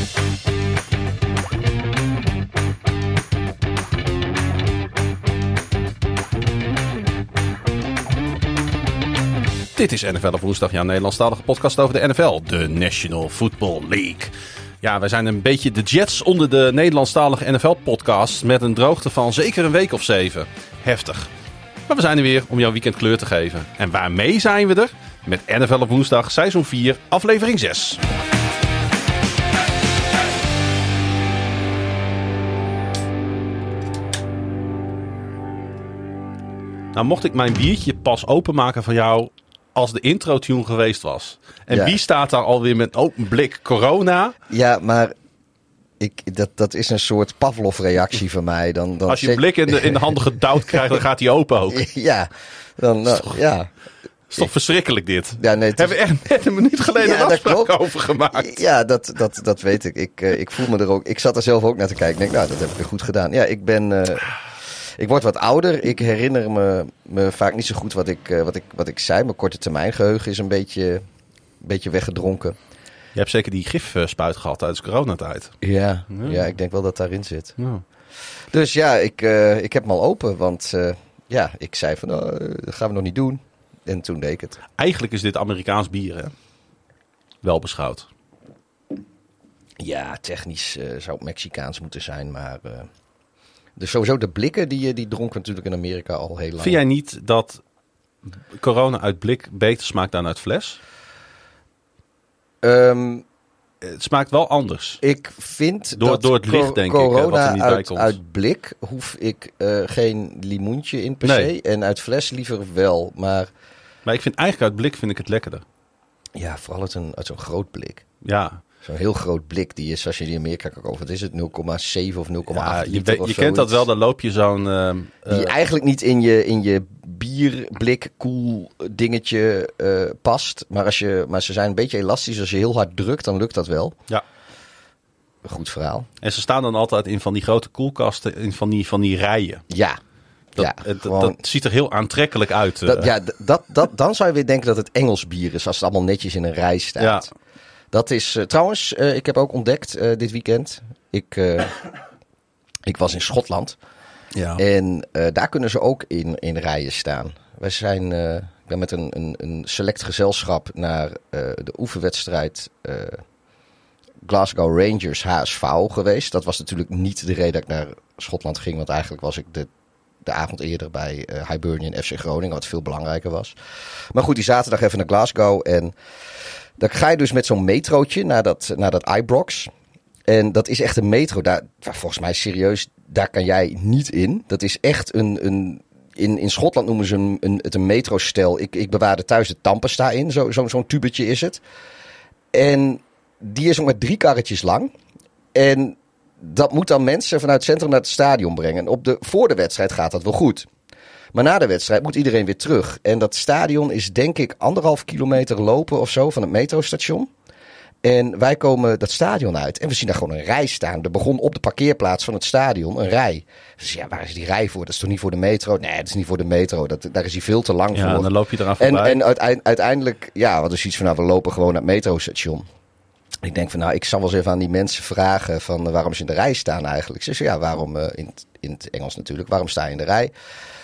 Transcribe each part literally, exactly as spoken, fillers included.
Dit is N F L op woensdag, jouw Nederlandstalige podcast over de N F L, de National Football League. Ja, wij zijn een beetje de Jets onder de Nederlandstalige N F L-podcast met een droogte van zeker een week of zeven. Heftig. Maar we zijn er weer om jouw weekend kleur te geven. En waarmee zijn we er? Met N F L op woensdag, seizoen vier, aflevering zes. Nou, mocht ik mijn biertje pas openmaken van jou als de intro-tune geweest was. En ja. Wie staat daar alweer met open blik corona? Ja, maar ik, dat, dat is een soort Pavlov-reactie van mij. Dan, dan als je een blik in de, in de handen gedouwd krijgt, dan gaat hij open ook. Ja, dan... Dat is toch, ja. Dat is toch verschrikkelijk dit? Ja, nee, het Hebben we echt net een minuut geleden ja, een afspraak over gemaakt? Ja, dat, dat, dat weet ik. Ik, uh, ik voel me er ook... Ik zat er zelf ook naar te kijken. Ik denk, nou, dat heb ik weer goed gedaan. Ja, ik ben... Uh, Ik word wat ouder. Ik herinner me, me vaak niet zo goed wat ik, uh, wat, ik, wat ik zei. Mijn korte termijn geheugen is een beetje, een beetje weggedronken. Je hebt zeker die gifspuit gehad tijdens coronatijd. Ja, ja. ja, ik denk wel dat daarin zit. Ja. Dus ja, ik, uh, ik heb hem al open. Want uh, ja, ik zei van, oh, dat gaan we nog niet doen. En toen deed ik het. Eigenlijk is dit Amerikaans bier, hè? Wel beschouwd. Ja, technisch uh, zou het Mexicaans moeten zijn, maar... Uh, Dus sowieso de blikken, die, die dronken natuurlijk in Amerika al heel lang. Vind jij niet dat corona uit blik beter smaakt dan uit fles? Um, het smaakt wel anders. Ik vind door, dat door het licht, denk corona ik, wat er niet uit, bij komt. uit blik hoef ik uh, geen limoentje in per nee. se. En uit fles liever wel. Maar, maar ik vind eigenlijk uit blik vind ik het lekkerder. Ja, vooral uit, een, uit zo'n groot blik. Ja. Zo'n heel groot blik, die is, als je die in Amerika kijkt, over, wat is het, nul komma zeven of nul komma acht ja, liter je, of je zo. kent dat wel, dan loop je zo'n... Uh, die uh, eigenlijk niet in je, in je bierblik koel dingetje uh, past. Maar, als je, maar ze zijn een beetje elastisch. Als je heel hard drukt, dan lukt dat wel. Ja. Een goed verhaal. En ze staan dan altijd in van die grote koelkasten, in van die, van die rijen. Ja. Dat, ja, het, gewoon, dat ziet er heel aantrekkelijk uit. Uh. Dat, ja, dat, dat, dan zou je weer denken dat het Engels bier is, als het allemaal netjes in een rij staat. Ja. Dat is uh, trouwens, uh, ik heb ook ontdekt uh, dit weekend. Ik, uh, ik was in Schotland. Ja. En uh, daar kunnen ze ook in, in rijen staan. Wij zijn, uh, ik ben met een, een, een select gezelschap naar uh, de oefenwedstrijd uh, Glasgow Rangers H S V geweest. Dat was natuurlijk niet de reden dat ik naar Schotland ging. Want eigenlijk was ik de, de avond eerder bij uh, Hibernian F C Groningen. Wat veel belangrijker was. Maar goed, die zaterdag even naar Glasgow. En dan ga je dus met zo'n metrootje naar dat, naar dat Ibrox. En dat is echt een metro. Daar, volgens mij serieus, daar kan jij niet in. Dat is echt een... een in, in Schotland noemen ze een, een, het een metrostel. Ik, ik bewaarde thuis de Tampesta in. Zo, zo, zo'n tubetje is het. En die is ook maar drie karretjes lang. En dat moet dan mensen vanuit het centrum naar het stadion brengen. En op de, voor de wedstrijd gaat dat wel goed. Maar na de wedstrijd moet iedereen weer terug. En dat stadion is denk ik anderhalf kilometer lopen of zo van het metrostation. En wij komen dat stadion uit en we zien daar gewoon een rij staan. Er begon op de parkeerplaats van het stadion een rij. Dus ja, waar is die rij voor? Dat is toch niet voor de metro? Nee, dat is niet voor de metro. Dat, daar is hij veel te lang ja, voor. En dan loop je eraan voorbij. En, en uiteindelijk, uiteindelijk, ja, wat is iets van, nou, we lopen gewoon naar het metrostation. Ik denk van, nou, ik zal wel eens even aan die mensen vragen van uh, waarom ze in de rij staan eigenlijk. Ze zeggen, ja, waarom, uh, in, in het Engels natuurlijk, waarom sta je in de rij?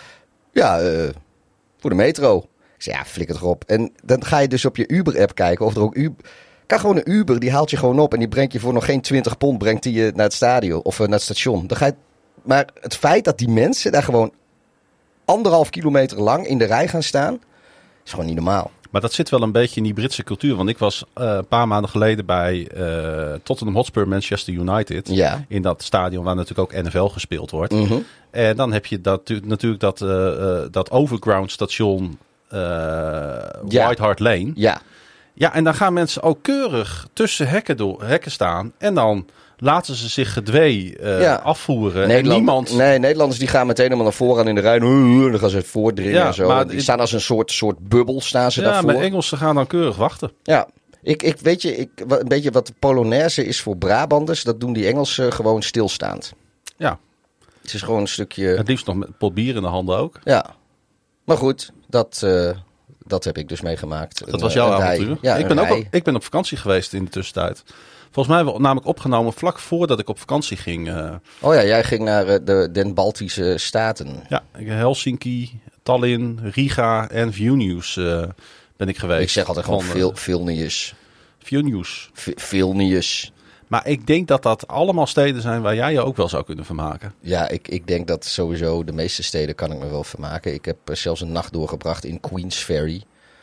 Ja, uh, voor de metro. Ik zeg, ja, flikker erop. En dan ga je dus op je Uber-app kijken of er ook Uber... Kan gewoon een Uber, die haalt je gewoon op en die brengt je voor nog geen twintig pond, brengt die je naar het stadion of uh, naar het station. Dan ga je... Maar het feit dat die mensen daar gewoon anderhalf kilometer lang in de rij gaan staan, is gewoon niet normaal. Maar dat zit wel een beetje in die Britse cultuur. Want ik was uh, een paar maanden geleden bij uh, Tottenham Hotspur Manchester United. Ja. In dat stadion waar natuurlijk ook N F L gespeeld wordt. Mm-hmm. En dan heb je dat, natuurlijk dat, uh, uh, dat overground station uh, ja. White Hart Lane. Ja. Ja, en dan gaan mensen ook keurig tussen hekken, door, hekken staan. En dan laten ze zich gedwee uh, ja. afvoeren. Nederland, en niemand... Nee, Nederlanders die gaan meteen helemaal naar voren in de rij. Dan gaan ze voordringen ja, en zo. Maar die staan als een soort, soort bubbel, staan ze ja, daarvoor. Ja, maar Engelsen gaan dan keurig wachten. Ja, ik, ik weet je, ik, een beetje wat de Polonaise is voor Brabanders. Dat doen die Engelsen gewoon stilstaand. Ja. Het is gewoon een stukje... Het liefst nog met een pot bier in de handen ook. Ja. Maar goed, dat... Uh, Dat heb ik dus meegemaakt. Dat was jouw avontuur? Ja, ik, ben ook op, ik ben op vakantie geweest in de tussentijd. volgens mij wel namelijk opgenomen vlak voordat ik op vakantie ging. Uh, oh ja, jij ging naar uh, de Den Baltische Staten. Ja, Helsinki, Tallinn, Riga en Vilnius uh, ben ik geweest. Ik zeg altijd gewoon Vil- Vilnius. Vilnius. V- Vilnius. Maar ik denk dat dat allemaal steden zijn waar jij je ook wel zou kunnen vermaken. Ja, ik, ik denk dat sowieso de meeste steden kan ik me wel vermaken. Ik heb uh, zelfs een nacht doorgebracht in Queens Ferry.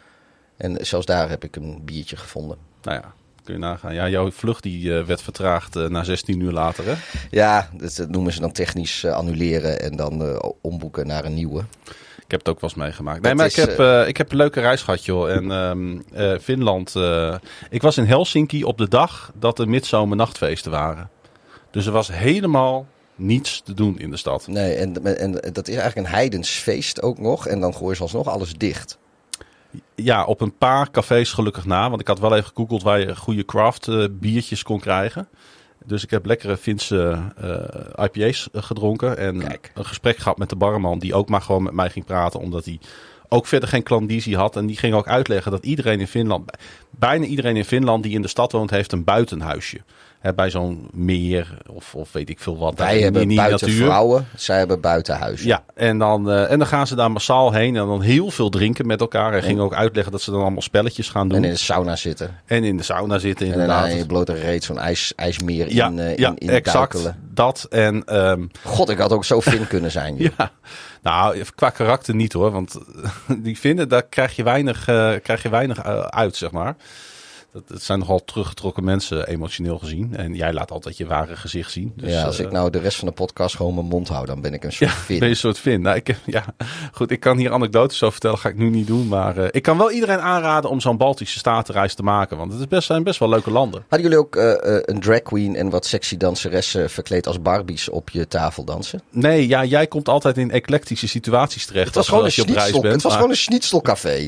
En zelfs daar heb ik een biertje gevonden. Nou ja, kun je nagaan. Ja, jouw vlucht die uh, werd vertraagd uh, na zestien uur later, hè? Ja, dat, dat noemen ze dan technisch uh, annuleren en dan uh, omboeken naar een nieuwe. Ik heb het ook wel eens meegemaakt. Nee, dat maar is, ik, heb, uh, ik heb een leuke reis gehad, joh. En um, uh, Finland... Uh, ik was in Helsinki op de dag dat de midzomernachtfeesten waren. Dus er was helemaal niets te doen in de stad. Nee, en, en dat is eigenlijk een heidens feest ook nog. En dan gooien ze alsnog alles dicht. Ja, op een paar cafés gelukkig na. Want ik had wel even gegoogeld waar je goede craft uh, biertjes kon krijgen. Dus ik heb lekkere Finse uh, I P A's gedronken. En Kijk. een gesprek gehad met de barman. Die ook maar gewoon met mij ging praten. Omdat hij ook verder geen klandizie had. En die ging ook uitleggen dat iedereen in Finland... Bijna iedereen in Finland die in de stad woont heeft een buitenhuisje. He, bij zo'n meer of, of weet ik veel wat. Wij hebben in buiten natuur. vrouwen, zij hebben buitenhuizen. Ja, en dan, uh, en dan gaan ze daar massaal heen en dan heel veel drinken met elkaar. Hij ging ook uitleggen dat ze dan allemaal spelletjes gaan doen. En in de sauna zitten. En in de sauna zitten, En inderdaad. daarna in je blote reet zo'n ijs, ijsmeer ja, in, uh, ja, in, in exact. duikelen. Dat en... Um, God, ik had ook zo Fin kunnen zijn. Joh. ja, nou, qua karakter niet hoor. Want die vinden, daar krijg je weinig, uh, krijg je weinig uh, uit, zeg maar. Het zijn nogal teruggetrokken mensen, emotioneel gezien. En jij laat altijd je ware gezicht zien. Dus, ja, als uh, ik nou de rest van de podcast gewoon mijn mond hou, dan ben ik een soort ja, Fin. ben je een soort Fin. Nou, ik, ja, goed, ik kan hier anekdotes over vertellen, ga ik nu niet doen. Maar uh, ik kan wel iedereen aanraden om zo'n Baltische statenreis te maken. Want het is best, zijn best wel leuke landen. Hadden jullie ook uh, uh, een drag queen en wat sexy danseressen verkleed als Barbies op je tafel dansen? Nee, ja, jij komt altijd in eclectische situaties terecht. Het was, als, gewoon, als een je op reis schnitzel, bent. het was maar, gewoon een schnitzelcafé.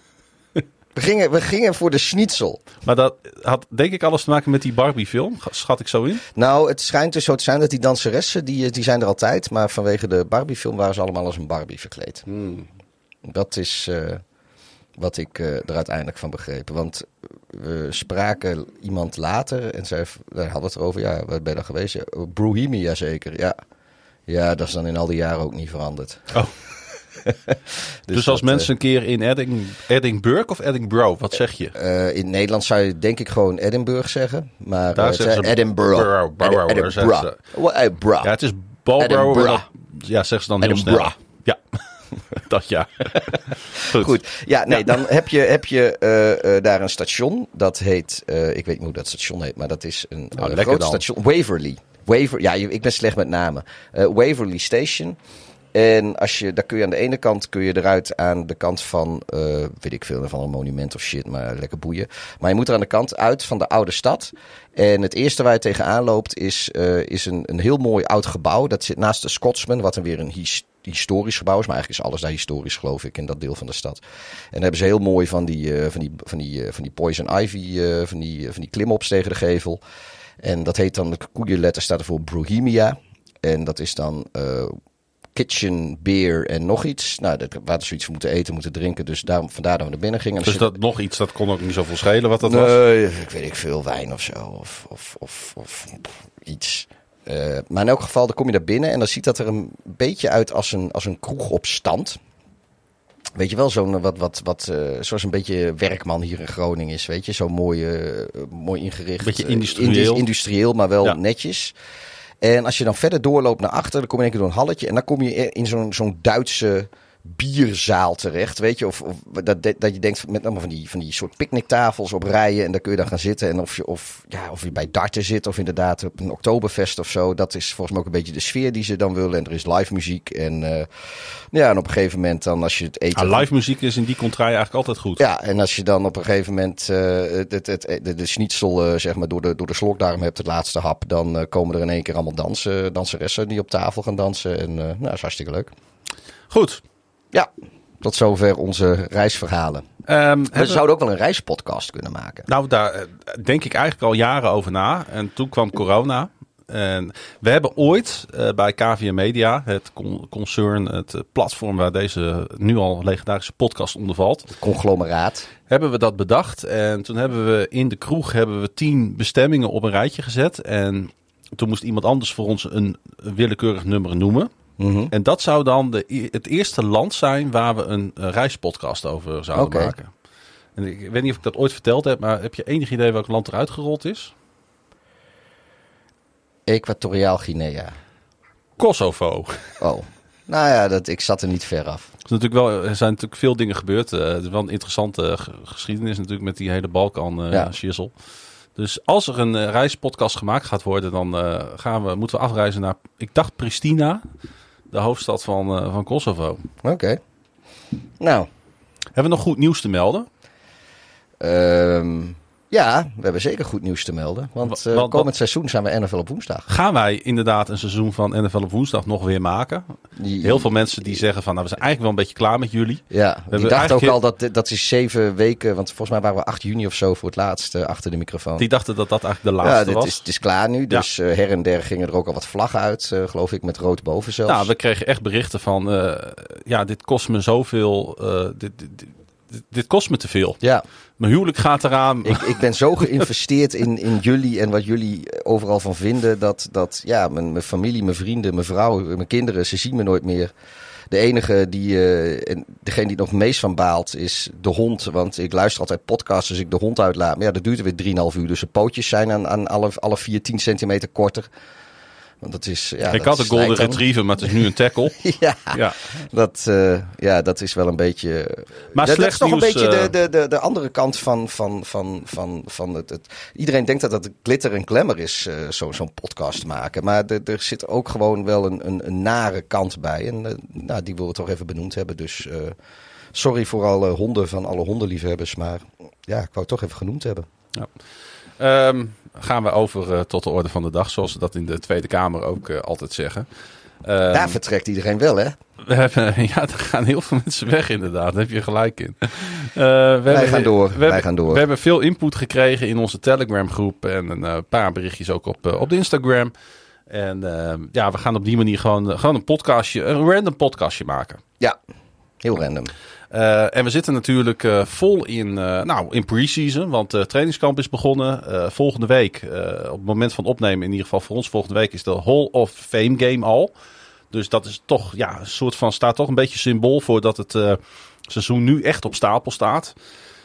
We gingen, we gingen voor de schnitzel. maar dat had denk ik alles te maken met die Barbie-film. Schat ik zo in? Nou, het schijnt dus zo te zijn dat die danseressen, die, die zijn er altijd. Maar vanwege de Barbie-film waren ze allemaal als een Barbie verkleed. Hmm. Dat is uh, wat ik uh, er uiteindelijk van begrepen. Want we spraken iemand later en zij daar hadden het erover. Ja, waar ben je dan geweest? Ja, Bohemia zeker, ja. Ja, dat is dan in al die jaren ook niet veranderd. Oh. dus, dus als dat, mensen een keer in Edding, Edinburgh of Edinburgh, wat zeg je? Uh, in Nederland zou je denk ik gewoon Edinburgh zeggen. Maar daar uh, zeggen ze Edinburgh. Borough, Borough, Ed- Edinburgh. Ze, well, uh, ja, het is Balborough. Edinburgh. Ja, zeggen ze dan heel Edinburgh. snel. Ja, dat ja. Goed. Goed. Ja, nee, Ja. dan heb je, heb je uh, uh, daar een station. Dat heet, uh, ik weet niet hoe dat station heet, maar dat is een Nou, uh, lekker groot dan. station. Waverley. Waver, ja, ik ben slecht met namen. Uh, Waverley Station. En als je, daar kun je aan de ene kant kun je eruit aan de kant van, uh, weet ik veel, van een monument of shit, maar lekker boeien. Maar je moet er aan de kant uit van de oude stad. En het eerste waar je tegenaan loopt is, uh, is een, een heel mooi oud gebouw. Dat zit naast de Scotsman, wat dan weer een his, historisch gebouw is. Maar eigenlijk is alles daar historisch, geloof ik, in dat deel van de stad. En dan hebben ze heel mooi van die, uh, van die, van die, uh, van die poison ivy, uh, van die, uh, van die klimop's tegen de gevel. En dat heet dan, de koeienletter staat er voor Bohemia. En dat is dan uh, kitchen, beer en nog iets. Nou, dat, we hadden zoiets moeten eten, moeten drinken. Dus daarom, vandaar dat we naar binnen gingen. En Dus je, dat nog iets, dat kon ook niet zoveel schelen wat dat was? nee, ik weet ik veel, wijn of zo. Of, of, of, of iets. Uh, maar in elk geval, dan kom je daar binnen en dan ziet dat er een beetje uit als een, als een kroeg op stand. Weet je wel, zo'n wat, wat, wat, uh, zoals een beetje werkman hier in Groningen is, weet je. Zo mooi, uh, mooi ingericht. Beetje uh, industrieel. indi- industrieel, maar wel Ja. netjes. En als je dan verder doorloopt naar achter, dan kom je in één keer door een halletje. En dan kom je in zo'n, zo'n Duitse bierzaal terecht, weet je. Of, of dat, dat je denkt met allemaal van die, van die soort picknicktafels op rijen. En daar kun je dan gaan zitten. En of je, of, ja, of je bij darten zit of inderdaad op een Oktoberfest of zo. Dat is volgens mij ook een beetje de sfeer die ze dan willen. En er is live muziek. En, uh, ja, en op een gegeven moment dan als je het eten... Ah, live muziek is in die contraille eigenlijk altijd goed. Ja, en als je dan op een gegeven moment uh, het, het, het, de, de schnitzel uh, zeg maar door de, door de slokdarm hebt, het laatste hap, dan uh, komen er in één keer allemaal dansen, danseressen die op tafel gaan dansen. En uh, nou, dat is hartstikke leuk. Goed. Ja, tot zover onze reisverhalen. Um, We hebben... zouden ook wel een reispodcast kunnen maken. Nou, daar uh, denk ik eigenlijk al jaren over na. En toen kwam corona. En we hebben ooit uh, bij K V M Media, het con- concern, het uh, platform waar deze nu al legendarische podcast onder valt. Het conglomeraat. Hebben we dat bedacht. En toen hebben we in de kroeg hebben we tien bestemmingen op een rijtje gezet. En toen moest iemand anders voor ons een willekeurig nummer noemen. Mm-hmm. En dat zou dan de, het eerste land zijn waar we een, een reispodcast over zouden okay. maken. En ik weet niet of ik dat ooit verteld heb, maar heb je enig idee welk land eruit gerold is? Equatoriaal Guinea. Kosovo. Oh, nou ja, dat, ik zat er niet ver af. Er, is natuurlijk wel, er zijn natuurlijk veel dingen gebeurd. Uh, het is wel een interessante g- geschiedenis natuurlijk met die hele Balkan-schissel. Uh, ja. Dus als er een uh, reispodcast gemaakt gaat worden, dan uh, gaan we, moeten we afreizen naar, ik dacht Pristina, de hoofdstad van, uh, van Kosovo. Oké. Okay. Nou. Hebben we nog goed nieuws te melden? Um, ja, we hebben zeker goed nieuws te melden. Want uh, want, komend wat, seizoen zijn we N F L op woensdag. Gaan wij inderdaad een seizoen van N F L op woensdag nog weer maken? Die, Heel veel mensen die zeggen van, nou, we zijn eigenlijk wel een beetje klaar met jullie. Ja, we die dachten ook heel... al dat dat is zeven weken, want volgens mij waren we acht juni of zo voor het laatst uh, achter de microfoon. Die dachten dat dat eigenlijk de laatste ja, dit was. Is, het is klaar nu, dus ja. uh, her en der gingen er ook al wat vlaggen uit, uh, geloof ik, met rood boven zelfs. Nou, we kregen echt berichten van, uh, ja, dit kost me zoveel, uh, dit, dit, dit, dit kost me te veel. Ja. Mijn huwelijk gaat eraan. Ik, ik ben zo geïnvesteerd in, in jullie en wat jullie overal van vinden. Dat, dat ja, mijn, mijn familie, mijn vrienden, mijn vrouw, mijn kinderen, ze zien me nooit meer. De enige die, uh, en degene die nog het meest van baalt, is de hond. Want ik luister altijd podcasts als ik de hond uitlaat. Maar ja, dat duurt weer drieënhalf uur. Dus de pootjes zijn aan, aan alle, alle vier tien centimeter korter. Want dat is, ja, ik dat had een golden retriever, maar het is nu een tackle. ja, ja. Dat, uh, ja, dat is wel een beetje... Maar dat, slecht dat is toch nieuws, een beetje uh... de, de, de, de andere kant van, van, van, van, van het, het... Iedereen denkt dat het glitter en glamour is, uh, zo, zo'n podcast maken. Maar de, er zit ook gewoon wel een, een, een nare kant bij. En uh, nou, die willen we toch even benoemd hebben. Dus uh, sorry voor alle honden van alle hondenliefhebbers. Maar ja, ik wou het toch even genoemd hebben. Ja. Um, gaan we over uh, tot de orde van de dag, zoals ze dat in de Tweede Kamer ook uh, altijd zeggen. Um, Daar vertrekt iedereen wel, hè? We hebben, ja, er gaan heel veel mensen weg inderdaad, daar heb je gelijk in. Uh, we wij hebben, gaan door, we wij hebben, gaan door. We hebben veel input gekregen in onze Telegram groep en een uh, paar berichtjes ook op, uh, op de Instagram. En uh, ja, we gaan op die manier gewoon, uh, gewoon een podcastje, een random podcastje maken. Ja, heel random. Uh, en we zitten natuurlijk uh, vol in, uh, nou, in pre-season, want het uh, trainingskamp is begonnen. Uh, volgende week, uh, op het moment van opnemen, in ieder geval voor ons volgende week, is de Hall of Fame game al. Dus dat is toch, ja, een soort van, staat toch een beetje symbool voor dat het uh, seizoen nu echt op stapel staat.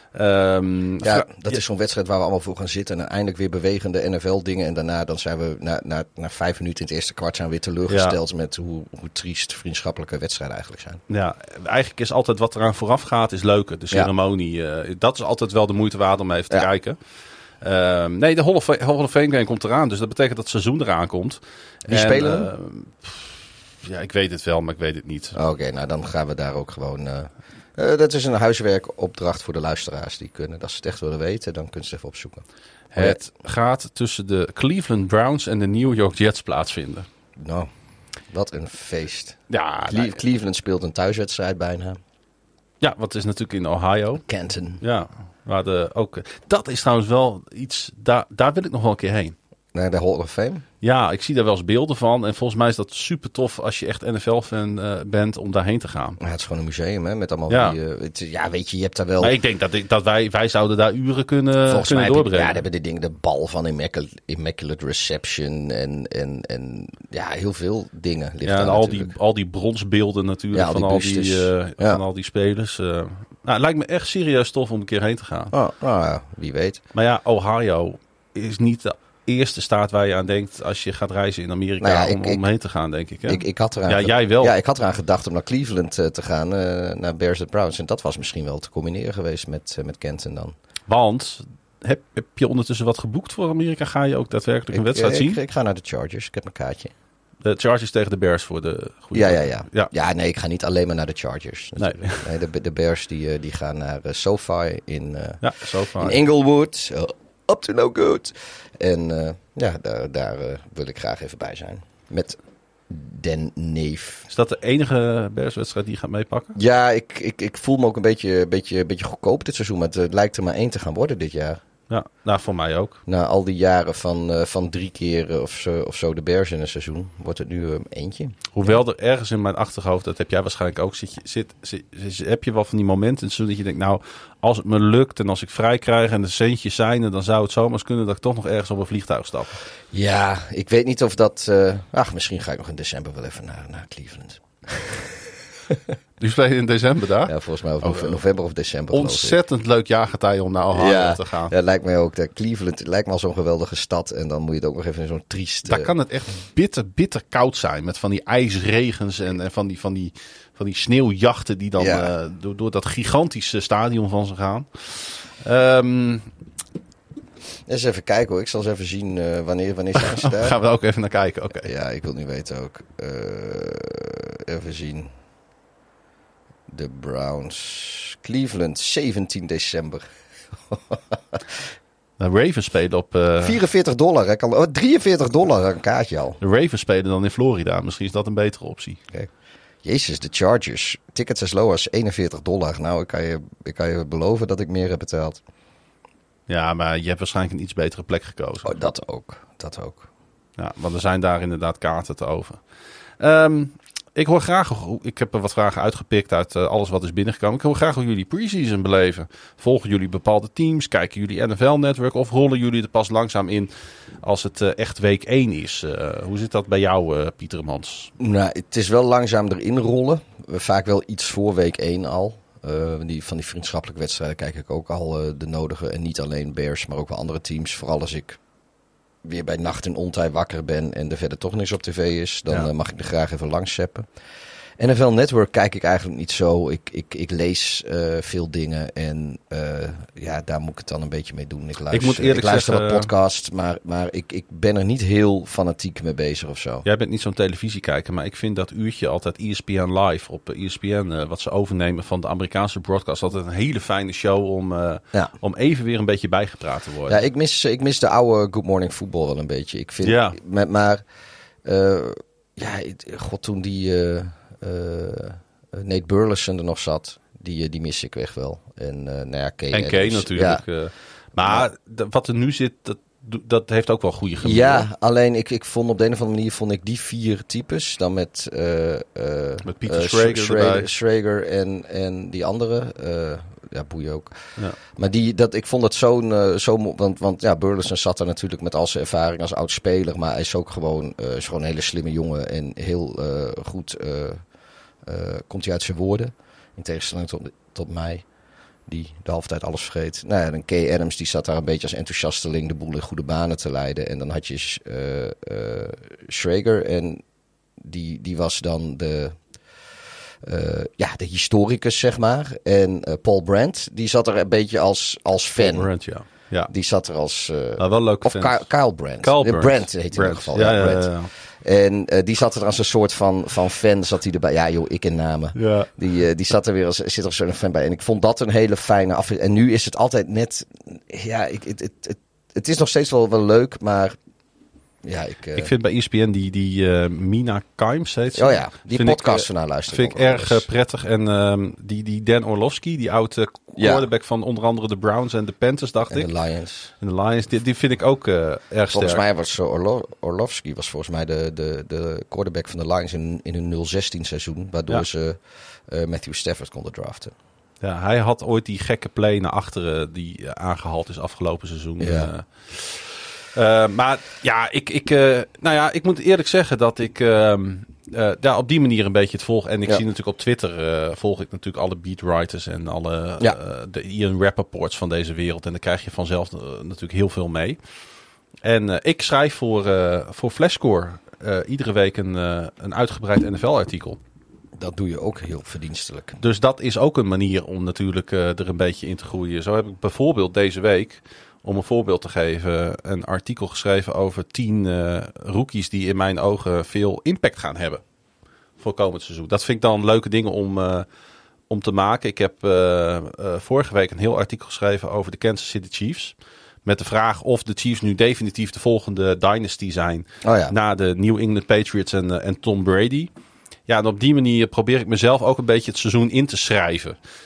Um, ja, dat is zo'n wedstrijd waar we allemaal voor gaan zitten. En eindelijk weer bewegende N F L dingen. En daarna dan zijn we na, na, na vijf minuten in het eerste kwart zijn we weer teleurgesteld ja. met hoe, hoe triest vriendschappelijke wedstrijden eigenlijk zijn. Ja, eigenlijk is altijd wat eraan vooraf gaat, is leuker. De ceremonie, ja. uh, dat is altijd wel de moeite waard om even te ja. kijken. Uh, nee, de Hall of, Hall of Fame game komt eraan. Dus dat betekent dat het seizoen eraan komt. Wie en, spelen uh, Ja, ik weet het wel, maar ik weet het niet. Oké, okay, nou dan gaan we daar ook gewoon... Uh, uh, dat is een huiswerkopdracht voor de luisteraars. Die kunnen, als ze het echt willen weten, dan kunnen ze het even opzoeken. Het ja. gaat tussen de Cleveland Browns en de New York Jets plaatsvinden. Nou, wat een feest. Ja, Cle- nee. Cleveland speelt een thuiswedstrijd bijna. Ja, wat is natuurlijk in Ohio. Canton. Ja, waar de ook. Dat is trouwens wel iets. Daar, daar wil ik nog wel een keer heen. Naar de Hall of Fame? Ja, ik zie daar wel eens beelden van. En volgens mij is dat super tof als je echt N F L-fan uh, bent om daarheen te gaan. Ja, het is gewoon een museum, hè? Met allemaal ja. die... Uh, het, ja, weet je, je hebt daar wel... Maar ik denk dat, ik, dat wij, wij zouden daar uren kunnen, volgens kunnen mij doorbrengen. Ja, daar hebben de dingen, de bal van Immaculate, Immaculate Reception en, en, en ja, heel veel dingen. Ja, en al die, al die bronsbeelden natuurlijk ja, van, al die, uh, ja. van al die spelers. Uh, nou, het lijkt me echt serieus tof om een keer heen te gaan. Oh, nou ja, wie weet. Maar ja, Ohio is niet de eerste staat waar je aan denkt als je gaat reizen in Amerika nou ja, ik, om, om heen te gaan, denk ik. Hè? Ik, ik had eraan ja, ge- jij wel. Ja, ik had eraan gedacht om naar Cleveland uh, te gaan, uh, naar Bears at Browns. En dat was misschien wel te combineren geweest met, uh, met Canton dan. Want, heb, heb je ondertussen wat geboekt voor Amerika? Ga je ook daadwerkelijk een ik, wedstrijd uh, zien? Ik, ik ga naar de Chargers, ik heb mijn kaartje. De Chargers tegen de Bears voor de goede. Ja, ja, ja, ja. Ja, nee, ik ga niet alleen maar naar de Chargers. Nee. nee de, de Bears die, die gaan naar uh, SoFi in, uh, ja, SoFi. in Inglewood. Uh, up to no good. En uh, ja, daar, daar uh, wil ik graag even bij zijn. Met den neef. Is dat de enige Bears-wedstrijd die je gaat meepakken? Ja, ik, ik, ik voel me ook een beetje, beetje, beetje goedkoop dit seizoen. Maar het uh, lijkt er maar één te gaan worden dit jaar. Ja, nou voor mij ook. Na al die jaren van, uh, van drie keer of zo, of zo de Bears in een seizoen, wordt het nu uh, eentje. Hoewel er ergens in mijn achterhoofd, dat heb jij waarschijnlijk ook, zit, je, zit, zit, zit, heb je wel van die momenten in het seizoen dat je denkt, nou, als het me lukt en als ik vrij krijg en de centjes zijn, dan zou het zomaar eens kunnen dat ik toch nog ergens op een vliegtuig stap. Ja, ik weet niet of dat... Uh, ach, misschien ga ik nog in december wel even naar, naar Cleveland. Die spelen in december daar? Ja, volgens mij of oh, november of december. Ontzettend leuk jaargetij om naar Ohio ja, te gaan. Ja, dat lijkt mij ook. De Cleveland lijkt me al zo'n geweldige stad. En dan moet je het ook nog even in zo'n triest... Daar kan het echt bitter, bitter koud zijn. Met van die ijsregens en, en van, die, van, die, van die sneeuwjachten die dan ja. uh, door, door dat gigantische stadion van ze gaan. Um, Eens even kijken hoor. Ik zal eens even zien uh, wanneer, wanneer zijn ze daar. Gaan we ook even naar kijken. Okay. Ja, ik wil nu weten ook. Uh, even zien. De Browns. Cleveland, zeventien december. De Ravens spelen op... Uh, vierenveertig dollar. Hè? Kan, oh, drieënveertig dollar een kaartje al. De Ravens spelen dan in Florida. Misschien is dat een betere optie. Okay. Jezus, de Chargers. Tickets as low as eenenveertig dollar. Nou, ik kan, je, ik kan je beloven dat ik meer heb betaald. Ja, maar je hebt waarschijnlijk een iets betere plek gekozen. Oh, dat ook. Dat ook. Ja, want er zijn daar inderdaad kaarten te over. Um, ik hoor graag, ik heb er wat vragen uitgepikt uit uh, alles wat is binnengekomen. Ik hoor graag hoe jullie pre-season beleven. Volgen jullie bepaalde teams? Kijken jullie N F L-network? Of rollen jullie er pas langzaam in als het uh, echt week één is? Uh, hoe zit dat bij jou, uh, Pieter Mans? Nou, het is wel langzaam erin rollen. Vaak wel iets voor week één al. Uh, die, van die vriendschappelijke wedstrijden kijk ik ook al uh, de nodige. En niet alleen Bears, maar ook wel andere teams. Vooral als ik weer bij nacht en ontij wakker ben en er verder toch niks op tv is, dan ja. uh, mag ik er graag even langs zeppen. N F L Network kijk ik eigenlijk niet zo. Ik, ik, ik lees uh, veel dingen en uh, ja, daar moet ik het dan een beetje mee doen. Ik luister, ik moet eerlijk ik luister zeggen, wat podcasts, maar, maar ik, ik ben er niet heel fanatiek mee bezig of zo. Jij bent niet zo'n televisiekijker, maar ik vind dat uurtje altijd E S P N Live op E S P N, uh, wat ze overnemen van de Amerikaanse broadcast, altijd een hele fijne show om, uh, ja. om even weer een beetje bijgepraat te worden. Ja, ik mis, ik mis de oude Good Morning Football wel een beetje. Ik vind, ja. met, maar uh, ja, god, toen die... Uh, Uh, Nate Burleson er nog zat, die, die mis ik weg wel. En, uh, nou ja, Kay en Kay natuurlijk. Ja. Uh, maar ja. wat er nu zit, dat, dat heeft ook wel goede gemiddelde. Ja, alleen ik, ik vond op de een of andere manier vond ik die vier types dan met, uh, uh, met Pieter uh, Schrager, Schrager, Schrager en, en die andere. Uh, ja, boeien ook. Ja. Maar die, dat, ik vond het zo'n... Uh, zo, want, want ja, Burleson zat er natuurlijk met al zijn ervaring als oud-speler. Maar hij is ook gewoon, uh, is gewoon een hele slimme jongen. En heel uh, goed uh, uh, komt hij uit zijn woorden. In tegenstelling tot, tot mij, die de halve tijd alles vergeet. Nou ja, dan Kay Adams, die zat daar een beetje als enthousiasteling de boel in goede banen te leiden. En dan had je uh, uh, Schrager en die, die was dan de... Uh, ja, de historicus, zeg maar. En uh, Paul Brandt, die zat er een beetje als, als fan. Paul Brandt, ja. ja. Die zat er als... Uh, nou, wel leuk. Of Kyle, Kyle Brandt. Kyle Brandt. Brandt heet hij in ieder geval. Ja, ja, ja, ja, ja. En uh, die zat er als een soort van, van fan, zat hij erbij. Ja joh, ik in namen. Ja. Die, uh, die zat er weer als, zit er zo'n fan bij. En ik vond dat een hele fijne aflevering. En nu is het altijd net... Ja, ik, het, het, het, het is nog steeds wel, wel leuk, maar... Ja, ik, uh... ik vind bij E S P N die, die uh, Mina Kimes heet ze. Oh ja, die vind podcast van haar luisteren. Vind ik erg uh, prettig. En um, die, die Dan Orlovsky, die oude quarterback ja. van onder andere de Browns en de Panthers, dacht en ik. En de Lions. En de Lions, die, die vind ik ook uh, erg volgens sterk. Mij was Orlo- Orlovsky was volgens mij de, de, de quarterback van de Lions in, in hun nul zestien seizoen. Waardoor ja. ze uh, Matthew Stafford konden draften. Ja, hij had ooit die gekke play naar achteren die uh, aangehaald is afgelopen seizoen. Ja. Uh, Uh, maar ja, ik, ik, uh, nou ja, ik moet eerlijk zeggen dat ik uh, uh, ja, op die manier een beetje het volg. En ik ja. zie natuurlijk op Twitter, uh, volg ik natuurlijk alle beatwriters en alle ja. uh, de Ian Rappaports van deze wereld. En dan krijg je vanzelf uh, natuurlijk heel veel mee. En uh, ik schrijf voor, uh, voor Flashscore uh, iedere week een, uh, een uitgebreid N F L-artikel. Dat doe je ook heel verdienstelijk. Dus dat is ook een manier om natuurlijk uh, er een beetje in te groeien. Zo heb ik bijvoorbeeld deze week... Om een voorbeeld te geven, een artikel geschreven over tien uh, rookies die in mijn ogen veel impact gaan hebben voor komend seizoen. Dat vind ik dan leuke dingen om, uh, om te maken. Ik heb uh, uh, vorige week een heel artikel geschreven over de Kansas City Chiefs. Met de vraag of de Chiefs nu definitief de volgende dynasty zijn oh ja. na de New England Patriots en, uh, en Tom Brady. Ja, en op die manier probeer ik mezelf ook een beetje het seizoen in te schrijven.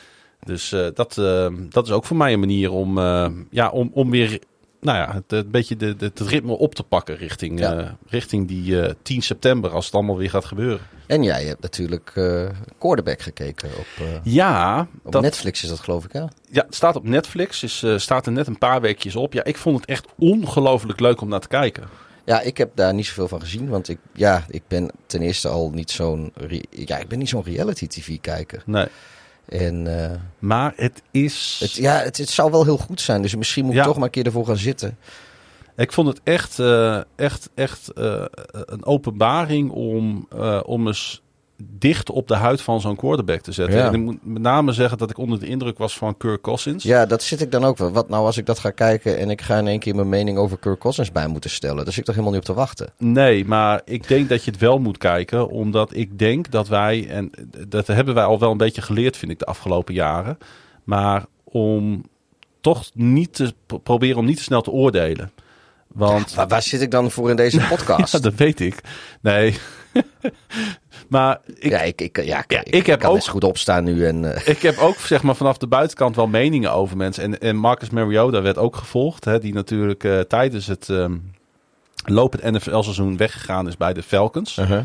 Dus uh, dat, uh, dat is ook voor mij een manier om, uh, ja, om, om weer nou ja, het, een beetje de, de, het ritme op te pakken richting, ja. uh, richting die uh, tien september, als het allemaal weer gaat gebeuren. En jij hebt natuurlijk uh, Quarterback gekeken op, uh, ja, op dat, Netflix is dat geloof ik, hè? Ja, het staat op Netflix, is, uh, staat er net een paar weekjes op. Ja, ik vond het echt ongelooflijk leuk om naar te kijken. Ja, ik heb daar niet zoveel van gezien, want ik, ja, ik ben ten eerste al niet zo'n, re- ja, ik ben niet zo'n reality tv kijker. Nee. En, uh, maar het is... Het, ja, het, het zou wel heel goed zijn. Dus misschien moet ik ja. toch maar een keer ervoor gaan zitten. Ik vond het echt, uh, echt, echt uh, een openbaring om, uh, om eens dicht op de huid van zo'n quarterback te zetten. Ja. En ik moet met name zeggen dat ik onder de indruk was van Kirk Cousins. Ja, dat zit ik dan ook wel. Wat nou als ik dat ga kijken en ik ga in één keer mijn mening over Kirk Cousins bij moeten stellen? Daar zit ik toch helemaal niet op te wachten? Nee, maar ik denk dat je het wel moet kijken. Omdat ik denk dat wij, en dat hebben wij al wel een beetje geleerd vind ik de afgelopen jaren. Maar om toch niet te proberen om niet te snel te oordelen. Want... Ja, waar, waar zit ik dan voor in deze podcast? Ja, dat weet ik. Nee. Maar ik, ja, ik, ik, ja, ja, ik, ik, ik heb kan ook best goed opstaan nu. En, uh... Ik heb ook zeg maar, vanaf de buitenkant wel meningen over mensen. En, en Marcus Mariota werd ook gevolgd. Hè, die natuurlijk uh, tijdens het um, lopend N F L-seizoen weggegaan is bij de Falcons. Uh-huh.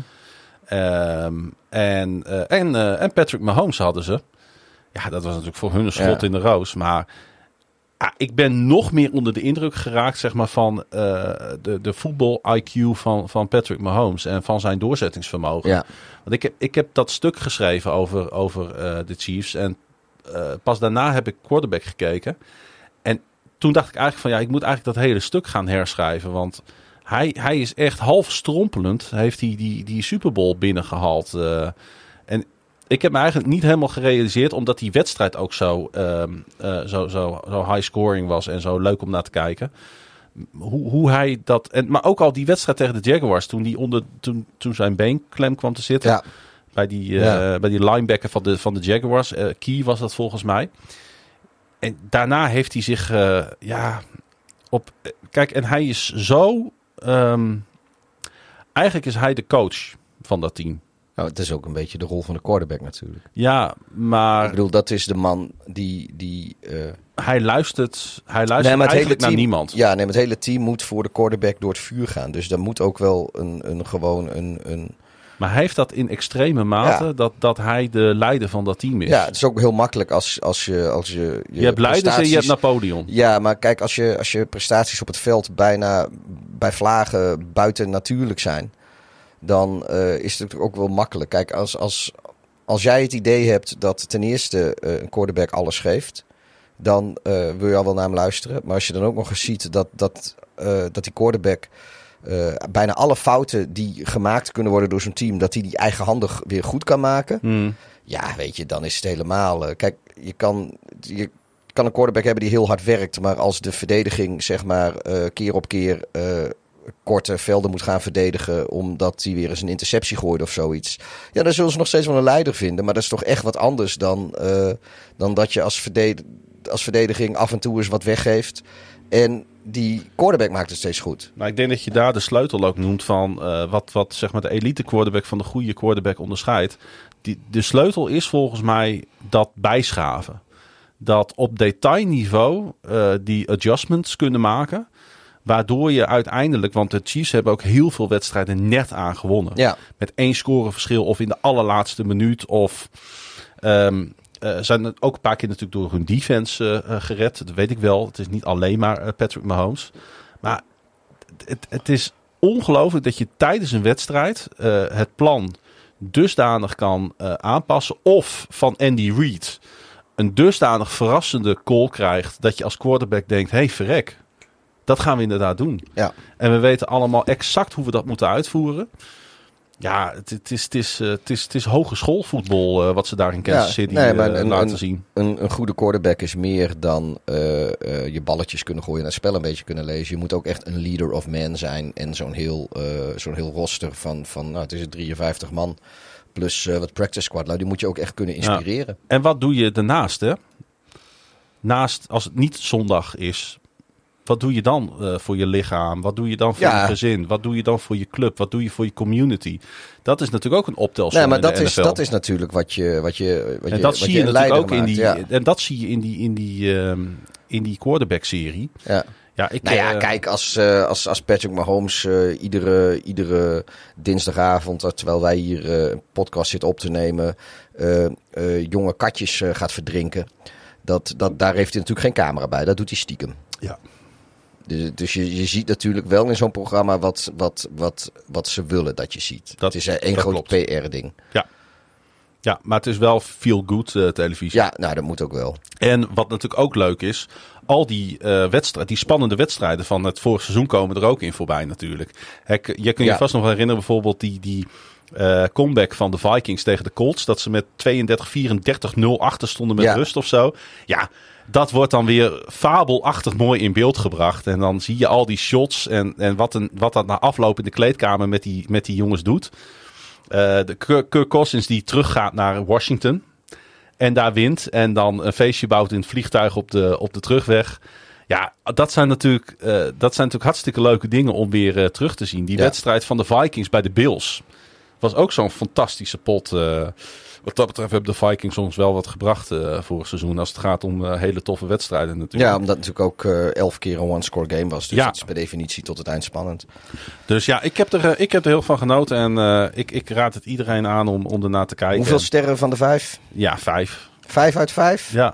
Um, en, uh, en, uh, en Patrick Mahomes hadden ze. Ja, dat was natuurlijk voor hun een schot ja. in de roos. Maar ah, ik ben nog meer onder de indruk geraakt zeg maar, van uh, de, de voetbal-I Q van, van Patrick Mahomes. En van zijn doorzettingsvermogen. Ja. Want ik heb, ik heb dat stuk geschreven over, over uh, de Chiefs. En uh, pas daarna heb ik quarterback gekeken. En toen dacht ik eigenlijk van ja, ik moet eigenlijk dat hele stuk gaan herschrijven. Want hij, hij is echt half strompelend. Heeft hij die, die Super Bowl binnengehaald. Uh, en ik heb me eigenlijk niet helemaal gerealiseerd. Omdat die wedstrijd ook zo, um, uh, zo, zo, zo high scoring was. En zo leuk om naar te kijken. Hoe, hoe hij dat... En, maar ook al die wedstrijd tegen de Jaguars. Toen, die onder, toen, toen zijn been klem kwam te zitten. Ja. Bij, die, uh, ja. bij die linebacker van de, van de Jaguars. Uh, Key was dat volgens mij. En daarna heeft hij zich... Uh, ja, op... Kijk, en hij is zo... Um, eigenlijk is hij de coach van dat team. Nou, het is ook een beetje de rol van de quarterback natuurlijk. Ja, maar... Ik bedoel, dat is de man die... die uh... Hij luistert, hij luistert nee, eigenlijk team, naar niemand. Ja, nee, maar het hele team moet voor de quarterback door het vuur gaan. Dus daar moet ook wel een, een gewoon een... een... Maar hij heeft dat in extreme mate, ja. dat, dat hij de leider van dat team is. Ja, het is ook heel makkelijk als, als je... Als je, je, je hebt leiders en je hebt Napoleon. Ja, maar kijk, als je, als je prestaties op het veld bijna bij vlagen buiten natuurlijk zijn... dan uh, is het natuurlijk ook wel makkelijk. Kijk, als, als, als jij het idee hebt dat ten eerste uh, een quarterback alles geeft... dan uh, wil je al wel naar hem luisteren. Maar als je dan ook nog eens ziet dat, dat, uh, dat die quarterback... Uh, bijna alle fouten die gemaakt kunnen worden door zo'n team... dat hij die, die eigenhandig weer goed kan maken. Mm. Ja, weet je, dan is het helemaal... Uh, kijk, je kan, je kan een quarterback hebben die heel hard werkt... maar als de verdediging, zeg maar, uh, keer op keer... Uh, korte velden moet gaan verdedigen... omdat hij weer eens een interceptie gooit of zoiets... ja, dan zullen ze nog steeds wel een leider vinden... maar dat is toch echt wat anders dan, uh, dan dat je als, verded- als verdediging... af en toe eens wat weggeeft... En die quarterback maakt het steeds goed. Maar ik denk dat je daar de sleutel ook noemt van uh, wat, wat zeg maar de elite quarterback van de goede quarterback onderscheidt. Die, de sleutel is volgens mij dat bijschaven. Dat op detailniveau uh, die adjustments kunnen maken. Waardoor je uiteindelijk, want de Chiefs hebben ook heel veel wedstrijden net aan gewonnen. Ja. Met één scoreverschil of in de allerlaatste minuut of... Um, Uh, zijn ook een paar keer natuurlijk door hun defense uh, uh, gered. Dat weet ik wel. Het is niet alleen maar uh, Patrick Mahomes. Maar het, het is ongelooflijk dat je tijdens een wedstrijd uh, het plan dusdanig kan uh, aanpassen. Of van Andy Reid een dusdanig verrassende call krijgt dat je als quarterback denkt, hé hey, verrek. Dat gaan we inderdaad doen. Ja. En we weten allemaal exact hoe we dat moeten uitvoeren. Ja, het, het, is, het, is, uh, het, is, het is hogeschoolvoetbal uh, wat ze daar in Kansas ja, City nee, maar uh, een, laten een, zien. Een, een goede quarterback is meer dan uh, uh, je balletjes kunnen gooien en het spel een beetje kunnen lezen. Je moet ook echt een leader of man zijn en zo'n heel, uh, zo'n heel roster van, van nou, het is het drieënvijftig man plus uh, wat practice squad. Nou, die moet je ook echt kunnen inspireren. Ja. En wat doe je daarnaast, hè? Naast, als het niet zondag is, wat doe je dan uh, voor je lichaam? Wat doe je dan voor ja. je gezin? Wat doe je dan voor je club? Wat doe je voor je community? Dat is natuurlijk ook een optelsom. Nee, maar in dat de is, N F L. Dat is natuurlijk wat je, wat je, wat en je, dat wat zie je, je natuurlijk ook maakt, in die, ja. en dat zie je in die, in die, um, in die quarterback-serie. Ja. Ja, ik, nou ja, uh, kijk, als, uh, als, als Patrick Mahomes uh, iedere, iedere dinsdagavond, uh, terwijl wij hier uh, een podcast zitten op te nemen, uh, uh, jonge katjes uh, gaat verdrinken. Dat, dat, daar heeft hij natuurlijk geen camera bij. Dat doet hij stiekem. Ja. Dus, dus je, je ziet natuurlijk wel in zo'n programma wat, wat, wat, wat ze willen dat je ziet. Dat, het is één groot P R-ding. Ja. Ja, maar het is wel feel-good uh, televisie. Ja, nou dat moet ook wel. En wat natuurlijk ook leuk is, al die, uh, wedstrijd, die spannende wedstrijden van het vorige seizoen komen er ook in voorbij natuurlijk. He, je kunt je ja. vast nog herinneren bijvoorbeeld die, die uh, comeback van de Vikings tegen de Colts. Dat ze met tweeëndertig vierendertig nul achter stonden met ja. rust of zo. Ja, dat wordt dan weer fabelachtig mooi in beeld gebracht. En dan zie je al die shots en, en wat, een, wat dat na afloop in de kleedkamer met die, met die jongens doet. Uh, de Kirk Cousins die teruggaat naar Washington en daar wint en dan een feestje bouwt in het vliegtuig op de, op de terugweg. Ja, dat zijn natuurlijk, uh, dat zijn natuurlijk hartstikke leuke dingen om weer uh, terug te zien. Die ja. wedstrijd van de Vikings bij de Bills was ook zo'n fantastische pot. Uh, wat dat betreft hebben de Vikings soms wel wat gebracht uh, vorig seizoen als het gaat om uh, hele toffe wedstrijden natuurlijk. Ja, omdat het natuurlijk ook uh, elf keer een one-score game was. Dus ja. het is per definitie tot het eind spannend. Dus ja, ik heb er, uh, ik heb er heel van genoten en uh, ik, ik raad het iedereen aan om, om ernaar te kijken. Hoeveel sterren van de vijf? Ja, vijf. Vijf uit vijf? Ja.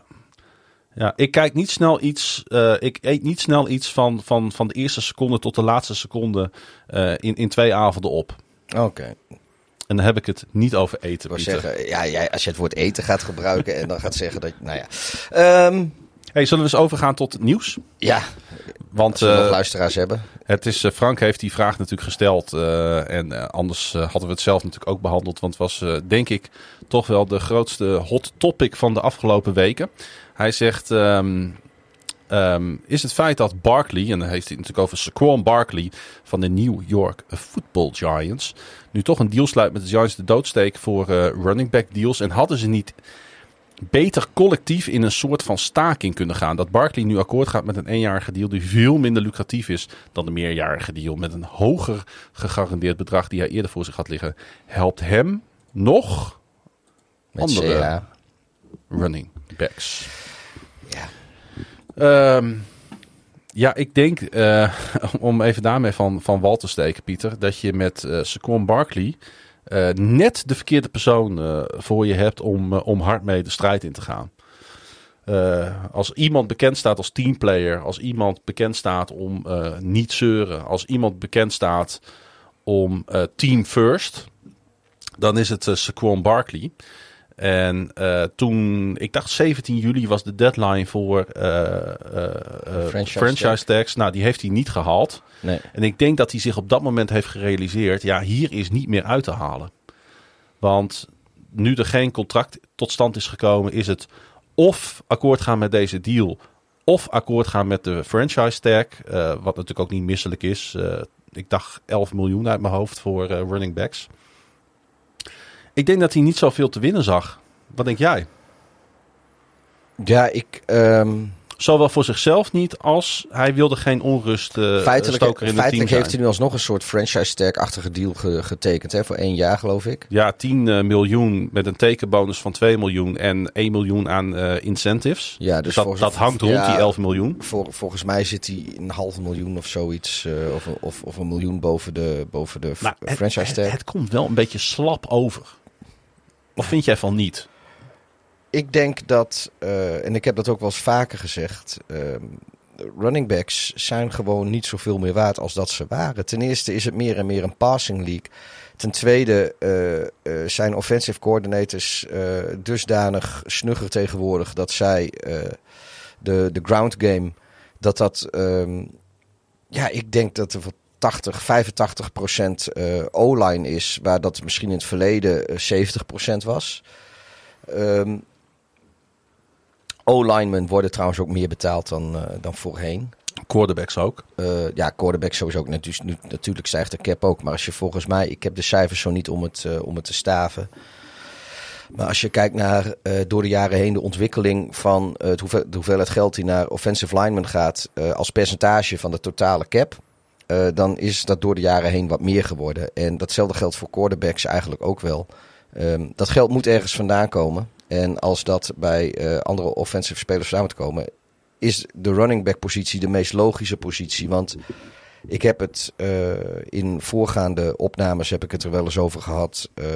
Ja, ik kijk niet snel iets. Uh, ik eet niet snel iets van, van, van de eerste seconde tot de laatste seconde uh, in, in twee avonden op. Oké. Okay. En dan heb ik het niet over eten. Ik wil zeggen, ja, jij, als je het woord eten gaat gebruiken en dan gaat zeggen dat, nou ja. Um, hey, zullen we eens overgaan tot het nieuws? Ja. Want als we uh, nog luisteraars hebben. Het is, uh, Frank heeft die vraag natuurlijk gesteld. Uh, en uh, anders uh, hadden we het zelf natuurlijk ook behandeld. Want het was, uh, denk ik, toch wel de grootste hot topic van de afgelopen weken. Hij zegt, um, um, is het feit dat Barkley, en dan heeft hij het natuurlijk over Saquon Barkley van de New York Football Giants, nu toch een deal sluit met de Giants de doodsteek voor uh, running back deals. En hadden ze niet beter collectief in een soort van staking kunnen gaan. Dat Barkley nu akkoord gaat met een eenjarige deal die veel minder lucratief is dan de meerjarige deal. Met een hoger gegarandeerd bedrag die hij eerder voor zich had liggen. Helpt hem nog met andere C H. running backs. Ja. Um, ja, ik denk, uh, om even daarmee van, van wal te steken, Pieter, dat je met uh, Saquon Barkley uh, net de verkeerde persoon uh, voor je hebt om, uh, om hard mee de strijd in te gaan. Uh, als iemand bekend staat als teamplayer, als iemand bekend staat om uh, niet zeuren, als iemand bekend staat om uh, team first, dan is het uh, Saquon Barkley. En uh, toen, ik dacht zeventien juli was de deadline voor uh, uh, uh, franchise, franchise tags. Nou, die heeft hij niet gehaald. Nee. En ik denk dat hij zich op dat moment heeft gerealiseerd, ja, hier is niet meer uit te halen. Want nu er geen contract tot stand is gekomen, is het of akkoord gaan met deze deal, of akkoord gaan met de franchise tag. Uh, wat natuurlijk ook niet misselijk is. Uh, ik dacht elf miljoen uit mijn hoofd voor uh, running backs. Ik denk dat hij niet zoveel te winnen zag. Wat denk jij? Ja, ik... Um... Zowel voor zichzelf niet als hij wilde geen onrust uh, feitelijk, stoker in het team feitelijk zijn. heeft hij nu alsnog een soort franchise-tag-achtige deal ge- getekend. Hè, voor één jaar, geloof ik. Ja, tien uh, miljoen met een tekenbonus van twee miljoen en één miljoen aan uh, incentives. Ja, dus dus dat, volgens, dat hangt rond ja, die elf miljoen. Voor, volgens mij zit hij een half miljoen of zoiets. Uh, of, of, of een miljoen boven de, boven de f- franchise-tag. Het, het, het komt wel een beetje slap over. Of vind jij van niet? Ik denk dat, uh, en ik heb dat ook wel eens vaker gezegd, uh, running backs zijn gewoon niet zoveel meer waard als dat ze waren. Ten eerste is het meer en meer een passing league. Ten tweede uh, uh, zijn offensive coordinators uh, dusdanig snugger tegenwoordig dat zij uh, de, de ground game, dat dat, um, ja, ik denk dat er voor tachtig, vijfentachtig procent uh, O-line is, waar dat misschien in het verleden uh, zeventig procent was. Um, O-linemen worden trouwens ook meer betaald dan, uh, dan voorheen. Quarterbacks ook. Uh, ja, quarterbacks sowieso ook. Natuurlijk, nu, natuurlijk stijgt de cap ook. Maar als je volgens mij, ik heb de cijfers zo niet om het, uh, om het te staven. Maar als je kijkt naar uh, door de jaren heen de ontwikkeling van uh, het hoeveel, de hoeveelheid geld die naar offensive linemen gaat uh, als percentage van de totale cap, uh, dan is dat door de jaren heen wat meer geworden. En datzelfde geldt voor quarterbacks eigenlijk ook wel. Um, dat geld moet ergens vandaan komen. En als dat bij uh, andere offensive spelers samen te komen, is de running back positie de meest logische positie. Want ik heb het uh, in voorgaande opnames heb ik het er wel eens over gehad. Uh,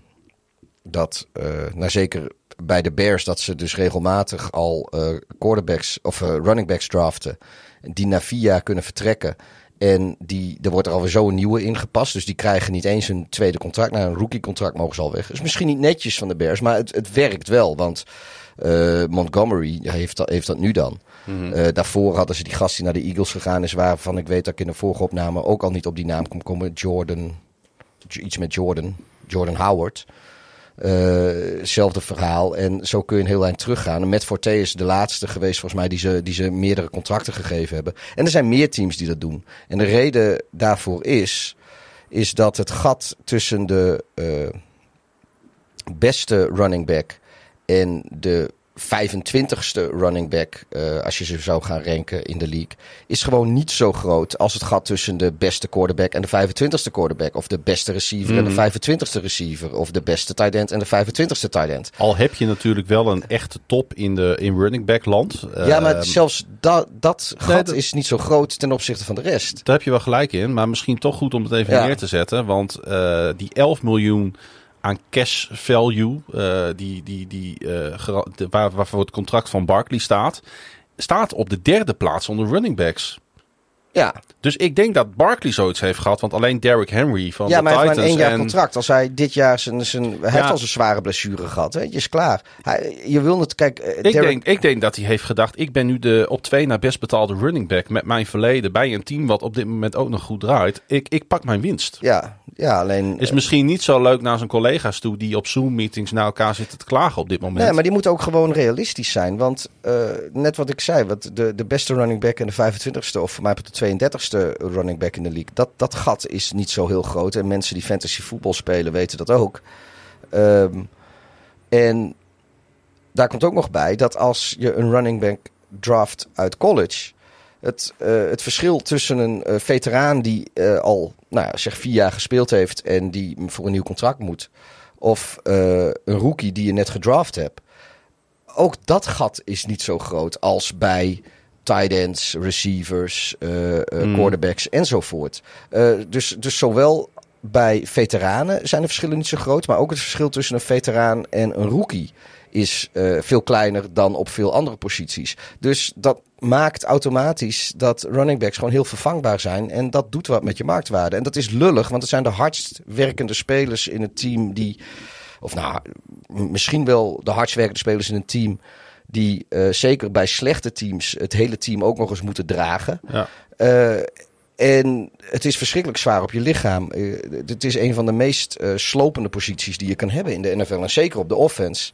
dat, uh, nou zeker bij de Bears, dat ze dus regelmatig al uh, quarterbacks of uh, running backs draften. Die na vier jaar kunnen vertrekken. En die, er wordt er alweer zo een nieuwe ingepast. Dus die krijgen niet eens een tweede contract. Nou, een rookie contract mogen ze al weg. Dus misschien niet netjes van de Bears, maar het, het werkt wel. Want uh, Montgomery heeft dat, heeft dat nu dan. Mm-hmm. Uh, daarvoor hadden ze die gast die naar de Eagles gegaan is, waarvan ik weet dat ik in de vorige opname ook al niet op die naam kon komen. Jordan, iets met Jordan, Jordan Howard. Uh, zelfde verhaal. En zo kun je een heel eind teruggaan. En Matt Forte is de laatste geweest volgens mij die ze, die ze meerdere contracten gegeven hebben. En er zijn meer teams die dat doen. En de reden daarvoor is, is dat het gat tussen de uh, beste running back en de vijfentwintigste running back, uh, als je ze zou gaan ranken in de league, is gewoon niet zo groot als het gat tussen de beste quarterback en de vijfentwintigste quarterback. Of de beste receiver mm-hmm. en de vijfentwintigste receiver. Of de beste tight end en de vijfentwintigste tight end. Al heb je natuurlijk wel een echte top in, de, in running back land. Ja, maar uh, zelfs da, dat gat nee, dat, is niet zo groot ten opzichte van de rest. Daar heb je wel gelijk in. Maar misschien toch goed om het even ja. neer te zetten. Want uh, die elf miljoen aan cash value, uh, die, die, die, uh, gera- de, waar, waarvoor het contract van Barkley staat, staat op de derde plaats onder running backs. Ja. Dus ik denk dat Barkley zoiets heeft gehad, want alleen Derrick Henry van ja, de maar Titans... Ja, maar een één jaar en... contract. Als hij dit jaar zijn... zijn hij ja. heeft al zijn zware blessure gehad. Weet je, is klaar. Hij, je wil het... Kijk, uh, ik, Derrick... denk, ik denk dat hij heeft gedacht, ik ben nu de op twee na best betaalde running back met mijn verleden bij een team wat op dit moment ook nog goed draait. Ik, ik pak mijn winst. Ja, ja, alleen... Is misschien niet zo leuk naar zijn collega's toe die op Zoom-meetings naar elkaar zitten te klagen op dit moment. Nee, maar die moeten ook gewoon realistisch zijn. Want uh, net wat ik zei, wat de, de beste running back en de vijfentwintigste of voor mij op de tweeëndertigste running back in de league, dat, dat gat is niet zo heel groot. En mensen die fantasy voetbal spelen weten dat ook. Um, en daar komt ook nog bij dat als je een running back draft uit college, Het, uh, het verschil tussen een uh, veteraan die uh, al nou ja, zeg vier jaar gespeeld heeft en die voor een nieuw contract moet, of uh, een rookie die je net gedraft hebt, ook dat gat is niet zo groot als bij tight ends, receivers, uh, uh, mm. quarterbacks enzovoort. Uh, dus, dus zowel bij veteranen zijn de verschillen niet zo groot, maar ook het verschil tussen een veteraan en een rookie is uh, veel kleiner dan op veel andere posities. Dus dat maakt automatisch dat running backs gewoon heel vervangbaar zijn. En dat doet wat met je marktwaarde. En dat is lullig, want het zijn de hardst werkende spelers in het team die... Of nou, misschien wel de hardst werkende spelers in een team die uh, zeker bij slechte teams het hele team ook nog eens moeten dragen. Ja. Uh, En het is verschrikkelijk zwaar op je lichaam. Uh, het is een van de meest uh, slopende posities die je kan hebben in de N F L. En zeker op de offense.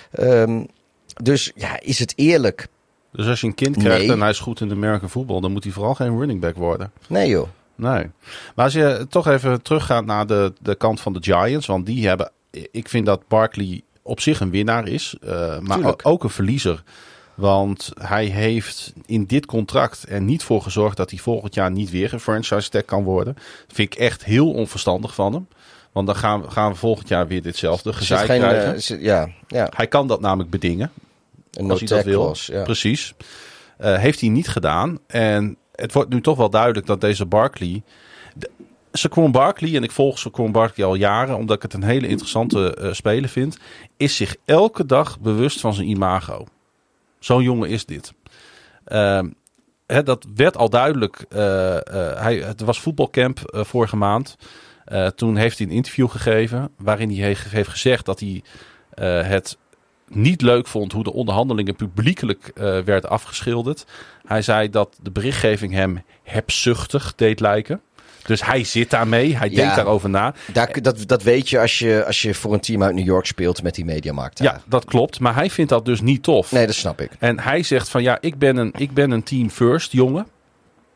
Um, dus ja, is het eerlijk? Dus als je een kind krijgt nee. en hij is goed in de American voetbal, dan moet hij vooral geen running back worden. Nee joh. Nee. Maar als je toch even teruggaat naar de, de kant van de Giants. Want die hebben... Ik vind dat Barkley op zich een winnaar is. Uh, maar Tuurlijk. ook een verliezer. Want hij heeft in dit contract er niet voor gezorgd dat hij volgend jaar niet weer een franchise tag kan worden. Dat vind ik echt heel onverstandig van hem. Want dan gaan we, gaan we volgend jaar weer ditzelfde gezeik geen, krijgen. Uh, zit, ja, ja. Hij kan dat namelijk bedingen. Een als hij dat wil. Clause, ja. Precies. Uh, heeft hij niet gedaan. En het wordt nu toch wel duidelijk dat deze Barkley... De, Saquon Barkley, en ik volg Saquon Barkley al jaren, omdat ik het een hele interessante uh, speler vind, is zich elke dag bewust van zijn imago. Zo'n jongen is dit. Uh, hè, dat werd al duidelijk. Uh, uh, hij, het was voetbalcamp uh, vorige maand. Uh, toen heeft hij een interview gegeven waarin hij heeft, heeft gezegd dat hij uh, het niet leuk vond hoe de onderhandelingen publiekelijk uh, werd afgeschilderd. Hij zei dat de berichtgeving hem hebzuchtig deed lijken. Dus hij zit daarmee, hij ja, denkt daarover na. Daar, dat, dat weet je als, je als je voor een team uit New York speelt met die mediamarkt. Ja, dat klopt. Maar hij vindt dat dus niet tof. Nee, dat snap ik. En hij zegt van ja, ik ben een, ik ben een team first jongen.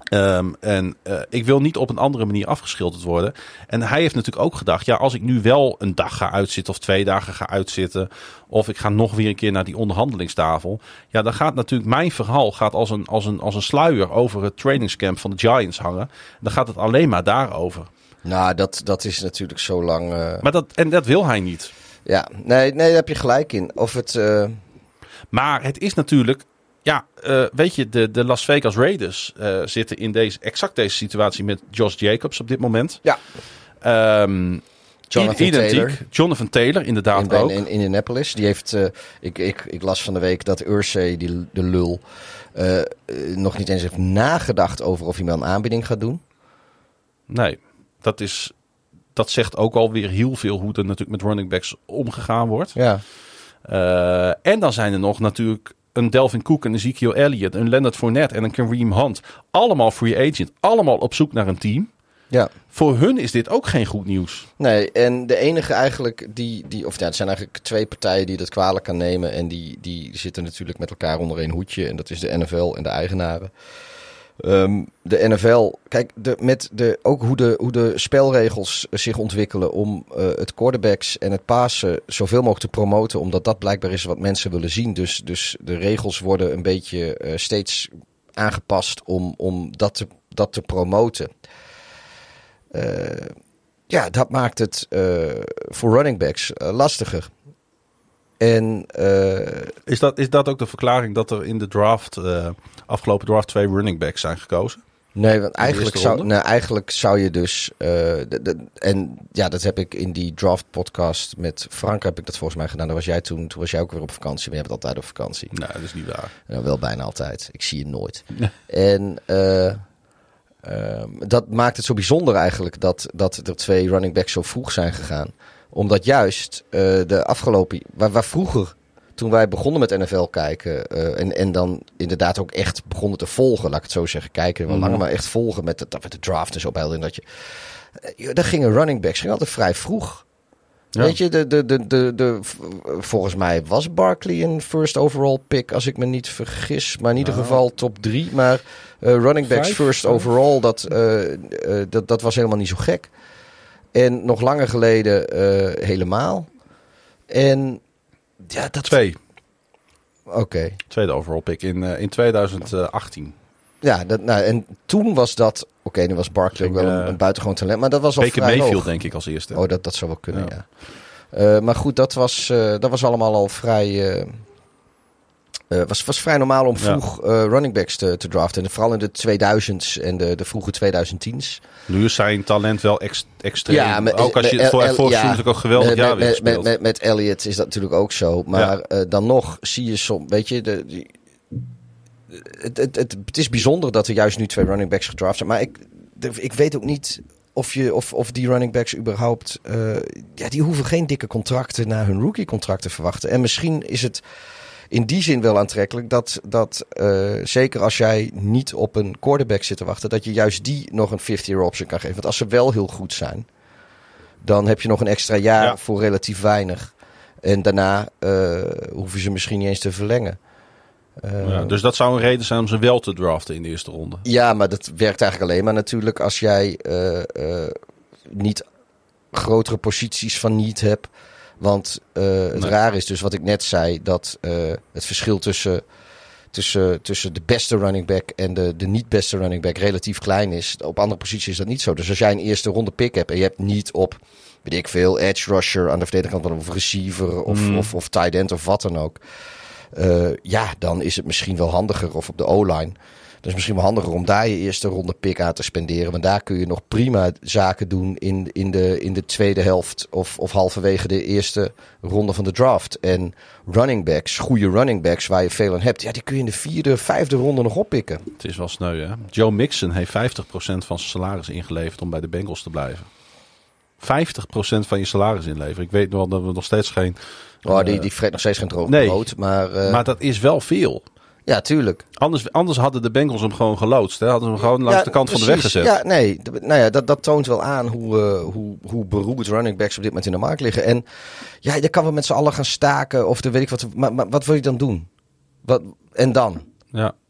Um, en uh, ik wil niet op een andere manier afgeschilderd worden. En hij heeft natuurlijk ook gedacht, ja, als ik nu wel een dag ga uitzitten of twee dagen ga uitzitten, of ik ga nog weer een keer naar die onderhandelingstafel, ja, dan gaat natuurlijk mijn verhaal gaat als een, als een, als een sluier over het trainingscamp van de Giants hangen. Dan gaat het alleen maar daarover. Nou, dat, dat is natuurlijk zo lang... Uh... Maar dat, en dat wil hij niet. Ja, nee, nee, daar heb je gelijk in. Of het... Uh... Maar het is natuurlijk... Ja, uh, weet je, de, de Las Vegas Raiders uh, zitten in deze, exact deze situatie met Josh Jacobs op dit moment. Ja. Um, Jonathan identiek. Taylor. Jonathan Taylor, inderdaad in, ook. In, in Indianapolis. Die heeft, uh, ik, ik, ik las van de week dat Irsay, die, de lul, uh, uh, nog niet eens heeft nagedacht over of hij wel een aanbieding gaat doen. Nee, dat is... Dat zegt ook alweer heel veel hoe er natuurlijk met running backs omgegaan wordt. Ja. Uh, en dan zijn er nog natuurlijk een Delvin Cook, een Ezekiel Elliott, een Leonard Fournette en een Kareem Hunt. Allemaal free agent. Allemaal op zoek naar een team. Ja. Voor hun is dit ook geen goed nieuws. Nee, en de enige eigenlijk die... die of ja, het zijn eigenlijk twee partijen die dat kwalijk kan nemen. En die, die zitten natuurlijk met elkaar onder één hoedje. En dat is de N F L en de eigenaren. Um, de N F L, kijk, de, met de, ook hoe de, hoe de spelregels zich ontwikkelen om uh, het quarterbacks en het passen zoveel mogelijk te promoten, omdat dat blijkbaar is wat mensen willen zien. Dus, dus de regels worden een beetje uh, steeds aangepast om, om dat, te, dat te promoten. Uh, ja, dat maakt het uh, voor running backs uh, lastiger. En, uh, is, dat, is dat ook de verklaring dat er in de draft, uh, afgelopen draft, twee running backs zijn gekozen? Nee, want eigenlijk zou, nou, eigenlijk zou je dus... Uh, de, de, en ja, dat heb ik in die draft podcast met Frank heb ik dat volgens mij gedaan. Daar was jij toen, toen was jij ook weer op vakantie. Maar je bent altijd op vakantie. Nee, dat is niet waar. Nou, wel bijna altijd. Ik zie je nooit. En uh, uh, dat maakt het zo bijzonder eigenlijk dat, dat er twee running backs zo vroeg zijn gegaan. Omdat juist uh, de afgelopen... Waar, waar vroeger, toen wij begonnen met N F L kijken... Uh, en, en dan inderdaad ook echt begonnen te volgen... laat ik het zo zeggen, kijken wel mm-hmm. langer... maar echt volgen met de, met de draft en zo bij. En dat je, uh, daar gingen running backs gingen altijd vrij vroeg. Ja. Weet je, de, de, de, de, de, volgens mij was Barkley een first overall pick... als ik me niet vergis, maar in ieder ja. geval top drie. Maar uh, running backs Vijf, first vijf. overall, dat, uh, uh, dat, dat was helemaal niet zo gek... En nog langer geleden uh, helemaal. En ja, dat... Twee. Oké. Okay. Tweede overall pick in, uh, in twintig achttien. Ja, dat, nou, en toen was dat... Oké, okay, nu was Barkley ook wel een, een buitengewoon talent. Maar dat was al Baker vrij Mayfield, hoog. denk ik, als eerste. Oh, dat, dat zou wel kunnen, ja. ja. Uh, maar goed, dat was, uh, dat was allemaal al vrij... Uh, Uh, was, was vrij normaal om vroeg ja. uh, running backs te, te draften. En vooral in de tweeduizends en de, de vroege twintig tien's. Nu is zijn talent wel ex, extreem. Ja, met, ook als je het voor het volgende seizoen natuurlijk ook geweldig met, jaar weer met, speelt. Met, met, met Elliott is dat natuurlijk ook zo. Maar ja. uh, dan nog zie je soms... Weet je, de, die, het, het, het, het is bijzonder dat er juist nu twee running backs gedraft zijn. Maar ik, de, ik weet ook niet... Of, je, of, of die running backs überhaupt... Uh, ja, die hoeven geen dikke contracten na hun rookie-contract te verwachten. En misschien is het in die zin wel aantrekkelijk dat, dat uh, zeker als jij niet op een quarterback zit te wachten, dat je juist die nog een fifth-year option kan geven. Want als ze wel heel goed zijn, dan heb je nog een extra jaar ja. voor relatief weinig. En daarna uh, hoeven ze misschien niet eens te verlengen. Uh, ja, dus dat zou een reden zijn om ze wel te draften in de eerste ronde. Ja, maar dat werkt eigenlijk alleen maar natuurlijk als jij uh, uh, niet grotere posities van niet hebt. Want uh, het nee. raar is dus wat ik net zei, dat uh, het verschil tussen, tussen, tussen de beste running back en de, de niet beste running back relatief klein is. Op andere posities is dat niet zo. Dus als jij een eerste ronde pick hebt en je hebt niet op, weet ik veel, edge rusher aan de verdedigingskant of receiver of, mm. of, of tight end of wat dan ook. Uh, ja, dan is het misschien wel handiger. Of op de O-line. Dat is misschien wel handiger om daar je eerste ronde pick aan te spenderen. Want daar kun je nog prima zaken doen in, in, de, in de tweede helft. Of, of halverwege de eerste ronde van de draft. En running backs, goede running backs waar je veel aan hebt. Ja, die kun je in de vierde, vijfde ronde nog oppikken. Het is wel sneu, hè? Joe Mixon heeft vijftig procent van zijn salaris ingeleverd om bij de Bengals te blijven. vijftig procent van je salaris inleveren. Ik weet wel dat we nog steeds geen... Oh, die, die vreet nog steeds geen droog nee, brood. Maar, uh... maar dat is wel veel. Ja, tuurlijk. Anders, anders hadden de Bengals hem gewoon geloodst. Hè? Hadden ze hem gewoon langs ja, de kant precies. van de weg gezet. Ja, nee. Nou ja, dat, dat toont wel aan hoe, uh, hoe, hoe beroerd running backs op dit moment in de markt liggen. En ja, je kan wel met z'n allen gaan staken. Of de weet ik wat. Maar, maar wat wil je dan doen? Wat, en dan? Ja.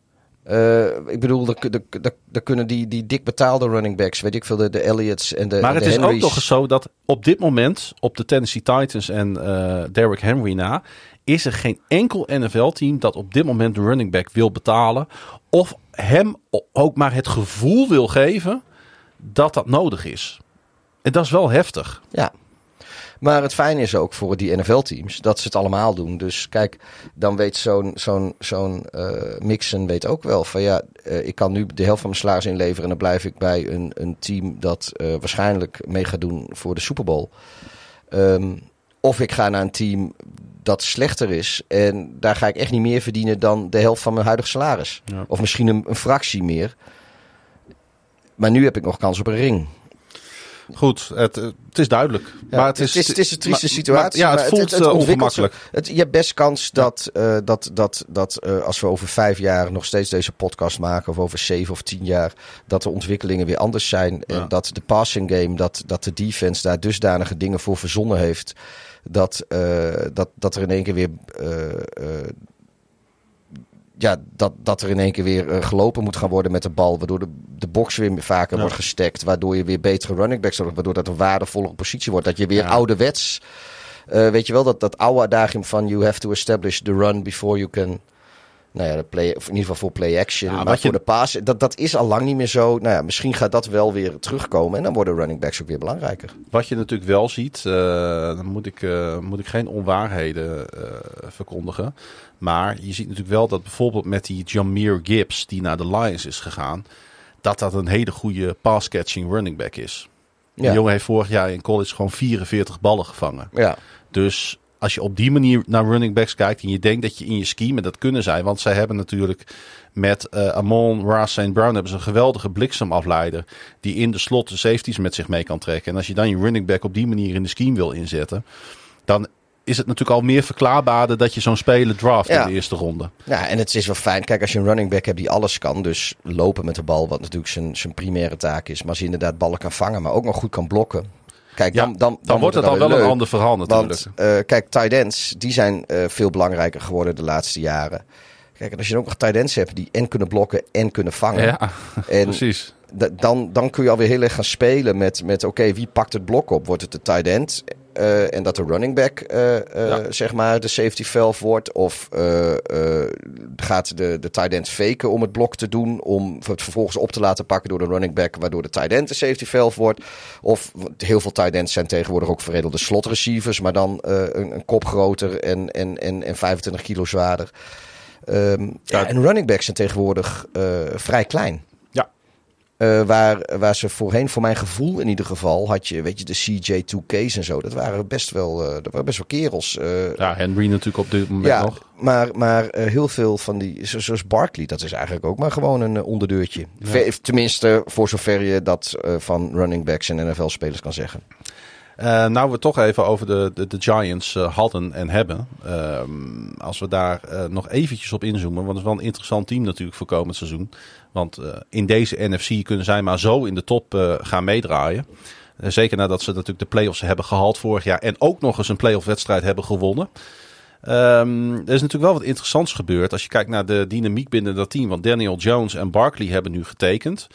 Uh, ik bedoel, daar kunnen die, die dik betaalde running backs, weet ik veel, de, de Elliots en de Maar en het de is Henrys. ook nog eens zo dat op dit moment, op de Tennessee Titans en uh, Derrick Henry na, is er geen enkel N F L-team dat op dit moment de running back wil betalen. Of hem ook maar het gevoel wil geven dat dat nodig is. En dat is wel heftig. Ja. Maar het fijne is ook voor die N F L-teams dat ze het allemaal doen. Dus kijk, dan weet zo'n, zo'n, zo'n uh, Mixon weet ook wel van ja, uh, ik kan nu de helft van mijn salaris inleveren en dan blijf ik bij een, een team dat uh, waarschijnlijk mee gaat doen voor de Super Bowl. Um, of ik ga naar een team dat slechter is en daar ga ik echt niet meer verdienen dan de helft van mijn huidige salaris. Ja. Of misschien een, een fractie meer. Maar nu heb ik nog kans op een ring. Goed, het, het is duidelijk. Ja, maar het, het, is, is, het is een trieste maar, situatie. Maar, ja, het maar voelt het, het, het ongemakkelijk. Het, je hebt best kans dat, uh, dat, dat, dat uh, als we over vijf jaar nog steeds deze podcast maken, of over zeven of tien jaar, dat de ontwikkelingen weer anders zijn. Ja. En dat de passing game, dat, dat de defense daar dusdanige dingen voor verzonnen heeft, dat, uh, dat, dat er in één keer weer... Uh, uh, Ja, dat, dat er in één keer weer uh, gelopen moet gaan worden met de bal. Waardoor de, de box weer vaker ja. wordt gestekt. Waardoor je weer betere running backs hebt. Waardoor dat een waardevolle positie wordt. Dat je weer ja. ouderwets... Uh, weet je wel, dat, dat oude adagiem van... You have to establish the run before you can... Nou ja, de play, of in ieder geval voor play action. Ja, maar voor je... de pass, dat, dat is al lang niet meer zo. Nou ja, misschien gaat dat wel weer terugkomen. En dan worden running backs ook weer belangrijker. Wat je natuurlijk wel ziet... Uh, dan moet ik, uh, moet ik geen onwaarheden uh, verkondigen. Maar je ziet natuurlijk wel dat bijvoorbeeld met die Jahmyr Gibbs... die naar de Lions is gegaan... dat dat een hele goede pass-catching running back is. Ja. De jongen heeft vorig jaar in college gewoon vierenveertig ballen gevangen. Ja. Dus... Als je op die manier naar running backs kijkt en je denkt dat je in je scheme, dat kunnen zij. Want zij hebben natuurlijk met uh, Amon-Ra Saint Brown hebben ze een geweldige bliksemafleider die in de slot de safeties met zich mee kan trekken. En als je dan je running back op die manier in de scheme wil inzetten, dan is het natuurlijk al meer verklaarbaarder dat je zo'n speler draft ja. in de eerste ronde. Ja, en het is wel fijn. Kijk, als je een running back hebt die alles kan, dus lopen met de bal, wat natuurlijk zijn, zijn primaire taak is. Maar als je inderdaad ballen kan vangen, maar ook nog goed kan blokken. Kijk, dan, ja, dan, dan, dan wordt het al wel leuk. Een ander verhaal natuurlijk. Want, uh, kijk, tight ends, die zijn uh, veel belangrijker geworden de laatste jaren. Kijk, en als je dan ook nog tight ends hebt die en kunnen blokken en kunnen vangen. Ja, en precies. D- dan, dan kun je alweer heel erg gaan spelen met, met oké, okay, wie pakt het blok op? Wordt het de tight end? Uh, en dat de running back, uh, uh, ja. zeg maar, de safety valve wordt? Of uh, uh, gaat de, de tight end faken om het blok te doen, om het vervolgens op te laten pakken door de running back, waardoor de tight end de safety valve wordt? Of heel veel tight ends zijn tegenwoordig ook veredelde slot receivers, maar dan uh, een, een kop groter en, en, en, en vijfentwintig kilo zwaarder. Um, ja. Ja, en running backs zijn tegenwoordig uh, vrij klein. Uh, waar, waar ze voorheen, voor mijn gevoel in ieder geval, had je, weet je, de C J twee K's en zo. Dat waren best wel, uh, dat waren best wel kerels. Uh, ja, Henry natuurlijk op dit moment ja, nog. Maar, maar uh, heel veel van die, zoals Barkley, dat is eigenlijk ook maar gewoon een uh, onderdeurtje. Ja. Ver, tenminste, voor zover je dat uh, van running backs en N F L-spelers kan zeggen. Uh, nou, we toch even over de, de, de Giants uh, hadden en hebben. Uh, als we daar uh, nog eventjes op inzoomen. Want het is wel een interessant team natuurlijk voor komend seizoen. Want uh, in deze N F C kunnen zij maar zo in de top uh, gaan meedraaien. Uh, zeker nadat ze natuurlijk de play-offs hebben gehaald vorig jaar. En ook nog eens een play-off wedstrijd hebben gewonnen. Um, er is natuurlijk wel wat interessants gebeurd. Als je kijkt naar de dynamiek binnen dat team. Want Daniel Jones en Barkley hebben nu getekend.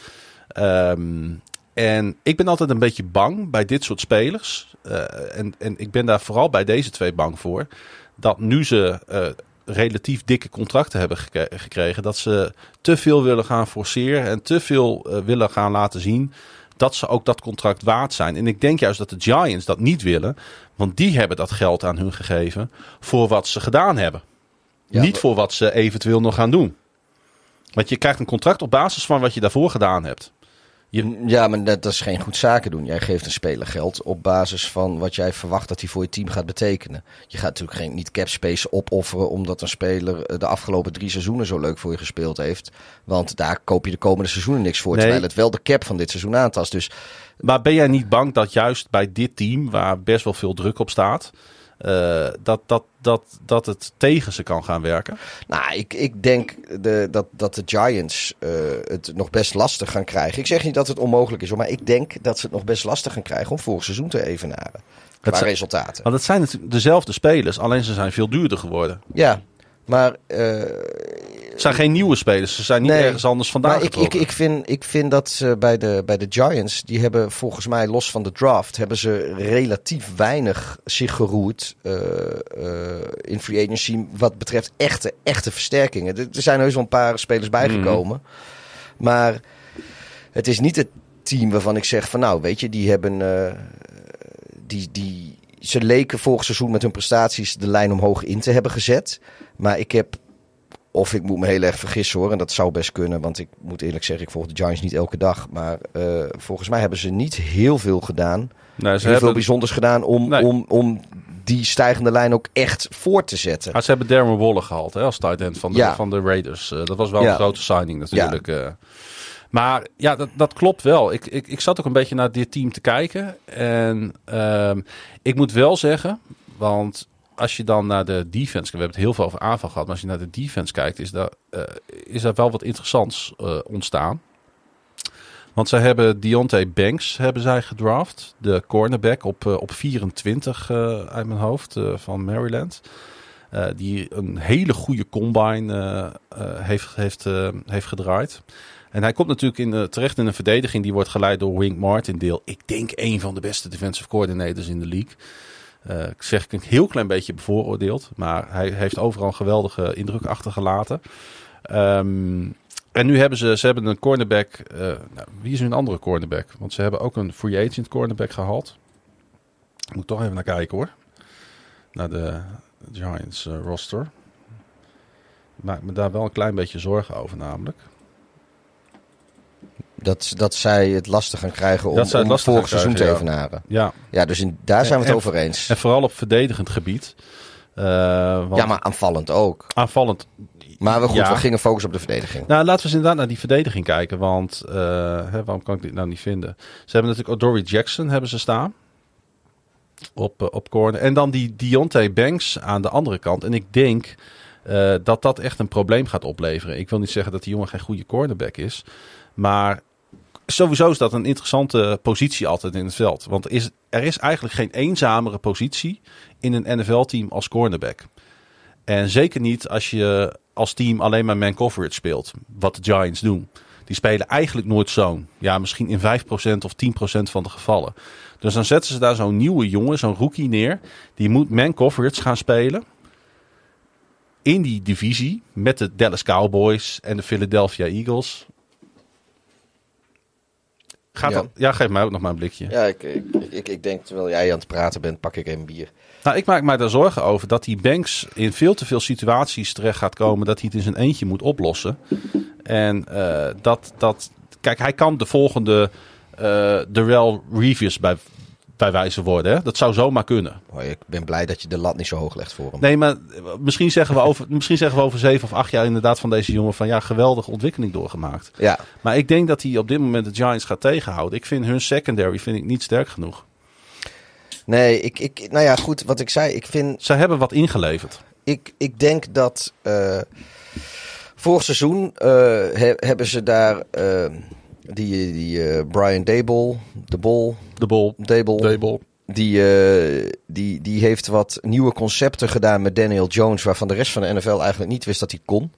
Um, En ik ben altijd een beetje bang bij dit soort spelers. Uh, en, en ik ben daar vooral bij deze twee bang voor. Dat nu ze uh, relatief dikke contracten hebben gek- gekregen. Dat ze te veel willen gaan forceren. En te veel uh, willen gaan laten zien dat ze ook dat contract waard zijn. En ik denk juist dat de Giants dat niet willen. Want die hebben dat geld aan hun gegeven voor wat ze gedaan hebben. Ja, niet maar... voor wat ze eventueel nog gaan doen. Want je krijgt een contract op basis van wat je daarvoor gedaan hebt. Je... Ja, maar dat, dat is geen goed zaken doen. Jij geeft een speler geld op basis van wat jij verwacht dat hij voor je team gaat betekenen. Je gaat natuurlijk geen, niet cap space opofferen omdat een speler de afgelopen drie seizoenen zo leuk voor je gespeeld heeft. Want daar koop je de komende seizoenen niks voor. Nee. Terwijl het wel de cap van dit seizoen aantast. Dus... Maar ben jij niet bang dat juist bij dit team, waar best wel veel druk op staat, Uh, dat, dat, dat, dat het tegen ze kan gaan werken? Nou, ik, ik denk de, dat, dat de Giants uh, het nog best lastig gaan krijgen. Ik zeg niet dat het onmogelijk is, hoor, maar ik denk dat ze het nog best lastig gaan krijgen om vorig seizoen te evenaren. Qua zijn, resultaten. Want het zijn natuurlijk dezelfde spelers, alleen ze zijn veel duurder geworden. Ja, maar uh, Het zijn geen nieuwe spelers. Ze zijn niet nee, ergens anders vandaan maar ik, ik, getrokken. ik, vind, ik vind dat ze bij de, bij de Giants, die hebben volgens mij los van de draft, hebben ze relatief weinig zich geroerd uh, uh, in free agency wat betreft echte, echte versterkingen. Er, er zijn heus wel een paar spelers bijgekomen. Mm. Maar het is niet het team waarvan ik zeg van nou, weet je, die hebben... Uh, die, die, ze leken vorig seizoen met hun prestaties de lijn omhoog in te hebben gezet. Maar ik heb... Of ik moet me heel erg vergissen hoor. En dat zou best kunnen. Want ik moet eerlijk zeggen, ik volg de Giants niet elke dag. Maar uh, volgens mij hebben ze niet heel veel gedaan. Nee, ze heel hebben... veel bijzonders gedaan om, nee. om, om die stijgende lijn ook echt voor te zetten. Maar ze hebben Darren Waller gehaald hè, als tight end van de, ja. van de Raiders. Uh, dat was wel ja. een grote signing natuurlijk. Ja. Uh, maar ja, dat, dat klopt wel. Ik, ik, ik zat ook een beetje naar dit team te kijken. En uh, ik moet wel zeggen, want... Als je dan naar de defense... We hebben het heel veel over aanval gehad. Maar als je naar de defense kijkt... is daar, uh, is er wel wat interessants uh, ontstaan. Want zij hebben Deontay Banks hebben zij gedraft. De cornerback op, uh, op vierentwintig uh, uit mijn hoofd uh, van Maryland. Uh, die een hele goede combine uh, uh, heeft, heeft, uh, heeft gedraaid. En hij komt natuurlijk in, uh, terecht in een verdediging... die wordt geleid door Wink Martindale. Ik denk een van de beste defensive coordinators in de league... Uh, ik zeg ik een heel klein beetje bevooroordeeld. Maar hij heeft overal een geweldige indruk achtergelaten. Um, en nu hebben ze, ze hebben een cornerback. Uh, nou, wie is hun andere cornerback? Want ze hebben ook een free agent cornerback gehaald. Moet toch even naar kijken hoor. Naar de Giants uh, roster. Ik maak me daar wel een klein beetje zorgen over namelijk. Dat, dat zij het lastig gaan krijgen om, om het vorig seizoen te evenaren. Ja. ja, dus in, daar zijn we het en, over eens. En vooral op verdedigend gebied. Uh, want ja, maar aanvallend ook. Aanvallend. Maar we, goed, ja. we gingen focussen op de verdediging. Nou, laten we eens inderdaad naar die verdediging kijken. Want uh, hè, waarom kan ik dit nou niet vinden? Ze hebben natuurlijk Adoree Jackson hebben ze staan. Op, uh, op corner. En dan die Deontay Banks aan de andere kant. En ik denk uh, dat dat echt een probleem gaat opleveren. Ik wil niet zeggen dat die jongen geen goede cornerback is. Maar... Sowieso is dat een interessante positie altijd in het veld. Want er is, er is eigenlijk geen eenzamere positie in een N F L-team als cornerback. En zeker niet als je als team alleen maar man coverage speelt. Wat de Giants doen. Die spelen eigenlijk nooit zo'n. Ja, misschien in vijf procent of tien procent van de gevallen. Dus dan zetten ze daar zo'n nieuwe jongen, zo'n rookie neer. Die moet man coverage gaan spelen. In die divisie met de Dallas Cowboys en de Philadelphia Eagles... Gaat ja. ja, geef mij ook nog maar een blikje. Ja, ik, ik, ik, ik denk terwijl jij aan het praten bent, pak ik een bier. Nou, ik maak mij daar zorgen over dat die Banks in veel te veel situaties terecht gaat komen dat hij het in zijn eentje moet oplossen. En uh, dat, dat, kijk, hij kan de volgende uh, Darrelle Revis bij, bij wijze worden. Hè? Dat zou zomaar kunnen. Oh, ik ben blij dat je de lat niet zo hoog legt voor hem. Nee, maar misschien zeggen we over, misschien zeggen we over zeven of acht jaar inderdaad van deze jongen van ja, geweldige ontwikkeling doorgemaakt. Ja. Maar ik denk dat hij op dit moment de Giants gaat tegenhouden. Ik vind hun secondary vind ik niet sterk genoeg. Nee, ik, ik, nou ja, goed, wat ik zei, ik vind... Ze hebben wat ingeleverd. Ik, ik denk dat uh, vorig seizoen uh, he, hebben ze daar uh, die, die uh, Brian Daboll, de Bol, de Bol, Daboll, Daboll. Die, uh, die, die heeft wat nieuwe concepten gedaan met Daniel Jones, waarvan de rest van de N F L eigenlijk niet wist dat hij kon.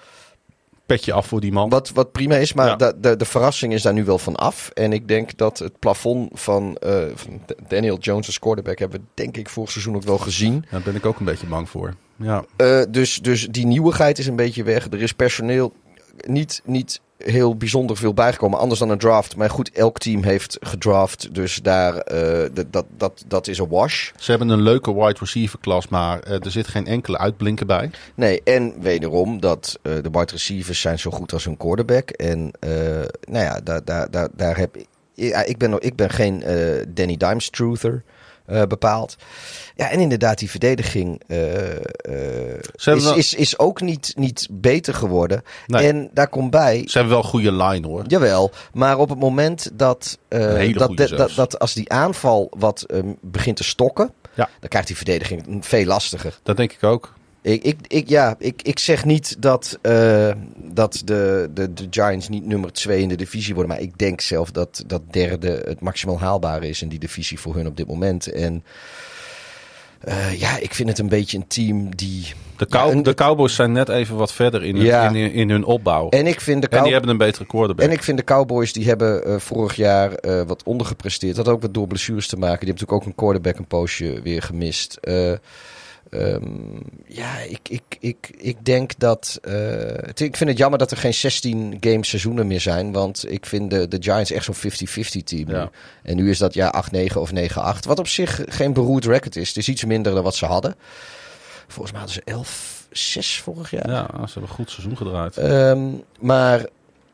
Petje af voor die man. Wat, wat prima is, maar ja. de, de, de verrassing is daar nu wel van af. En ik denk dat het plafond van, uh, van Daniel Jones als quarterback hebben we denk ik vorig seizoen ook wel gezien. Daar ben ik ook een beetje bang voor. Ja. Uh, dus, dus die nieuwigheid is een beetje weg. Er is personeel niet, niet heel bijzonder veel bijgekomen. Anders dan een draft. Maar goed, elk team heeft gedraft. Dus daar, uh, dat, dat, dat is een wash. Ze hebben een leuke wide receiver klas. Maar uh, er zit geen enkele uitblinker bij. Nee, en wederom dat uh, de wide receivers zijn zo goed als hun quarterback. En uh, nou ja, daar, daar, daar, daar heb ik... Ja, ik, ben, ik ben geen uh, Danny Dimes truther. Uh, bepaald. Ja, en inderdaad, die verdediging uh, uh, is, wel... is, is ook niet, niet beter geworden. Nee. En daar komt bij... Ze hebben wel een goede line, hoor. Jawel, maar op het moment dat, uh, dat, de, dat, dat als die aanval wat um, begint te stokken, ja. dan krijgt die verdediging veel lastiger. Dat denk ik ook. Ik, ik, ik, ja, ik, ik zeg niet dat, uh, dat de, de, de Giants niet nummer twee in de divisie worden. Maar ik denk zelf dat dat derde het maximaal haalbare is in die divisie voor hun op dit moment. En Uh, ja, ik vind het een beetje een team die... De, cow- ja, een, de Cowboys zijn net even wat verder in, ja. het, in, in hun opbouw. En, ik vind de cow- en die hebben een betere quarterback. En ik vind de Cowboys, die hebben uh, vorig jaar uh, wat ondergepresteerd. Dat had ook wat door blessures te maken. Die hebben natuurlijk ook een quarterback een poosje weer gemist. Uh, um, ja, ik, ik, ik, ik denk dat... Uh, het, ik vind het jammer dat er geen zestien game seizoenen meer zijn. Want ik vind de, de Giants echt zo'n vijftig-vijftig team. Ja. Nu. En nu is dat ja acht negen of negen acht. Wat op zich geen beroerd record is. Het is iets minder dan wat ze hadden. Volgens mij hadden ze elf zes vorig jaar. Ja, ze hebben een goed seizoen gedraaid. Um, maar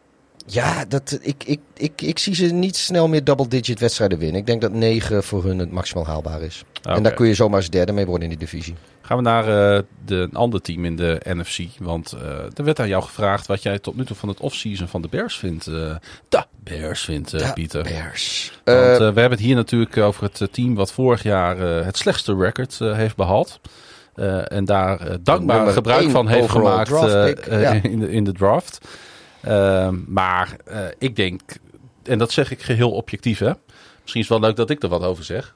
ja, dat, ik, ik, ik, ik zie ze niet snel meer double-digit wedstrijden winnen. Ik denk dat negen voor hun het maximaal haalbaar is. Okay. En daar kun je zomaar eens derde mee worden in die divisie. Gaan we naar uh, de, een ander team in de N F C. Want uh, er werd aan jou gevraagd wat jij tot nu toe van het offseason van de Bears vindt. Uh, de Bears vindt, uh, Pieter. Bears. Want uh, uh, we hebben het hier natuurlijk over het team wat vorig jaar uh, het slechtste record uh, heeft behaald. Uh, en daar uh, dankbaar gebruik van heeft gemaakt uh, uh, ja. in, de, in de draft. Uh, maar uh, ik denk, en dat zeg ik geheel objectief, hè. Misschien is het wel leuk dat ik er wat over zeg.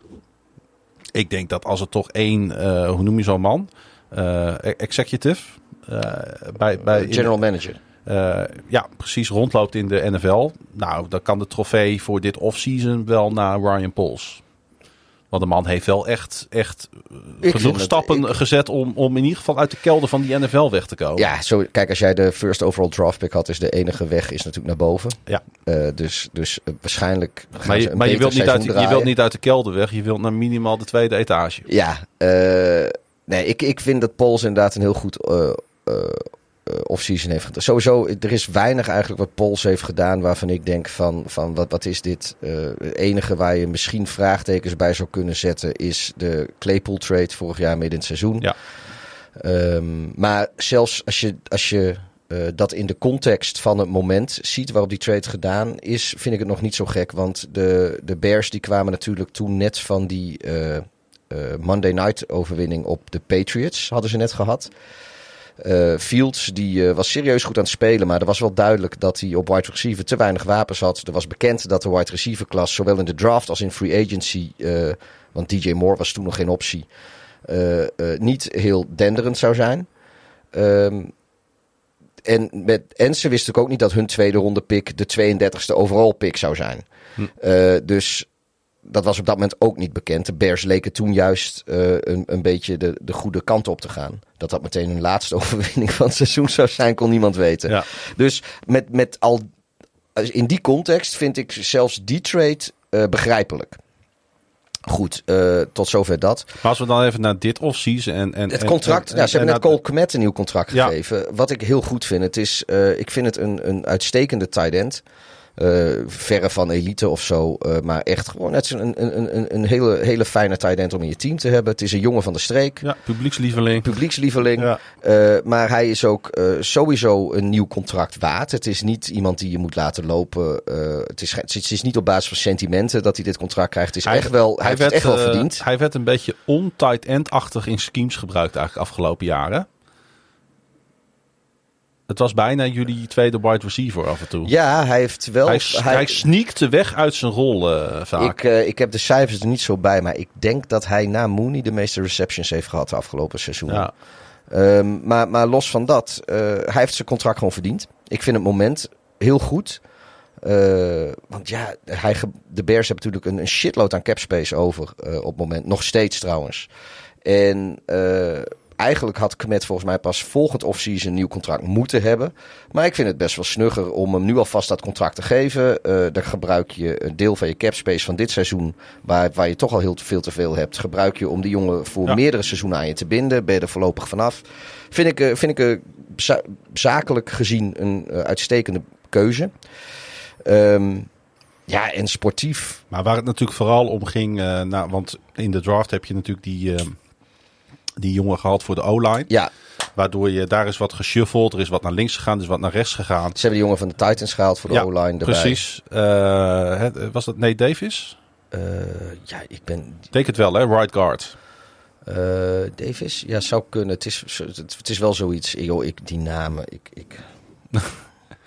Ik denk dat als er toch één, uh, hoe noem je zo'n man? Uh, executive. Uh, bij, bij General in, manager. Uh, ja, precies, rondloopt in de N F L. Nou, dan kan de trofee voor dit offseason wel naar Ryan Poles. Want de man heeft wel echt, echt genoeg stappen ik, gezet om, om in ieder geval uit de kelder van die N F L weg te komen. Ja, zo, kijk, als jij de first overall draft pick had, is de enige weg is natuurlijk naar boven. Ja. Uh, dus dus uh, waarschijnlijk gaan maar je, ze een maar je wilt, niet uit, je wilt niet uit de kelder weg, je wilt naar minimaal de tweede etage. Ja, uh, nee, ik, ik vind dat Poles inderdaad een heel goed... Uh, uh, Uh, off-season heeft gedaan. Sowieso, er is weinig eigenlijk wat Poles heeft gedaan waarvan ik denk van, van wat, wat is dit? Uh, het enige waar je misschien vraagtekens bij zou kunnen zetten is de Claypool trade vorig jaar midden in het seizoen. Ja. Um, maar zelfs als je, als je uh, dat in de context van het moment ziet waarop die trade gedaan is, vind ik het nog niet zo gek. Want de, de Bears die kwamen natuurlijk toen net van die uh, uh, Monday night overwinning op de Patriots, hadden ze net gehad. Uh, Fields die uh, was serieus goed aan het spelen, maar er was wel duidelijk dat hij op wide receiver te weinig wapens had. Er was bekend dat de wide receiver klas, zowel in de draft als in free agency, uh, want D J Moore was toen nog geen optie, uh, uh, niet heel denderend zou zijn. Um, en, met, en ze wisten ook niet dat hun tweede ronde pick de tweeëndertigste overall pick zou zijn. Hm. Uh, dus dat was op dat moment ook niet bekend. De Bears leken toen juist uh, een, een beetje de, de goede kant op te gaan. Dat dat meteen hun laatste overwinning van het seizoen zou zijn, kon niemand weten. Ja. Dus met, met al, in die context vind ik zelfs die trade uh, begrijpelijk. Goed, uh, tot zover dat. Maar als we dan even naar dit offseason en, en het contract. En, en, nou, ze hebben net Cole Kmet een nieuw contract ja. gegeven. Wat ik heel goed vind. Het is, uh, ik vind het een, een uitstekende tight end. Uh, verre van elite of zo. Uh, maar echt gewoon net een, een, een, een hele, hele fijne tight end om in je team te hebben. Het is een jongen van de streek. Ja, publiekslieveling. Publiekslieveling. Ja. Uh, maar hij is ook uh, sowieso een nieuw contract waard. Het is niet iemand die je moet laten lopen. Uh, het, is, het is niet op basis van sentimenten dat hij dit contract krijgt. Het is hij, echt wel, hij, hij heeft werd, het echt wel verdiend. Uh, hij werd een beetje on-tight end-achtig in schemes gebruikt eigenlijk afgelopen jaren. Het was bijna jullie tweede wide receiver af en toe. Ja, hij heeft wel... Hij, hij, hij sneakte weg uit zijn rol uh, vaak. Ik, uh, ik heb de cijfers er niet zo bij, maar ik denk dat hij na Mooney de meeste receptions heeft gehad de afgelopen seizoen. Ja. Um, maar, maar los van dat, uh, hij heeft zijn contract gewoon verdiend. Ik vind het moment heel goed. Uh, want ja, hij, de Bears hebben natuurlijk een, een shitload aan cap space over uh, op het moment. Nog steeds trouwens. En... Uh, Eigenlijk had Kmet volgens mij pas volgend offseason een nieuw contract moeten hebben. Maar ik vind het best wel snugger om hem nu alvast dat contract te geven. Uh, dan gebruik je een deel van je cap space van dit seizoen, waar, waar je toch al heel veel te veel hebt. Gebruik je om die jongen voor ja. meerdere seizoenen aan je te binden. Ben je er voorlopig vanaf. Vind ik, uh, vind ik uh, za- zakelijk gezien een uh, uitstekende keuze. Um, ja, en sportief. Maar waar het natuurlijk vooral om ging, uh, nou, want in de draft heb je natuurlijk die... Uh... die jongen gehad voor de O-line. Ja. Waardoor je, daar is wat geshuffeld. Er is wat naar links gegaan, er is wat naar rechts gegaan. Ze hebben de jongen van de Titans gehaald voor de ja, O-line erbij. Precies. Uh, was dat Nate Davis? Uh, ja, ik ben... Ik denk het wel, hè? Right guard. Uh, Davis? Ja, zou kunnen. Het is, het is wel zoiets. Yo, ik, die namen, ik... ik...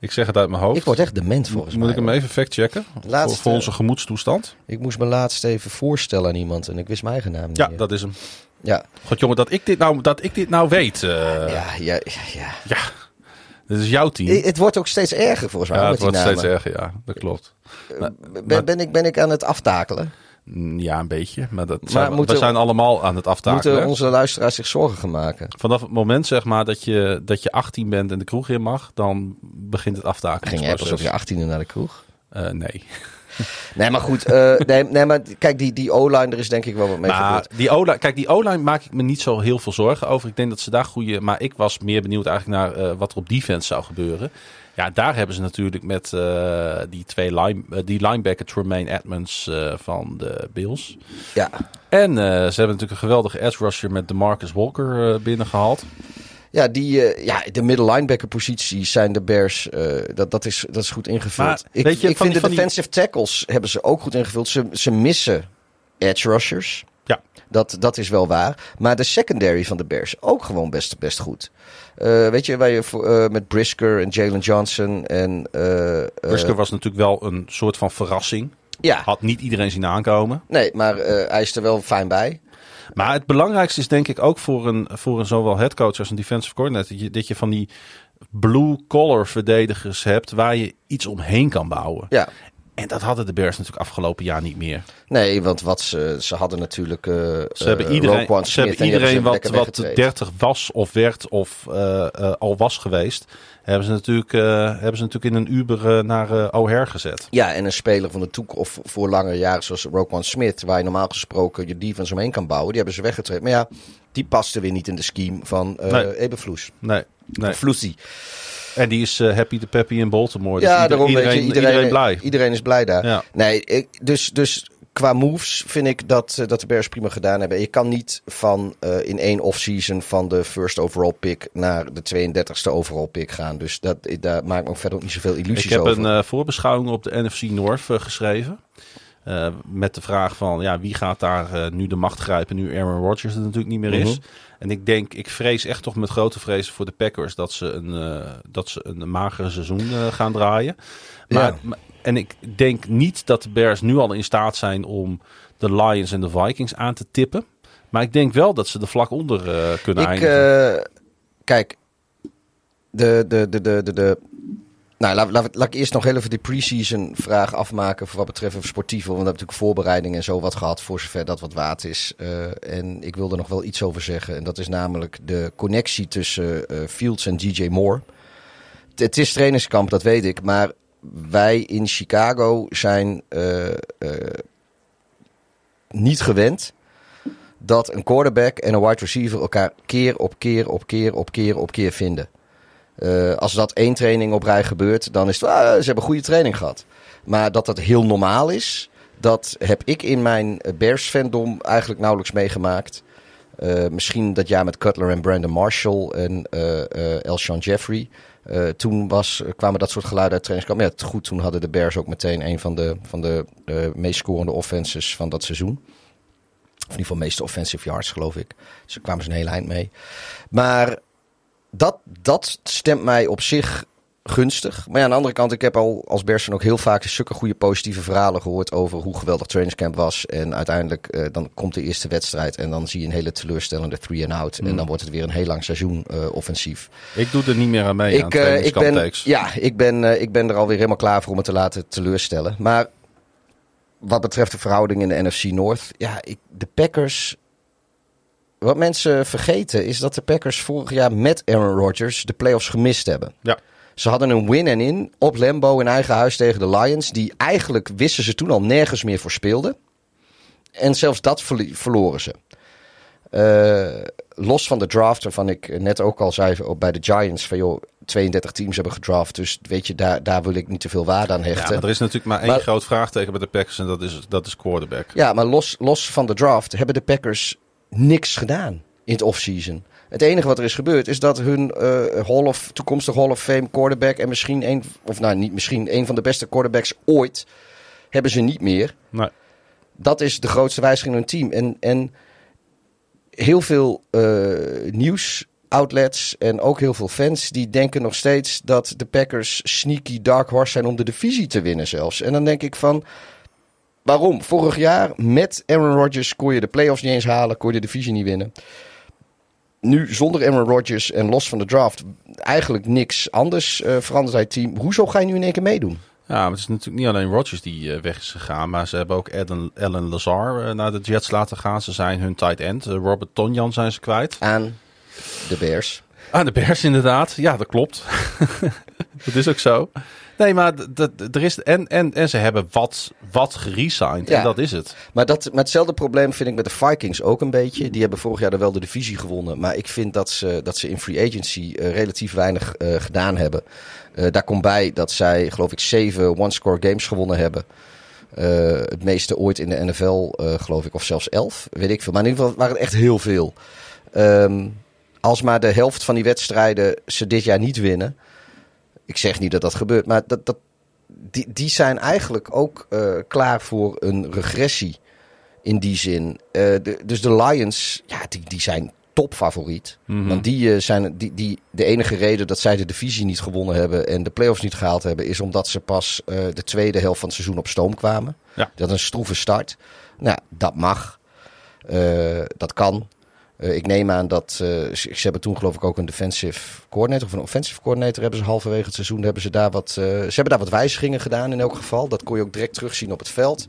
Ik zeg het uit mijn hoofd. Ik word echt dement volgens Moet mij. ik hem even factchecken? Laatste, voor, voor onze gemoedstoestand? Ik moest me laatst even voorstellen aan iemand en ik wist mijn eigen naam niet Ja, meer. dat is hem. Ja. God jongen, dat ik dit nou, dat ik dit nou weet. Uh, Ja, ja, ja, ja. ja, dit is jouw team. I- Het wordt ook steeds erger volgens mij. Ja, met het die wordt namen. steeds erger, ja. Dat klopt. Uh, Maar- ben, maar- ben, ik, ben ik aan het aftakelen? Ja, een beetje. Maar, dat Maar zijn, we- moeten- we zijn allemaal aan het aftakelen. Moeten hè? onze luisteraars zich zorgen gaan maken? Vanaf het moment zeg maar dat je, dat je achttien bent en de kroeg in mag, dan begint het aftakelen. Ging jij pas op je achttiende naar de kroeg? Uh, nee. Nee, maar goed. Uh, nee, nee, maar kijk, die, die O-line, er is denk ik wel wat mee Maar gebeurd. die O-line, kijk, die O-line maak ik me niet zo heel veel zorgen over. Ik denk dat ze daar goede... Maar ik was meer benieuwd eigenlijk naar uh, wat er op defense zou gebeuren. Ja, daar hebben ze natuurlijk met uh, die twee line, uh, die linebacker Tremaine Edmonds uh, van de Bills. Ja. En uh, ze hebben natuurlijk een geweldige edge rusher met DeMarcus Walker uh, binnengehaald. Ja, die, uh, ja, de middle linebacker posities zijn de Bears, uh, dat, dat, is, dat is goed ingevuld. Maar, ik weet je, ik van vind die- de van die- defensive tackles hebben ze ook goed ingevuld. Ze, ze missen edge rushers. Ja. Dat, dat is wel waar. Maar de secondary van de Bears ook gewoon best, best goed. Uh, weet je, waar je voor, uh, met Brisker en Jalen Johnson en... Uh, Brisker uh, was natuurlijk wel een soort van verrassing. ja, Had niet iedereen zien aankomen. nee, maar uh, hij is er wel fijn bij. Maar het belangrijkste is denk ik ook voor een, voor een zowel headcoach als een defensive coordinator... dat je, dat je van die blue-collar verdedigers hebt waar je iets omheen kan bouwen. Ja. En dat hadden de Bears natuurlijk afgelopen jaar niet meer. Nee, want wat ze, ze hadden natuurlijk uh, Ze hebben uh, iedereen, Roquan ze Smith hebben en die iedereen ze wat, lekker wat weggetraind. dertig was of werd of uh, uh, al was geweest... hebben ze natuurlijk, uh, hebben ze natuurlijk in een Uber uh, naar uh, O'Hare gezet. Ja, en een speler van de toekomst of voor lange jaren zoals Roquan Smith, waar je normaal gesproken je defense omheen kan bouwen, die hebben ze weggetraind. Maar ja, die paste weer niet in de scheme van uh, Nee. Eberflus. Nee, nee. Vloesie. En die is uh, happy de peppy in Baltimore. Dus Ja, ieder- daarom iedereen, weet je, iedereen, iedereen blij. Iedereen is blij daar. Ja. Nee, ik, dus, dus qua moves vind ik dat, uh, dat de Bears prima gedaan hebben. Je kan niet van uh, in één offseason van de first overall pick naar de tweeëndertigste overall pick gaan. Dus dat, daar maak ik me ook verder ook niet zoveel illusies Ik heb over. een uh, voorbeschouwing op de N F C North uh, geschreven. Uh, met de vraag van ja, wie gaat daar uh, nu de macht grijpen nu Aaron Rodgers er natuurlijk niet meer is. Mm-hmm. En ik denk, ik vrees echt toch met grote vrees voor de Packers dat ze een, uh, dat ze een magere seizoen uh, gaan draaien. Maar, Ja. maar, en ik denk niet dat de Bears nu al in staat zijn om de Lions en de Vikings aan te tippen. Maar ik denk wel dat ze er vlak onder uh, kunnen Ik, eindigen. uh, kijk, de, de, de, de, de, de nou, laat, laat, laat ik eerst nog heel even die pre-season vraag afmaken voor wat betreft het sportieve. Want we hebben natuurlijk voorbereiding en zo wat gehad, voor zover dat wat waard is. Uh, en ik wil er nog wel iets over zeggen. En dat is namelijk de connectie tussen uh, Fields en D J Moore. Het, het is trainingskamp, dat weet ik. Maar wij in Chicago zijn uh, uh, niet gewend dat een quarterback en een wide receiver elkaar keer op keer op keer op keer op keer vinden. Uh, als dat één training op rij gebeurt, dan is het, ah, ze hebben goede training gehad. Maar dat dat heel normaal is, dat heb ik in mijn Bears-fandom eigenlijk nauwelijks meegemaakt. Uh, misschien dat jaar met Cutler en Brandon Marshall en uh, uh, Alshon Jeffrey. Uh, toen was, kwamen dat soort geluiden uit trainingskamp. Ja, goed, toen hadden de Bears ook meteen een van de, van de uh, meest scorende offenses van dat seizoen. Of in ieder geval meeste offensive yards, geloof ik. Dus daar kwamen ze een heel eind mee. Maar dat, dat stemt mij op zich gunstig. Maar ja, aan de andere kant, ik heb al als Bears fan ook heel vaak zulke goede positieve verhalen gehoord over hoe geweldig trainingscamp was. En uiteindelijk uh, dan komt de eerste wedstrijd en dan zie je een hele teleurstellende three and out. Mm. En dan wordt het weer een heel lang seizoen uh, offensief. Ik doe er niet meer aan mee ik, aan uh, ik ben, takes. Ja, ik ben, uh, ik ben er alweer helemaal klaar voor om het te laten teleurstellen. Maar wat betreft de verhouding in de N F C North, ja, ik, de Packers. Wat mensen vergeten is dat de Packers vorig jaar met Aaron Rodgers de playoffs gemist hebben. Ja. Ze hadden een win en in op Lambeau in eigen huis tegen de Lions. Die eigenlijk wisten ze toen al nergens meer voor speelden. En zelfs dat verli- verloren ze. Uh, los van de draft, waarvan ik net ook al zei bij de Giants. Van joh, tweeëndertig teams hebben gedraft. Dus weet je, daar, daar wil ik niet te veel waarde aan hechten. Ja, maar er is natuurlijk maar één maar, groot vraagteken bij de Packers. En dat is, dat is quarterback. Ja, maar los, los van de draft hebben de Packers niks gedaan in het offseason. Het enige wat er is gebeurd is dat hun uh, Hall of, toekomstige Hall of Fame quarterback en misschien een, of nou niet misschien, een van de beste quarterbacks ooit, hebben ze niet meer. Nee. Dat is de grootste wijziging in hun team. En, en heel veel uh, nieuws outlets en ook heel veel fans die denken nog steeds dat de Packers sneaky dark horse zijn om de divisie te winnen zelfs. En dan denk ik van, waarom? Vorig jaar met Aaron Rodgers kon je de playoffs niet eens halen, kon je de divisie niet winnen. Nu zonder Aaron Rodgers en los van de draft eigenlijk niks anders uh, verandert hij het team. Hoezo ga je nu in één keer meedoen? Ja, maar het is natuurlijk niet alleen Rodgers die uh, weg is gegaan, maar ze hebben ook Alan, Alan Lazar uh, naar de Jets laten gaan. Ze zijn hun tight end, uh, Robert Tonyan, zijn ze kwijt. Aan de Bears. Aan de Bears, inderdaad. Ja, dat klopt. Dat is ook zo. Nee, maar d- d- er is en, en, en ze hebben wat, wat geresigned. Ja. En dat is het. Maar, dat, maar hetzelfde probleem vind ik met de Vikings ook een beetje. Die hebben vorig jaar wel de divisie gewonnen. Maar ik vind dat ze, dat ze in free agency uh, relatief weinig uh, gedaan hebben. Uh, daar komt bij dat zij, geloof ik, zeven one-score games gewonnen hebben. Uh, het meeste ooit in de N F L, uh, geloof ik. Of zelfs elf, weet ik veel. Maar in ieder geval waren het echt heel veel. Um, als maar de helft van die wedstrijden ze dit jaar niet winnen. Ik zeg niet dat dat gebeurt, maar dat, dat, die, die zijn eigenlijk ook uh, klaar voor een regressie in die zin. Uh, de, dus de Lions, ja, die, die zijn topfavoriet. Mm-hmm. Want die uh, zijn die, die, de enige reden dat zij de divisie niet gewonnen hebben en de playoffs niet gehaald hebben, is omdat ze pas uh, de tweede helft van het seizoen op stoom kwamen. Ja. Dat is een stroeve start. Nou, dat mag. Uh, dat kan. Uh, ik neem aan dat uh, ze hebben toen geloof ik ook een defensive coordinator of een offensive coordinator hebben ze halverwege het seizoen hebben ze daar wat uh, ze hebben daar wat wijzigingen gedaan in elk geval. Dat kon je ook direct terugzien op het veld.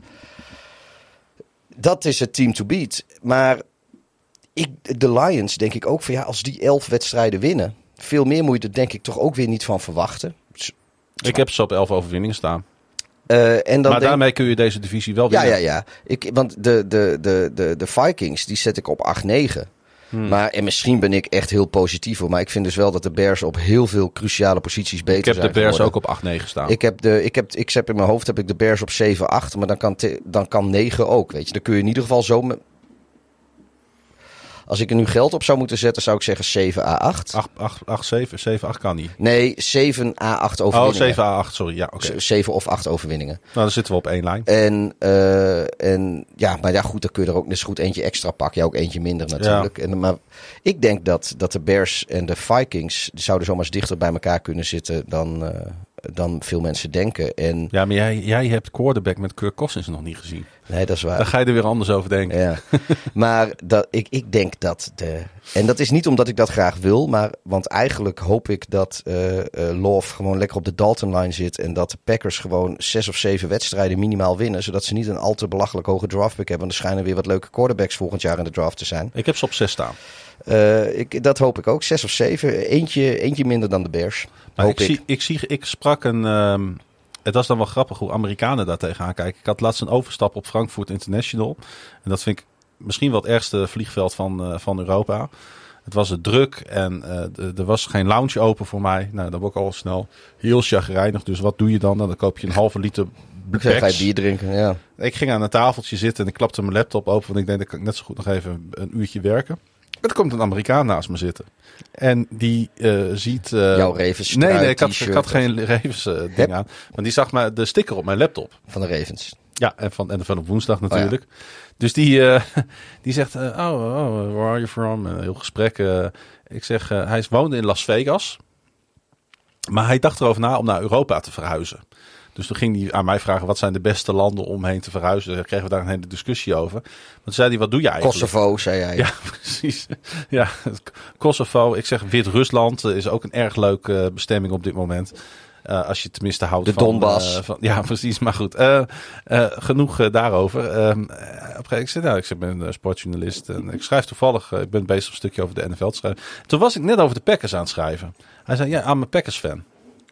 Dat is het team to beat. Maar ik, de Lions denk ik ook van ja, als die elf wedstrijden winnen, veel meer moet je er denk ik toch ook weer niet van verwachten. Ik heb ze op elf overwinningen staan. Uh, en dan maar denk... daarmee kun je deze divisie wel winnen. Ja, ja, ja. Ik, want de, de, de, de, de Vikings, die zet ik op acht negen. Hmm. Maar, en misschien ben ik echt heel positief hoor. Maar ik vind dus wel dat de Bears op heel veel cruciale posities beter zijn. Ik heb de Bears geworden. ook op acht negen staan. Ik heb, de, ik, heb, ik heb in mijn hoofd heb ik de Bears op zeven acht. Maar dan kan, te, dan kan negen ook. Weet je. Dan kun je in ieder geval zo... Me... Als ik er nu geld op zou moeten zetten, zou ik zeggen zeven à acht. acht, zeven, zeven, acht kan niet. Nee, zeven à acht overwinningen. Oh, zeven à acht, sorry. Ja, oké. Okay. zeven of acht overwinningen. Nou, dan zitten we op één lijn. En, uh, en ja, maar ja, goed, dan kun je er ook net zo goed eentje extra pakken. Ja, ook eentje minder natuurlijk. Ja. En, maar ik denk dat, dat de Bears en de Vikings, die zouden zomaar eens dichter bij elkaar kunnen zitten dan, uh, dan veel mensen denken. En, ja, maar jij, jij hebt quarterback met Kirk Cousins nog niet gezien. Nee, dat is waar. Dan ga je er weer anders over denken. Ja. Maar dat, ik, ik denk dat de... En dat is niet omdat ik dat graag wil, maar want eigenlijk hoop ik dat uh, uh, Love gewoon lekker op de Dalton-line zit en dat de Packers gewoon zes of zeven wedstrijden minimaal winnen, zodat ze niet een al te belachelijk hoge draftpick hebben. Want er schijnen weer wat leuke quarterbacks volgend jaar in de draft te zijn. Ik heb ze op zes staan. Uh, ik, dat hoop ik ook. Zes of zeven. Eentje, eentje minder dan de Bears. Maar hoop ik, ik. Zie, ik, zie, ik sprak een... Um... Het was dan wel grappig hoe Amerikanen daar tegenaan kijken. Ik had laatst een overstap op Frankfurt International. En dat vind ik misschien wel het ergste vliegveld van, uh, van Europa. Het was het druk en uh, er was geen lounge open voor mij. Nou, dan word ik al snel heel chagrijnig. Dus wat doe je dan? Dan koop je een halve liter Becks. Ga je bier drinken, ja. Ik ging aan een tafeltje zitten en ik klapte mijn laptop open. Want ik denk, dat kan ik net zo goed nog even een uurtje werken. En er komt een Amerikaan naast me zitten. En die uh, ziet... Uh, Jouw Ravens Nee, nee, ik had, ik had geen Ravens uh, ding aan. Maar die zag maar de sticker op mijn laptop. Van de Ravens. Ja, en van, en van op woensdag natuurlijk. Oh, ja. Dus die, uh, die zegt, uh, oh, oh, where are you from? Een heel gesprek. Uh, ik zeg, uh, hij woonde in Las Vegas. Maar hij dacht erover na om naar Europa te verhuizen. Dus toen ging hij aan mij vragen, wat zijn de beste landen om heen te verhuizen? Daar kregen we daar een hele discussie over. Maar toen zei hij, wat doe je eigenlijk? Kosovo, zei hij. Ja, precies. Ja, Kosovo. Ik zeg, Wit-Rusland is ook een erg leuke uh, bestemming op dit moment. Uh, als je tenminste houdt de van... De Donbass. Uh, van, ja, precies. Maar goed, uh, uh, genoeg uh, daarover. Uh, op ik zei, nou, ik ben uh, sportjournalist en ik schrijf toevallig... Uh, ik ben bezig een stukje over de N F L te schrijven. Toen was ik net over de Packers aan het schrijven. Hij zei, ja, I'm een Packers-fan.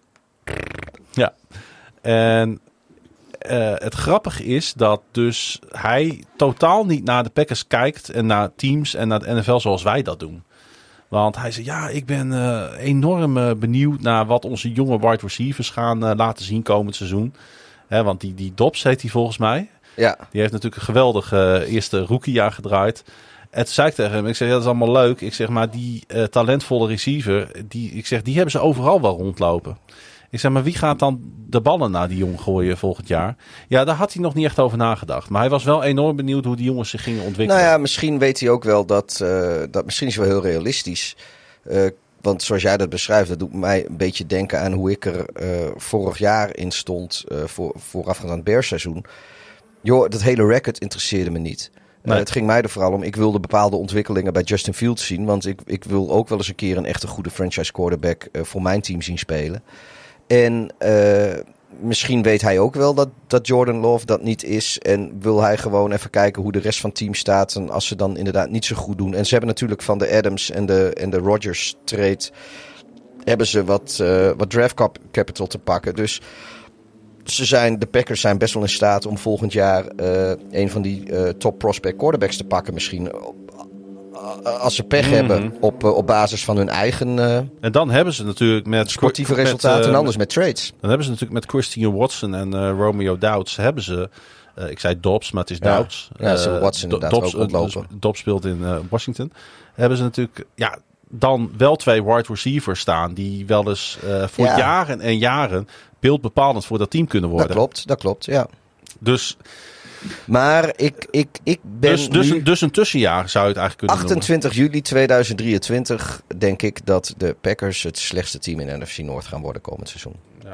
Ja. En uh, het grappige is dat dus hij totaal niet naar de Packers kijkt en naar teams en naar de N F L zoals wij dat doen. Want hij zei, ja, ik ben uh, enorm uh, benieuwd naar wat onze jonge wide receivers gaan uh, laten zien komend seizoen. Hè, want die, die Dobbs heet hij volgens mij. Ja. Die heeft natuurlijk een geweldig uh, eerste rookiejaar gedraaid. En toen zei ik tegen hem, ik zeg, ja, dat is allemaal leuk. Ik zeg, maar die uh, talentvolle receiver, die, ik zeg, die hebben ze overal wel rondlopen. Ik zeg, maar wie gaat dan de ballen naar die jongen gooien volgend jaar? Ja, daar had hij nog niet echt over nagedacht. Maar hij was wel enorm benieuwd hoe die jongens zich gingen ontwikkelen. Nou ja, misschien weet hij ook wel dat... Uh, dat misschien is wel heel realistisch. Uh, want zoals jij dat beschrijft, dat doet mij een beetje denken aan hoe ik er uh, vorig jaar in stond. Uh, voor, voorafgaand aan het Bears-seizoen. Joh, dat hele record interesseerde me niet. Nee. Uh, het ging mij er vooral om, ik wilde bepaalde ontwikkelingen bij Justin Fields zien. Want ik, ik wil ook wel eens een keer een echte goede franchise quarterback uh, voor mijn team zien spelen. En uh, misschien weet hij ook wel dat, dat Jordan Love dat niet is. En wil hij gewoon even kijken hoe de rest van het team staat. En als ze dan inderdaad niet zo goed doen. En ze hebben natuurlijk van de Adams en de, en de Rodgers trade hebben ze wat, uh, wat draft cap- capital te pakken. Dus ze zijn, de Packers zijn best wel in staat om volgend jaar uh, een van die uh, top prospect quarterbacks te pakken misschien. Als ze pech mm-hmm. hebben op, op basis van hun eigen uh, en dan hebben ze natuurlijk met sportieve resultaten met, uh, en anders met trades. Dan hebben ze natuurlijk met Christian Watson en uh, Romeo Doubs hebben ze, uh, ik zei Dobbs, maar het is ja. Doubs. Ja, ze uh, Watson Do- inderdaad Dobbs, ook ontlopen. Uh, Dobbs speelt in uh, Washington. Hebben ze natuurlijk, ja, dan wel twee wide receivers staan die wel eens uh, voor ja. jaren en jaren beeldbepalend voor dat team kunnen worden. Dat klopt, dat klopt, ja. Dus... Maar ik, ik, ik ben dus, dus, nu... een, dus een tussenjaar zou je het eigenlijk kunnen achtentwintig juli tweeduizend drieëntwintig denk ik dat de Packers het slechtste team in N F C North gaan worden komend seizoen. Ja.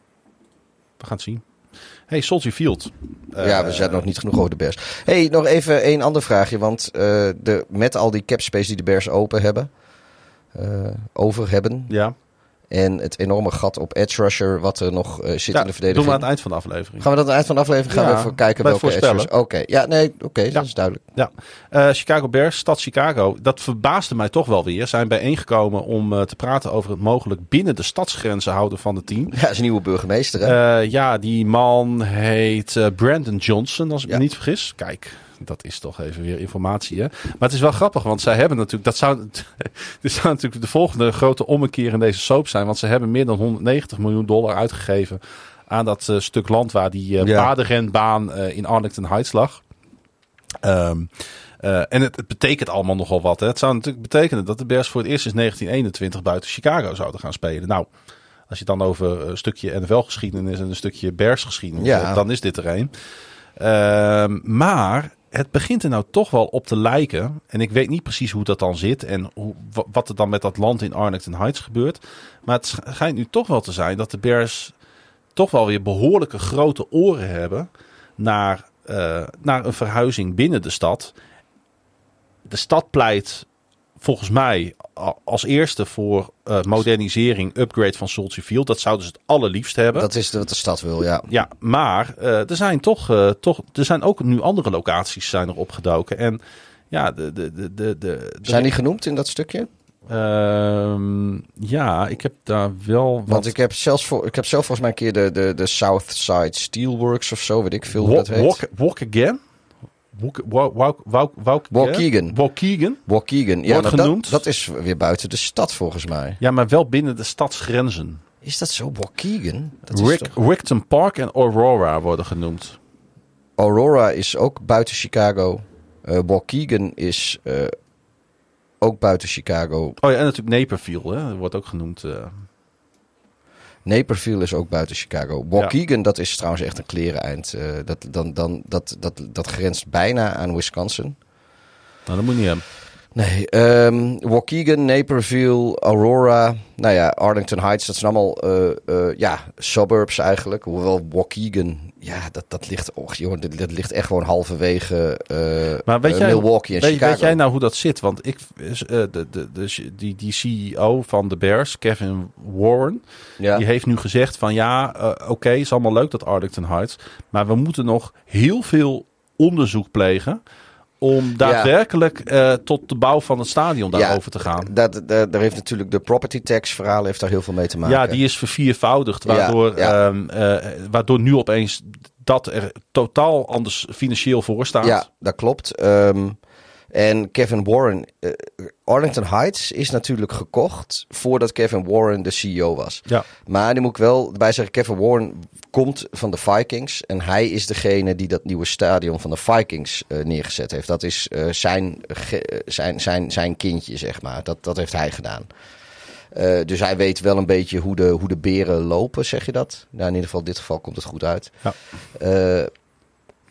We gaan het zien. Hey, Soldier Field. Uh, ja, we zetten nog niet genoeg over de Bears. Hey, nog even één ander vraagje. Want uh, de, met al die cap space die de Bears open hebben, uh, over hebben... Ja. En het enorme gat op edge rusher wat er nog uh, zit ja, in de verdediging. Doen we aan het eind van de aflevering. Gaan we dat aan het eind van de aflevering? Gaan ja, we even kijken welke edge rusher... Oké, okay. ja, nee, oké, okay, ja. dat is duidelijk. Ja. Uh, Chicago Bears, stad Chicago. Dat verbaasde mij toch wel weer. Zijn bijeengekomen om uh, te praten over het mogelijk binnen de stadsgrenzen houden van het team. Ja, dat is een nieuwe burgemeester, hè? Uh, ja, die man heet uh, Brandon Johnson, als ik ja. me niet vergis. Kijk... Dat is toch even weer informatie, hè? Maar het is wel grappig, want zij hebben natuurlijk... Dat zou, dit zou natuurlijk de volgende grote ommekeer in deze soap zijn. Want ze hebben meer dan honderdnegentig miljoen dollar uitgegeven aan dat uh, stuk land waar die uh, ja. paardenrenbaan uh, in Arlington Heights lag. Um, uh, en het, het betekent allemaal nogal wat. Hè? Het zou natuurlijk betekenen dat de Bears voor het eerst sinds negentien eenentwintig buiten Chicago zouden gaan spelen. Nou, als je het dan over een stukje N F L-geschiedenis en een stukje Bears-geschiedenis ja. hebt, dan is dit er een. Um, maar... Het begint er nou toch wel op te lijken. En ik weet niet precies hoe dat dan zit. En hoe, wat er dan met dat land in Arlington Heights gebeurt. Maar het schijnt nu toch wel te zijn dat de Bears toch wel weer behoorlijke grote oren hebben. Naar, uh, naar een verhuizing binnen de stad. De stad pleit volgens mij als eerste voor uh, modernisering, upgrade van Soldier Field. Dat zouden ze het allerliefst hebben. Dat is wat de stad wil, ja. Ja, maar uh, er zijn toch, uh, toch, er zijn ook nu andere locaties zijn er opgedoken. En ja, de, de, de, de, de zijn die genoemd in dat stukje? Uh, ja, ik heb daar wel. Wat... Want ik heb zelfs voor, ik heb zelf volgens mij een keer de, de, de Southside Steelworks of zo, weet ik veel hoe walk, dat heet. Walk, walk again. Waukegan. Waukegan. Waukegan. Ja, wordt genoemd. Dat, dat is weer buiten de stad volgens mij. Ja, maar wel binnen de stadsgrenzen. Is dat zo? Waukegan? Rick, toch... Rickton Park en Aurora worden genoemd. Aurora is ook buiten Chicago. Uh, Waukegan is uh, ook buiten Chicago. Oh ja, en natuurlijk Naperville, hè? Dat wordt ook genoemd. Uh... Naperville is ook buiten Chicago. Waukegan, ja. Dat is trouwens echt een klereneind. Uh, dat, dan, dan, dat, dat, dat grenst bijna aan Wisconsin. Nou, dat moet niet hebben. Nee, um, Waukegan, Naperville, Aurora, nou ja, Arlington Heights, dat zijn allemaal uh, uh, ja, suburbs eigenlijk. Hoewel Waukegan, ja, dat, dat ligt, och, joh, dat, dat ligt echt gewoon halverwege uh, maar weet uh, jij, Milwaukee en weet, Chicago. Weet jij nou hoe dat zit? Want ik, uh, de, de, de, die, die C E O van de Bears, Kevin Warren, ja. die heeft nu gezegd van ja, uh, oké, okay, is allemaal leuk dat Arlington Heights, maar we moeten nog heel veel onderzoek plegen om daadwerkelijk ja. uh, tot de bouw van het stadion daarover ja, te gaan. Dat, dat, daar heeft natuurlijk de property tax verhaal heeft daar heel veel mee te maken. Ja, die is verviervoudigd, waardoor, ja, ja. Um, uh, waardoor nu opeens dat er totaal anders financieel voor staat. Ja, dat klopt. Um, en Kevin Warren, uh, Arlington Heights is natuurlijk gekocht voordat Kevin Warren de C E O was. Ja. Maar die moet ik wel bij zeggen, Kevin Warren komt van de Vikings en hij is degene die dat nieuwe stadion van de Vikings uh, neergezet heeft. Dat is uh, zijn, ge, zijn, zijn, zijn kindje, zeg maar. Dat, dat heeft hij gedaan. Uh, dus hij weet wel een beetje hoe de, hoe de beren lopen, zeg je dat? Nou, in ieder geval, in dit geval komt het goed uit. Ja. Uh,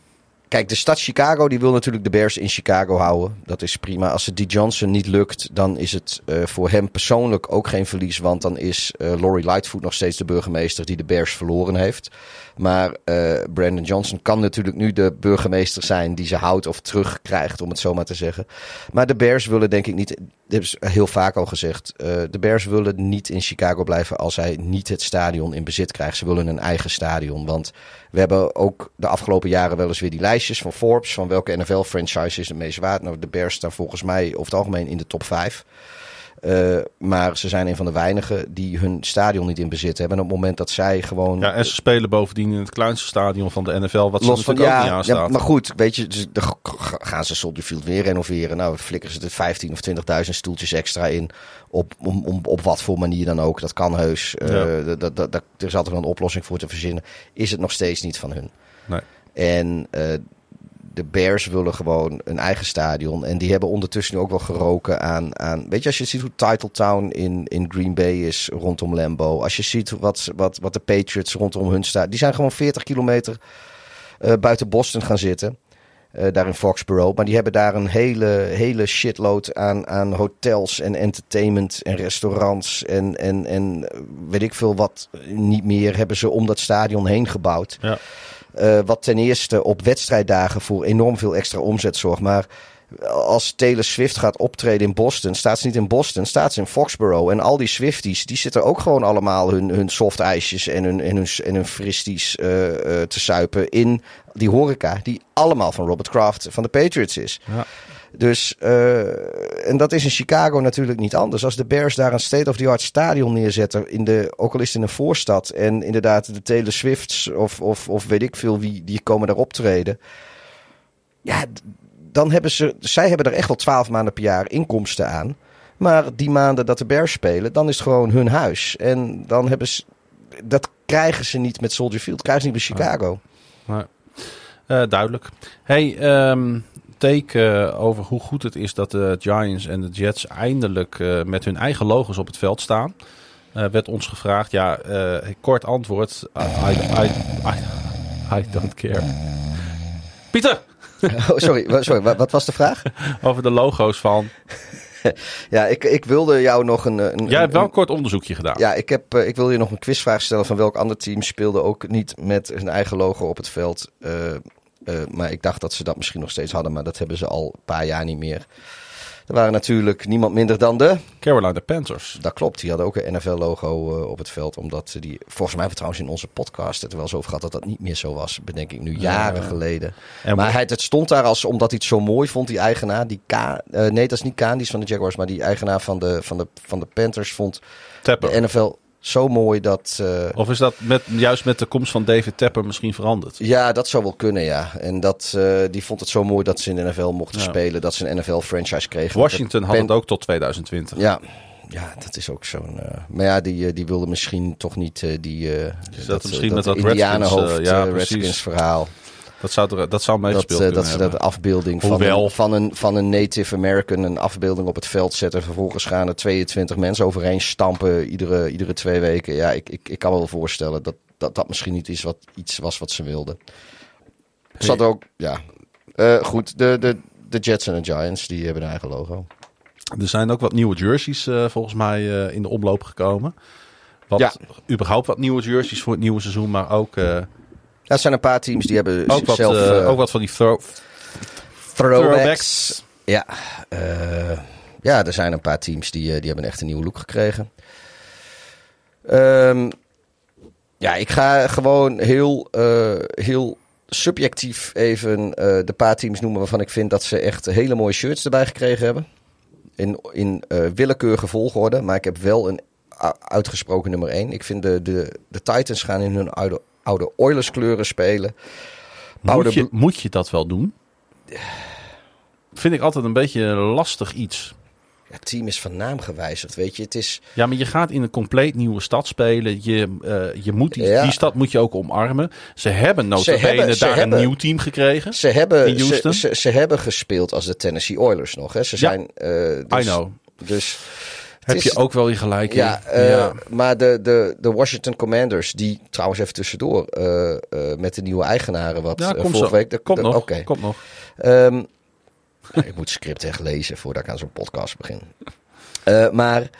kijk, de stad Chicago die wil natuurlijk de Bears in Chicago houden. Dat is prima. Als het D. Johnson niet lukt, dan is het uh, voor hem persoonlijk ook geen verlies. Want dan is uh, Lori Lightfoot nog steeds de burgemeester die de Bears verloren heeft. Maar uh, Brandon Johnson kan natuurlijk nu de burgemeester zijn die ze houdt of terugkrijgt, om het zo maar te zeggen. Maar de Bears willen denk ik niet, dat hebben ze heel vaak al gezegd, uh, de Bears willen niet in Chicago blijven als hij niet het stadion in bezit krijgt. Ze willen een eigen stadion, want we hebben ook de afgelopen jaren wel eens weer die lijstjes van Forbes, van welke N F L-franchise is het meest waard. Nou, de Bears staan volgens mij over het algemeen in de top vijf. Uh, maar ze zijn een van de weinigen die hun stadion niet in bezit hebben. En op het moment dat zij gewoon... Ja, en ze spelen bovendien in het kleinste stadion van de N F L, wat ze los van, natuurlijk ja, ook niet aanstaat. Ja, maar goed, weet je, dus dan gaan ze Soldier Field weer renoveren. Nou, flikkeren ze er vijftien of twintigduizend stoeltjes extra in. Op, om, om, op wat voor manier dan ook. Dat kan heus. Ja. Uh, dat, dat, dat, er is altijd wel een oplossing voor te verzinnen. Is het nog steeds niet van hun. Nee. En... Uh, de Bears willen gewoon een eigen stadion. En die hebben ondertussen nu ook wel geroken aan... aan weet je, als je ziet hoe Titletown in, in Green Bay is rondom Lambeau. Als je ziet wat, wat, wat de Patriots rondom hun stadion... Die zijn gewoon veertig kilometer uh, buiten Boston gaan zitten. Uh, daar in Foxborough. Maar die hebben daar een hele, hele shitload aan, aan hotels en entertainment en restaurants. En, en, en weet ik veel wat niet meer hebben ze om dat stadion heen gebouwd. Ja. Uh, wat ten eerste op wedstrijddagen voor enorm veel extra omzet zorgt. Maar als Taylor Swift gaat optreden in Boston, staat ze niet in Boston, staat ze in Foxborough. En al die Swifties, die zitten ook gewoon allemaal hun, hun softijsjes en hun, en hun, en hun fristies uh, uh, te suipen in die horeca. Die allemaal van Robert Kraft van de Patriots is. Ja. Dus, uh, en dat is in Chicago natuurlijk niet anders. Als de Bears daar een state-of-the-art stadion neerzetten, in de, ook al is het in een voorstad, en inderdaad de Taylor Swifts of, of, of weet ik veel wie, die komen daar optreden. Ja, dan hebben ze, zij hebben er echt wel twaalf maanden per jaar inkomsten aan. Maar die maanden dat de Bears spelen, dan is het gewoon hun huis. En dan hebben ze, dat krijgen ze niet met Soldier Field, krijgen ze niet bij Chicago. Nee. Uh, duidelijk. Hey, um... take uh, over hoe goed het is dat de Giants en de Jets eindelijk uh, met hun eigen logos op het veld staan. Uh, werd ons gevraagd. Ja, uh, kort antwoord. I, I, I, I, I don't care. Pieter! Oh, sorry, sorry, wat was de vraag? Over de logo's van... Ja, ik, ik wilde jou nog een... een Jij hebt wel een een, kort onderzoekje gedaan. Ja, ik, heb, uh, ik wilde je nog een quizvraag stellen van welk ander team speelde ook niet met hun eigen logo op het veld. Uh, Uh, maar ik dacht dat ze dat misschien nog steeds hadden. Maar dat hebben ze al een paar jaar niet meer. Er waren natuurlijk niemand minder dan de... Carolina Panthers. Dat klopt. Die hadden ook een N F L-logo uh, op het veld. Omdat ze die... Volgens mij hebben we trouwens in onze podcast het er wel eens over gehad dat dat niet meer zo was. Bedenk ik nu. Jaren ja. geleden. En maar hij, het stond daar als omdat hij het zo mooi vond. Die eigenaar. Die K, uh, nee, dat is niet Kaan. Die is van de Jaguars. Maar die eigenaar van de, van de, van de Panthers vond Tepper. de N F L... Zo mooi dat... Uh, of is dat met, juist met de komst van David Tepper misschien veranderd? Ja, dat zou wel kunnen, ja. En dat, uh, die vond het zo mooi dat ze in de N F L mochten ja. spelen. Dat ze een N F L-franchise kregen. Washington had Pen... het ook tot twintig twintig. Ja, ja dat is ook zo'n... Uh, maar ja, die, die wilde misschien toch niet uh, die... Uh, dus dat, dat misschien dat, met dat Indianenhoofd, Redskins, uh, ja, uh, Redskins verhaal. Dat zou, er, dat zou meegespeeld dat, uh, kunnen dat ze hebben. dat afbeelding van een, van, een, van een Native American, een afbeelding op het veld zetten. Vervolgens gaan er tweeëntwintig mensen overheen stampen iedere, iedere twee weken. Ja, ik, ik, ik kan me wel voorstellen dat dat, dat misschien niet is wat, iets was wat ze wilden. Het zat ook, ja. Uh, goed, de, de, de Jets en de Giants, die hebben een eigen logo. Er zijn ook wat nieuwe jerseys uh, volgens mij uh, in de omloop gekomen. Wat, ja. Überhaupt wat nieuwe jerseys voor het nieuwe seizoen, maar ook... Uh, Ja, er zijn een paar teams die hebben ook wat, zelf... Uh, uh, ook wat van die throw, throwbacks. throwbacks. Ja, uh, ja, er zijn een paar teams die, uh, die hebben echt een nieuwe look gekregen. Um, ja, ik ga gewoon heel, uh, heel subjectief even uh, de paar teams noemen waarvan ik vind dat ze echt hele mooie shirts erbij gekregen hebben. In, in uh, willekeurige volgorde, maar ik heb wel een uitgesproken nummer één. Ik vind de, de, de Titans gaan in hun oude... oude Oilers kleuren spelen. Moet je, moet je dat wel doen? Vind ik altijd een beetje een lastig iets. Ja, het team is van naam gewijzigd, weet je. Het is... Ja, maar je gaat in een compleet nieuwe stad spelen. Je, uh, je moet die, ja. die stad moet je ook omarmen. Ze hebben nota bene daar hebben, een nieuw team gekregen. Ze hebben, ze, ze, ze hebben gespeeld als de Tennessee Oilers nog. Hè. Ze zijn, ja, uh, dus, I know. Dus... Heb is, je ook wel je gelijk in. Ja, uh, ja. maar de, de, de Washington Commanders, die trouwens even tussendoor, uh, uh, met de nieuwe eigenaren, wat Ja, uh, kom vorige zo. week... De, komt, de, nog, okay. komt nog. Um, ik moet script echt lezen voordat ik aan zo'n podcast begin. Uh, maar uh,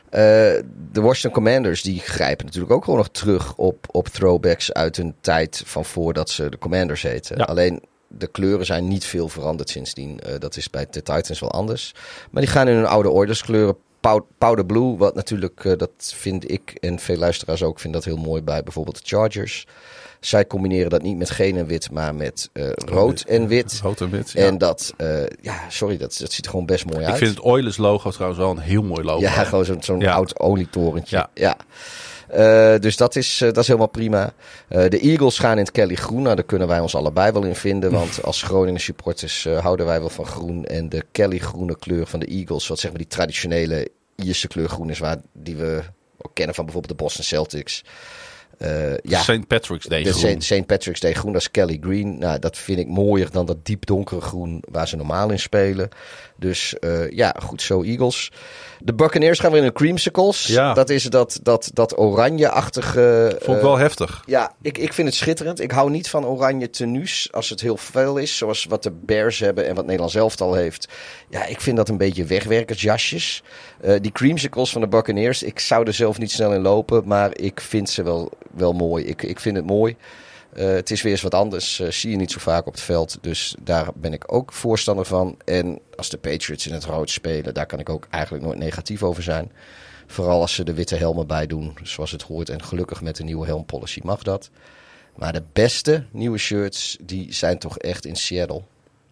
de Washington Commanders, die grijpen natuurlijk ook gewoon nog terug op, op throwbacks uit een tijd van voordat ze de Commanders heten. Ja. Alleen de kleuren zijn niet veel veranderd sindsdien. Uh, dat is bij de Titans wel anders. Maar die gaan in hun oude Oilers kleuren. Powder blue, wat natuurlijk, uh, dat vind ik en veel luisteraars ook, vind dat heel mooi bij bijvoorbeeld de Chargers. Zij combineren dat niet met geel en wit, maar met uh, rood en wit. Rood en wit, ja. En dat, uh, ja, sorry, dat, dat ziet er gewoon best mooi uit. Ik vind het Oilers logo trouwens wel een heel mooi logo. Ja, gewoon zo'n, zo'n ja. oud olietorentje. Ja. ja. Uh, dus dat is, uh, dat is helemaal prima. Uh, de Eagles gaan in het Kelly groen. Nou, daar kunnen wij ons allebei wel in vinden. Want als Groningen supporters uh, houden wij wel van groen. En de Kelly groene kleur van de Eagles, wat zeg maar die traditionele Ierse kleur groen is, waar, die we ook kennen van bijvoorbeeld de Boston Celtics. Uh, ja, Saint Patrick's Day de groen. Saint Patrick's Day groen, dat is Kelly Green. Nou, dat vind ik mooier dan dat diep donkere groen waar ze normaal in spelen. Dus uh, ja, goed zo, Eagles. De Buccaneers gaan weer in de creamsicles. Ja. Dat is dat, dat, dat oranje-achtige... Vond ik wel uh, heftig. Ja, ik, ik vind het schitterend. Ik hou niet van oranje tenues als het heel veel is. Zoals wat de Bears hebben en wat Nederland zelf al heeft. Ja, ik vind dat een beetje wegwerkersjasjes. Uh, die creamsicles van de Buccaneers, ik zou er zelf niet snel in lopen. Maar ik vind ze wel, wel mooi. Ik, ik vind het mooi. Uh, het is weer eens wat anders. Uh, zie je niet zo vaak op het veld. Dus daar ben ik ook voorstander van. En als de Patriots in het rood spelen, daar kan ik ook eigenlijk nooit negatief over zijn. Vooral als ze de witte helmen bij doen, zoals het hoort. En gelukkig met de nieuwe helmpolicy mag dat. Maar de beste nieuwe shirts, die zijn toch echt in Seattle.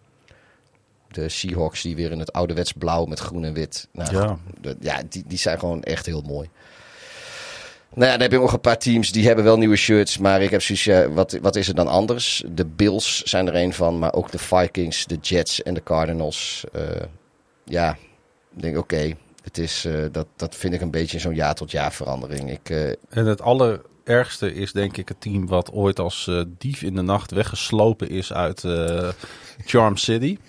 De Seahawks die weer in het ouderwets blauw met groen en wit. Nou, ja, de, ja die, die zijn gewoon echt heel mooi. Nou ja, dan heb je nog een paar teams die hebben wel nieuwe shirts. Maar ik heb zoiets, ja, wat, wat is er dan anders? De Bills zijn er een van. Maar ook de Vikings, de Jets en de Cardinals. Uh, ja, ik denk oké. Okay, het is, uh, dat, dat vind ik een beetje zo'n jaar tot jaar verandering. Ik, uh, en het allerergste is denk ik het team wat ooit als uh, dief in de nacht weggeslopen is uit uh, Charm City.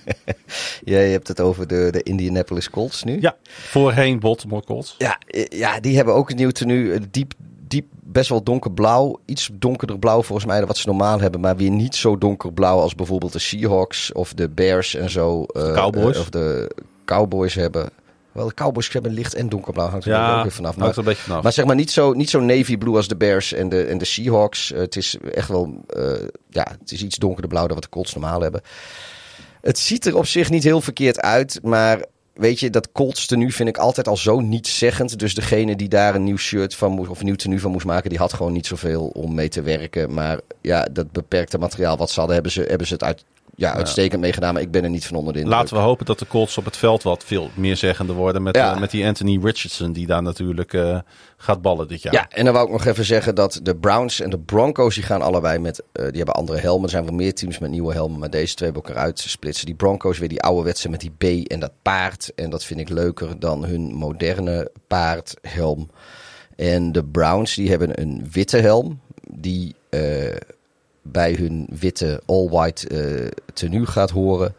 Ja, je hebt het over de, de Indianapolis Colts nu. Ja, voorheen Baltimore Colts. Ja, ja, die hebben ook een nieuw tenue. Diep, diep, best wel donkerblauw. Iets donkerder blauw volgens mij dan wat ze normaal hebben. Maar weer niet zo donkerblauw als bijvoorbeeld de Seahawks of de Bears en zo. Of de Cowboys. Uh, of de Cowboys hebben. Wel, de Cowboys hebben licht en donkerblauw. Hangt er ja, ook weer vanaf. Maar, maar, een beetje vanaf. maar zeg maar niet zo, niet zo navy blue als de Bears en de, en de Seahawks. Uh, het is echt wel, uh, ja, het is iets donkerder blauw dan wat de Colts normaal hebben. Het ziet er op zich niet heel verkeerd uit, maar weet je, dat Colts tenue vind ik altijd al zo nietszeggend. Dus degene die daar een nieuw shirt van moest, of een nieuw tenue van moest maken, die had gewoon niet zoveel om mee te werken. Maar ja, dat beperkte materiaal wat ze hadden, hebben ze, hebben ze het uit, ja, uitstekend ja. meegedaan. Maar ik ben er niet van onder de indruk. Laten we hopen dat de Colts op het veld wat veel meer zeggender worden met, ja. uh, met die Anthony Richardson die daar natuurlijk uh, gaat ballen dit jaar. Ja, en dan wou ik nog even zeggen dat de Browns en de Broncos, die gaan allebei met, uh, die hebben andere helmen. Er zijn wel meer teams met nieuwe helmen, maar deze twee hebben elkaar uitsplitsen. Die Broncos weer die ouderwetse met die B en dat paard. En dat vind ik leuker dan hun moderne paardhelm. En de Browns, die hebben een witte helm die Uh, bij hun witte all-white uh, tenue gaat horen.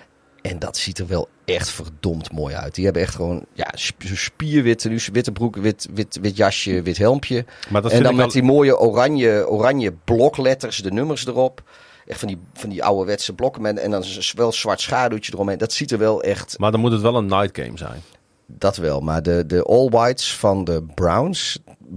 En dat ziet er wel echt verdomd mooi uit. Die hebben echt gewoon ja, spierwit tenue, witte broek, wit, wit, wit jasje, wit helmpje. Maar dat en dan met al... die mooie oranje, oranje blokletters, de nummers erop. Echt van die, van die ouderwetse blokken. En dan wel een zwart schaduwtje eromheen. Dat ziet er wel echt... Maar dan moet het wel een night game zijn. Dat wel, maar de, de all-whites van de Browns,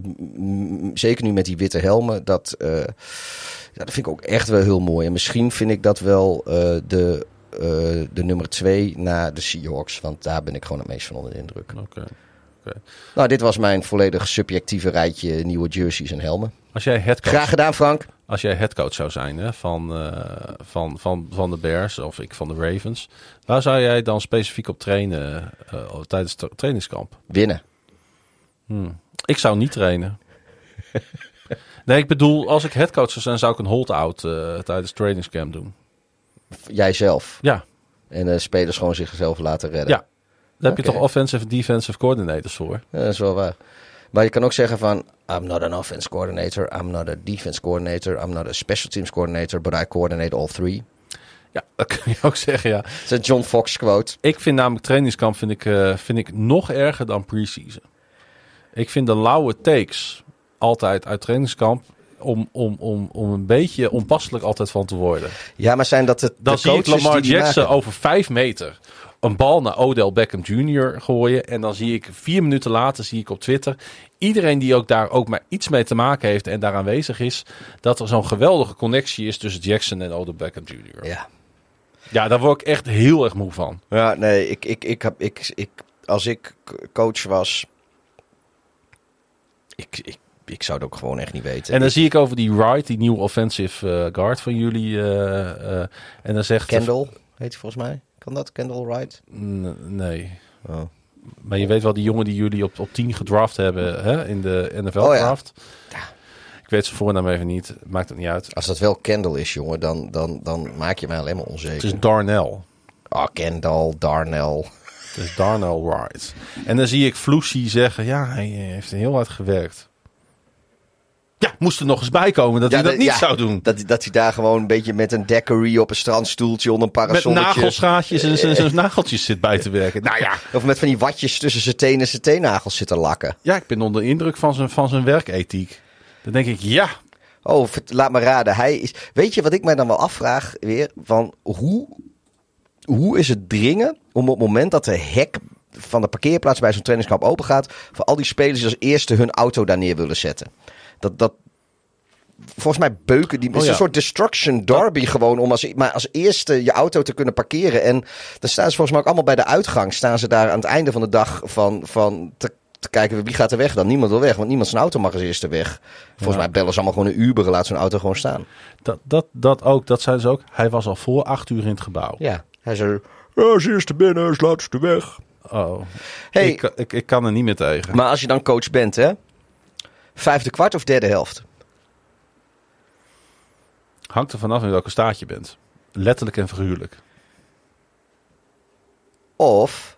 m- zeker nu met die witte helmen, dat, uh, ja, dat vind ik ook echt wel heel mooi. En misschien vind ik dat wel uh, de, uh, de nummer twee na de Seahawks, want daar ben ik gewoon het meest van onder de indruk. Oké. Okay. Okay. Nou, dit was mijn volledig subjectieve rijtje nieuwe jerseys en helmen. Als jij headcoach, Graag gedaan, Frank. Als jij headcoach zou zijn hè, van, uh, van, van, van de Bears of ik van de Ravens, waar zou jij dan specifiek op trainen uh, tijdens het trainingskamp? Winnen. Hmm. Ik zou niet trainen. Nee, ik bedoel, als ik headcoach zou zijn, zou ik een hold-out uh, tijdens trainingscamp doen. Jijzelf? Ja. En de spelers gewoon zichzelf laten redden? Ja. Daar heb okay. je toch offensive en defensive coordinators voor? Ja, dat is wel waar. Maar je kan ook zeggen van, I'm not an offense coordinator, I'm not a defense coordinator, I'm not a special teams coordinator, but I coordinate all three. Ja, dat kun je ook zeggen, ja. Dat is een John Fox quote. Ik vind namelijk trainingskamp vind ik, uh, vind ik nog erger dan pre-season. Ik vind de lauwe takes altijd uit trainingskamp om, om, om, om een beetje onpasselijk altijd van te worden. Ja, maar zijn dat de, Dan de zie ik coaches Lamar die die Jackson maken? over vijf meter een bal naar Odell Beckham junior gooien. En dan zie ik vier minuten later zie ik op Twitter iedereen die ook daar ook maar iets mee te maken heeft en daar aanwezig is, dat er zo'n geweldige connectie is tussen Jackson en Odell Beckham junior Ja. Ja, daar word ik echt heel erg moe van. Ja, nee, ik, ik, ik heb, ik, ik, als ik coach was, ik, ik, ik zou het ook gewoon echt niet weten. En dan ik, zie ik over die Wright, die nieuwe offensive uh, guard van jullie. Uh, uh, en dan zegt Kendall, heet hij volgens mij. Kan dat, Kendall Wright? N- nee. Oh. Maar je weet wel, die jongen die jullie op, op tien gedraft hebben hè, in de N F L Oh, ja. draft. Ja. Ik weet zijn voornaam even niet. Maakt het niet uit. Als dat wel Kendall is, jongen, dan, dan, dan maak je mij alleen maar onzeker. Het is Darnell. Oh, Kendall, Darnell. Het is Darnell Wright. En dan zie ik Floesie zeggen, ja, hij heeft heel hard gewerkt. Ja, moest er nog eens bij komen dat Ja, hij dat de- niet ja, zou doen. Dat, dat hij daar gewoon een beetje met een daiquiri op een strandstoeltje onder een Met parasolletje. nagelschaatjes en zijn- zijn nageltjes zit bij te werken. Nou ja, Of met van die watjes tussen zijn tenen en zijn teennagels zitten lakken. ja, ik ben onder indruk van zijn, van zijn werkethiek. Dan denk ik, ja, Oh, vert- laat me raden. Hij is. Weet je wat ik mij dan wel afvraag weer? Van hoe, hoe is het dringen om op het moment dat de hek van de parkeerplaats bij zo'n trainingskamp open gaat, voor al die spelers die als eerste hun auto daar neer willen zetten? Dat, dat volgens mij beuken die. Het Oh, is ja. een soort destruction derby gewoon om als, maar als eerste je auto te kunnen parkeren. En dan staan ze volgens mij ook allemaal bij de uitgang. Staan ze daar aan het einde van de dag van, van te, te kijken wie gaat er weg dan. Niemand wil weg, want niemand zijn auto mag als eerste weg. Volgens Ja. mij bellen ze allemaal gewoon een Uber en laat zo'n auto gewoon staan. dat, dat, dat ook, dat zijn ze ook. Hij was al voor acht uur in het gebouw. Ja, hij zei, ja, als eerste binnen, als laatste weg. Oh, Hey, ik, ik, ik kan er niet meer tegen. maar als je dan coach bent, hè? Vijfde kwart of derde helft? Hangt er vanaf in welke staat je bent. Letterlijk en figuurlijk. Of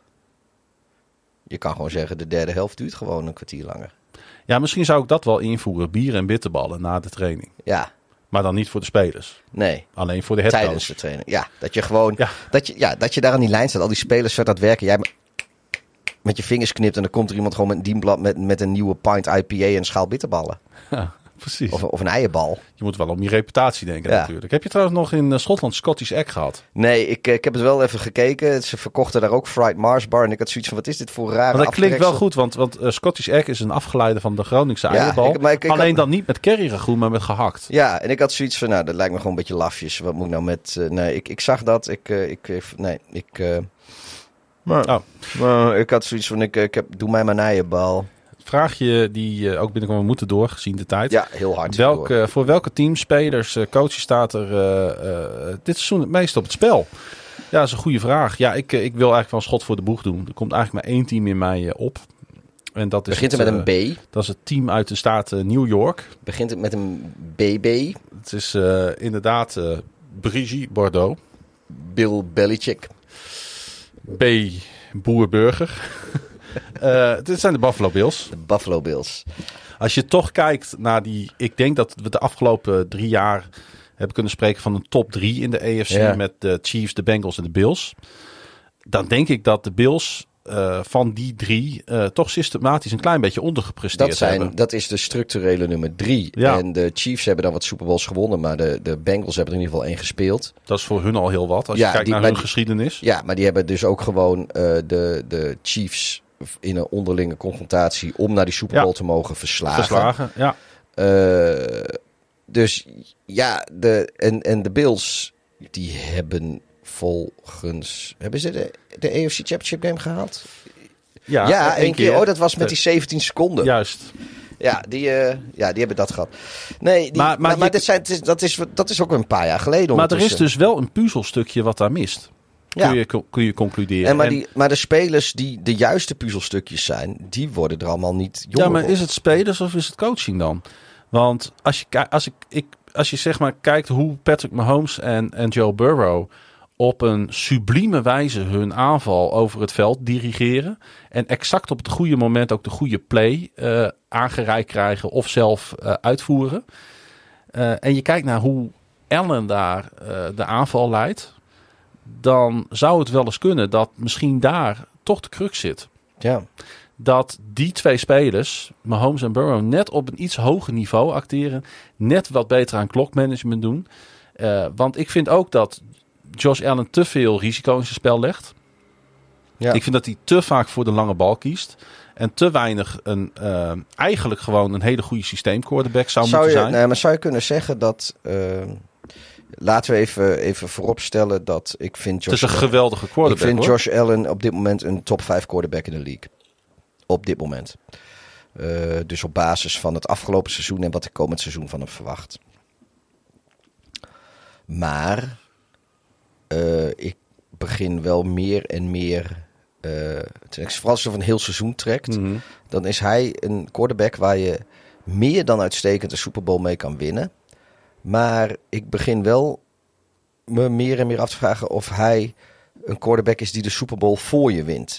je kan gewoon zeggen, de derde helft duurt gewoon een kwartier langer. Ja, misschien zou ik dat wel invoeren. Bier en bitterballen na de training. Ja, Maar dan niet voor de spelers. nee. Alleen voor de headcoach. Tijdens de training. Ja, dat je gewoon, Ja. dat je, ja, dat je daar aan die lijn staat. Al die spelers vet aan het werken. Jij met je vingers knipt en dan komt er iemand gewoon met een dienblad met, met een nieuwe pint I P A en een schaal bitterballen. Ja, precies. Of, of een eierbal. Je moet wel om je reputatie denken Ja. natuurlijk. Heb je trouwens nog in uh, Schotland Scottish Egg gehad? Nee, ik, ik heb het wel even gekeken. Ze verkochten daar ook fried Mars bar. En ik had zoiets van, wat is dit voor rare Maar dat klinkt wel afgereksel? goed, want, want uh, Scottish Egg is een afgeleide van de Groningse Ja, eierbal. ik- maar ik- ik Alleen had- dan niet met curryragout, maar met gehakt. Ja, en ik had zoiets van, nou, dat lijkt me gewoon een beetje lafjes. Wat moet ik nou met... eh, nee, ik, ik zag dat. Ik, eh, ik, eh, nee, ik... eh, maar, Oh. maar ik had zoiets van, ik, ik heb, doe mij maar een eierbal. Vraagje die uh, ook binnenkwam, we moeten door, gezien de tijd. Ja, heel hard. Welk, door. uh, voor welke teams, spelers, uh, coaches staat er uh, uh, dit seizoen het meest op het spel? Ja, dat is een goede vraag. Ja, ik, uh, ik wil eigenlijk wel een schot voor de boeg doen. Er komt eigenlijk maar één team in mij uh, op. En dat is Begint het het, met een uh, B? Dat is het team uit de staat uh, New York. Begint het met een B B? Het is uh, inderdaad uh, Brigitte Bordeaux. Bill Belichick. B. Boerburger. uh, dit zijn de Buffalo Bills. De Buffalo Bills. Als je toch kijkt naar die... Ik denk dat we de afgelopen drie jaar hebben kunnen spreken van een top drie in de A F C. Ja. Met de Chiefs, de Bengals en de Bills. Dan denk ik dat de Bills uh, van die drie uh, toch systematisch een klein beetje ondergepresteerd Dat, zijn, hebben. dat is de structurele nummer drie. Ja. En de Chiefs hebben dan wat Super Bowls gewonnen. Maar de, de Bengals hebben er in ieder geval één gespeeld. Dat is voor hun al heel wat. Als Ja, je kijkt die- naar maar hun die- geschiedenis. Ja, maar die hebben dus ook gewoon uh, de, de Chiefs in een onderlinge confrontatie om naar die Super Bowl Ja. te mogen verslagen. Verslagen, ja. Uh, dus ja, de, en, en de Bills, die hebben volgens... Hebben ze de, de A F C Championship game gehaald? Ja, Ja, één keer. Oh, dat was met Eh, die zeventien seconden. Ja, Juist. die, uh, ja die hebben dat gehad. Nee, die, Maar- maar, maar maar, je- dit zijn, het is- dat, is, dat is ook een paar jaar geleden Maar er is ondertussen. dus wel een puzzelstukje wat daar mist. Ja. Kun, je, kun je concluderen. En maar, En- die, maar de spelers die de juiste puzzelstukjes zijn, die worden er allemaal niet jonger Ja, maar op. is het spelers of is het coaching dan? Want als je, ki- als ik, ik, als je zeg maar kijkt hoe Patrick Mahomes en, en Joe Burrow op een sublieme wijze hun aanval over het veld dirigeren. En exact op het goede moment ook de goede play uh, aangereikt krijgen of zelf uh, uitvoeren. Uh, en je kijkt naar hoe Allen daar uh, de aanval leidt. dan zou het wel eens kunnen dat misschien daar toch de crux zit. Ja. Dat die twee spelers, Mahomes en Burrow, net op een iets hoger niveau acteren. Net wat beter aan klokmanagement doen. Uh, want ik vind ook dat Josh Allen te veel risico in zijn spel legt. Ja. Ik vind dat hij te vaak voor de lange bal kiest. En te weinig een, uh, eigenlijk gewoon een hele goede systeemquarterback zou, zou moeten je, zijn. Nee, maar zou je kunnen zeggen dat... Uh, laten we even, even vooropstellen dat ik vind... Josh het is een Allen, geweldige quarterback, Ik vind hoor. Josh Allen op dit moment een top vijf quarterback in de league. Op dit moment. Uh, dus op basis van het afgelopen seizoen en wat ik komend seizoen van hem verwacht. Maar uh, ik begin wel meer en meer... Uh, vooral als je van een heel seizoen trekt, mm-hmm. dan is hij een quarterback waar je meer dan uitstekend een Super Bowl mee kan winnen. Maar ik begin wel me meer en meer af te vragen of hij een quarterback is die de Super Bowl voor je wint.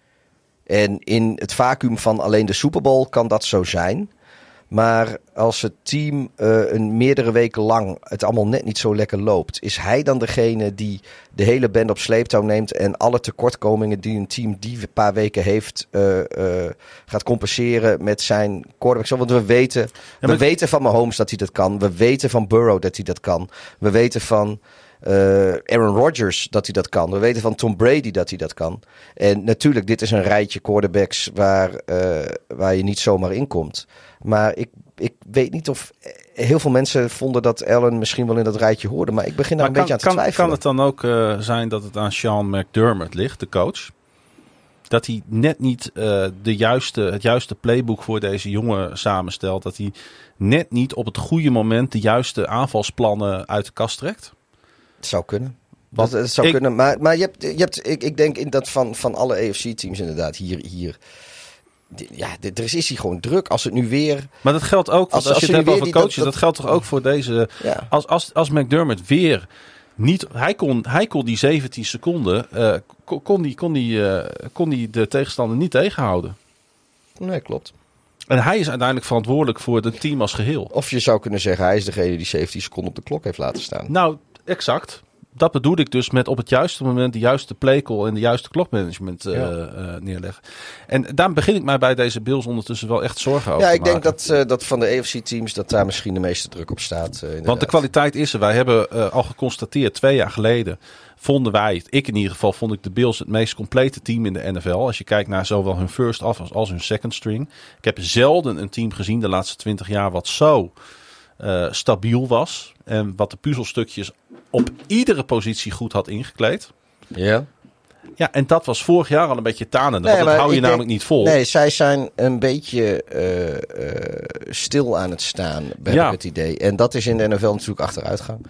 En in het vacuüm van alleen de Super Bowl kan dat zo zijn. Maar als het team uh, een meerdere weken lang het allemaal net niet zo lekker loopt, is hij dan degene die de hele band op sleeptouw neemt en alle tekortkomingen die een team die een paar weken heeft uh, uh, gaat compenseren met zijn quarterback. Want we weten, ja, we weten van Mahomes dat hij dat kan. We weten van Burrow dat hij dat kan. We weten van uh, Aaron Rodgers dat hij dat kan. We weten van Tom Brady dat hij dat kan. En natuurlijk, dit is een rijtje quarterbacks waar, uh, waar je niet zomaar in komt. Maar ik, ik weet niet of heel veel mensen vonden dat Allen misschien wel in dat rijtje hoorde. Maar ik begin daar maar een kan, beetje aan te kan, twijfelen. Kan het dan ook uh, zijn dat het aan Sean McDermott ligt, de coach? Dat hij net niet uh, de juiste, het juiste playbook voor deze jongen samenstelt. Dat hij net niet op het goede moment de juiste aanvalsplannen uit de kast trekt? Het zou kunnen. Dat, dat zou ik, kunnen. Maar, maar je hebt, je hebt, ik, ik denk in dat van, van alle A F C-teams inderdaad hier... hier Ja, er is, is hij gewoon druk. Als het nu weer... Maar dat geldt ook, als, als, als je het hebt over coaches, dat, dat, dat geldt toch ook voor deze... Ja. Als, als, als McDermott weer niet... Hij kon, hij kon die zeventien seconden, uh, kon, kon, die, kon, die, uh, kon die de tegenstander niet tegenhouden. Nee, klopt. En hij is uiteindelijk verantwoordelijk voor het team als geheel. Of je zou kunnen zeggen, hij is degene die zeventien seconden op de klok heeft laten staan. Nou, exact. Dat bedoel ik dus met op het juiste moment de juiste playcall en de juiste klokmanagement uh, ja. uh, neerleggen. En daar begin ik mij bij deze Bills ondertussen wel echt zorgen over Ja, te ik denk maken. dat, uh, dat van de A F C-teams dat daar misschien de meeste druk op staat. Uh, Want de kwaliteit is er. Wij hebben uh, al geconstateerd twee jaar geleden vonden wij, ik in ieder geval, vond ik de Bills het meest complete team in de N F L. Als je kijkt naar zowel hun first half als, als hun second string. Ik heb zelden een team gezien de laatste twintig jaar wat zo uh, stabiel was. En wat de puzzelstukjes op iedere positie goed had ingekleed. Ja. Ja, en dat was vorig jaar al een beetje tanende. Nee, want dat hou je namelijk denk, niet vol. Nee, zij zijn een beetje uh, uh, stil aan het staan, heb ja. ik het idee. En dat is in de N F L natuurlijk achteruitgang.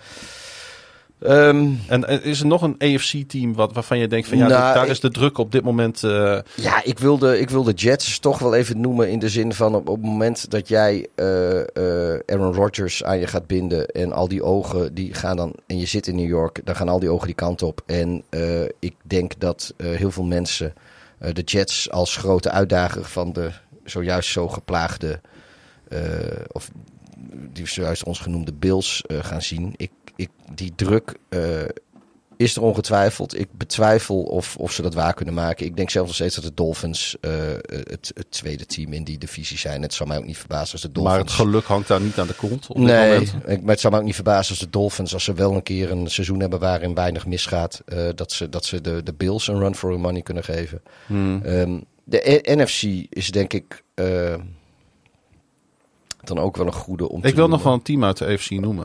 Um, en is er nog een A F C-team wat, waarvan je denkt van ja, nou, daar is de druk op dit moment... Uh... Ja, ik wil, de, ik wil de Jets toch wel even noemen in de zin van op, op het moment dat jij uh, uh, Aaron Rodgers aan je gaat binden en al die ogen die gaan dan, en je zit in New York, dan gaan al die ogen die kant op. En uh, ik denk dat uh, heel veel mensen uh, de Jets als grote uitdager van de zojuist zo geplaagde, uh, of die zojuist ons genoemde Bills uh, gaan zien. Ik Ik, die druk uh, is er ongetwijfeld. Ik betwijfel of, of ze dat waar kunnen maken. Ik denk zelfs nog steeds dat de Dolphins uh, het, het tweede team in die divisie zijn. Het zou mij ook niet verbazen als de Dolphins... Maar het geluk hangt daar niet aan de kont op dit nee, moment. Ik, maar het zou mij ook niet verbazen als de Dolphins, als ze wel een keer een seizoen hebben waarin weinig misgaat, uh, dat ze, dat ze de, de Bills een run for their money kunnen geven. Hmm. Um, de N F C is denk ik... Uh, dan ook wel een goede om ik te wil noemen. nog wel een team uit de A F C noemen.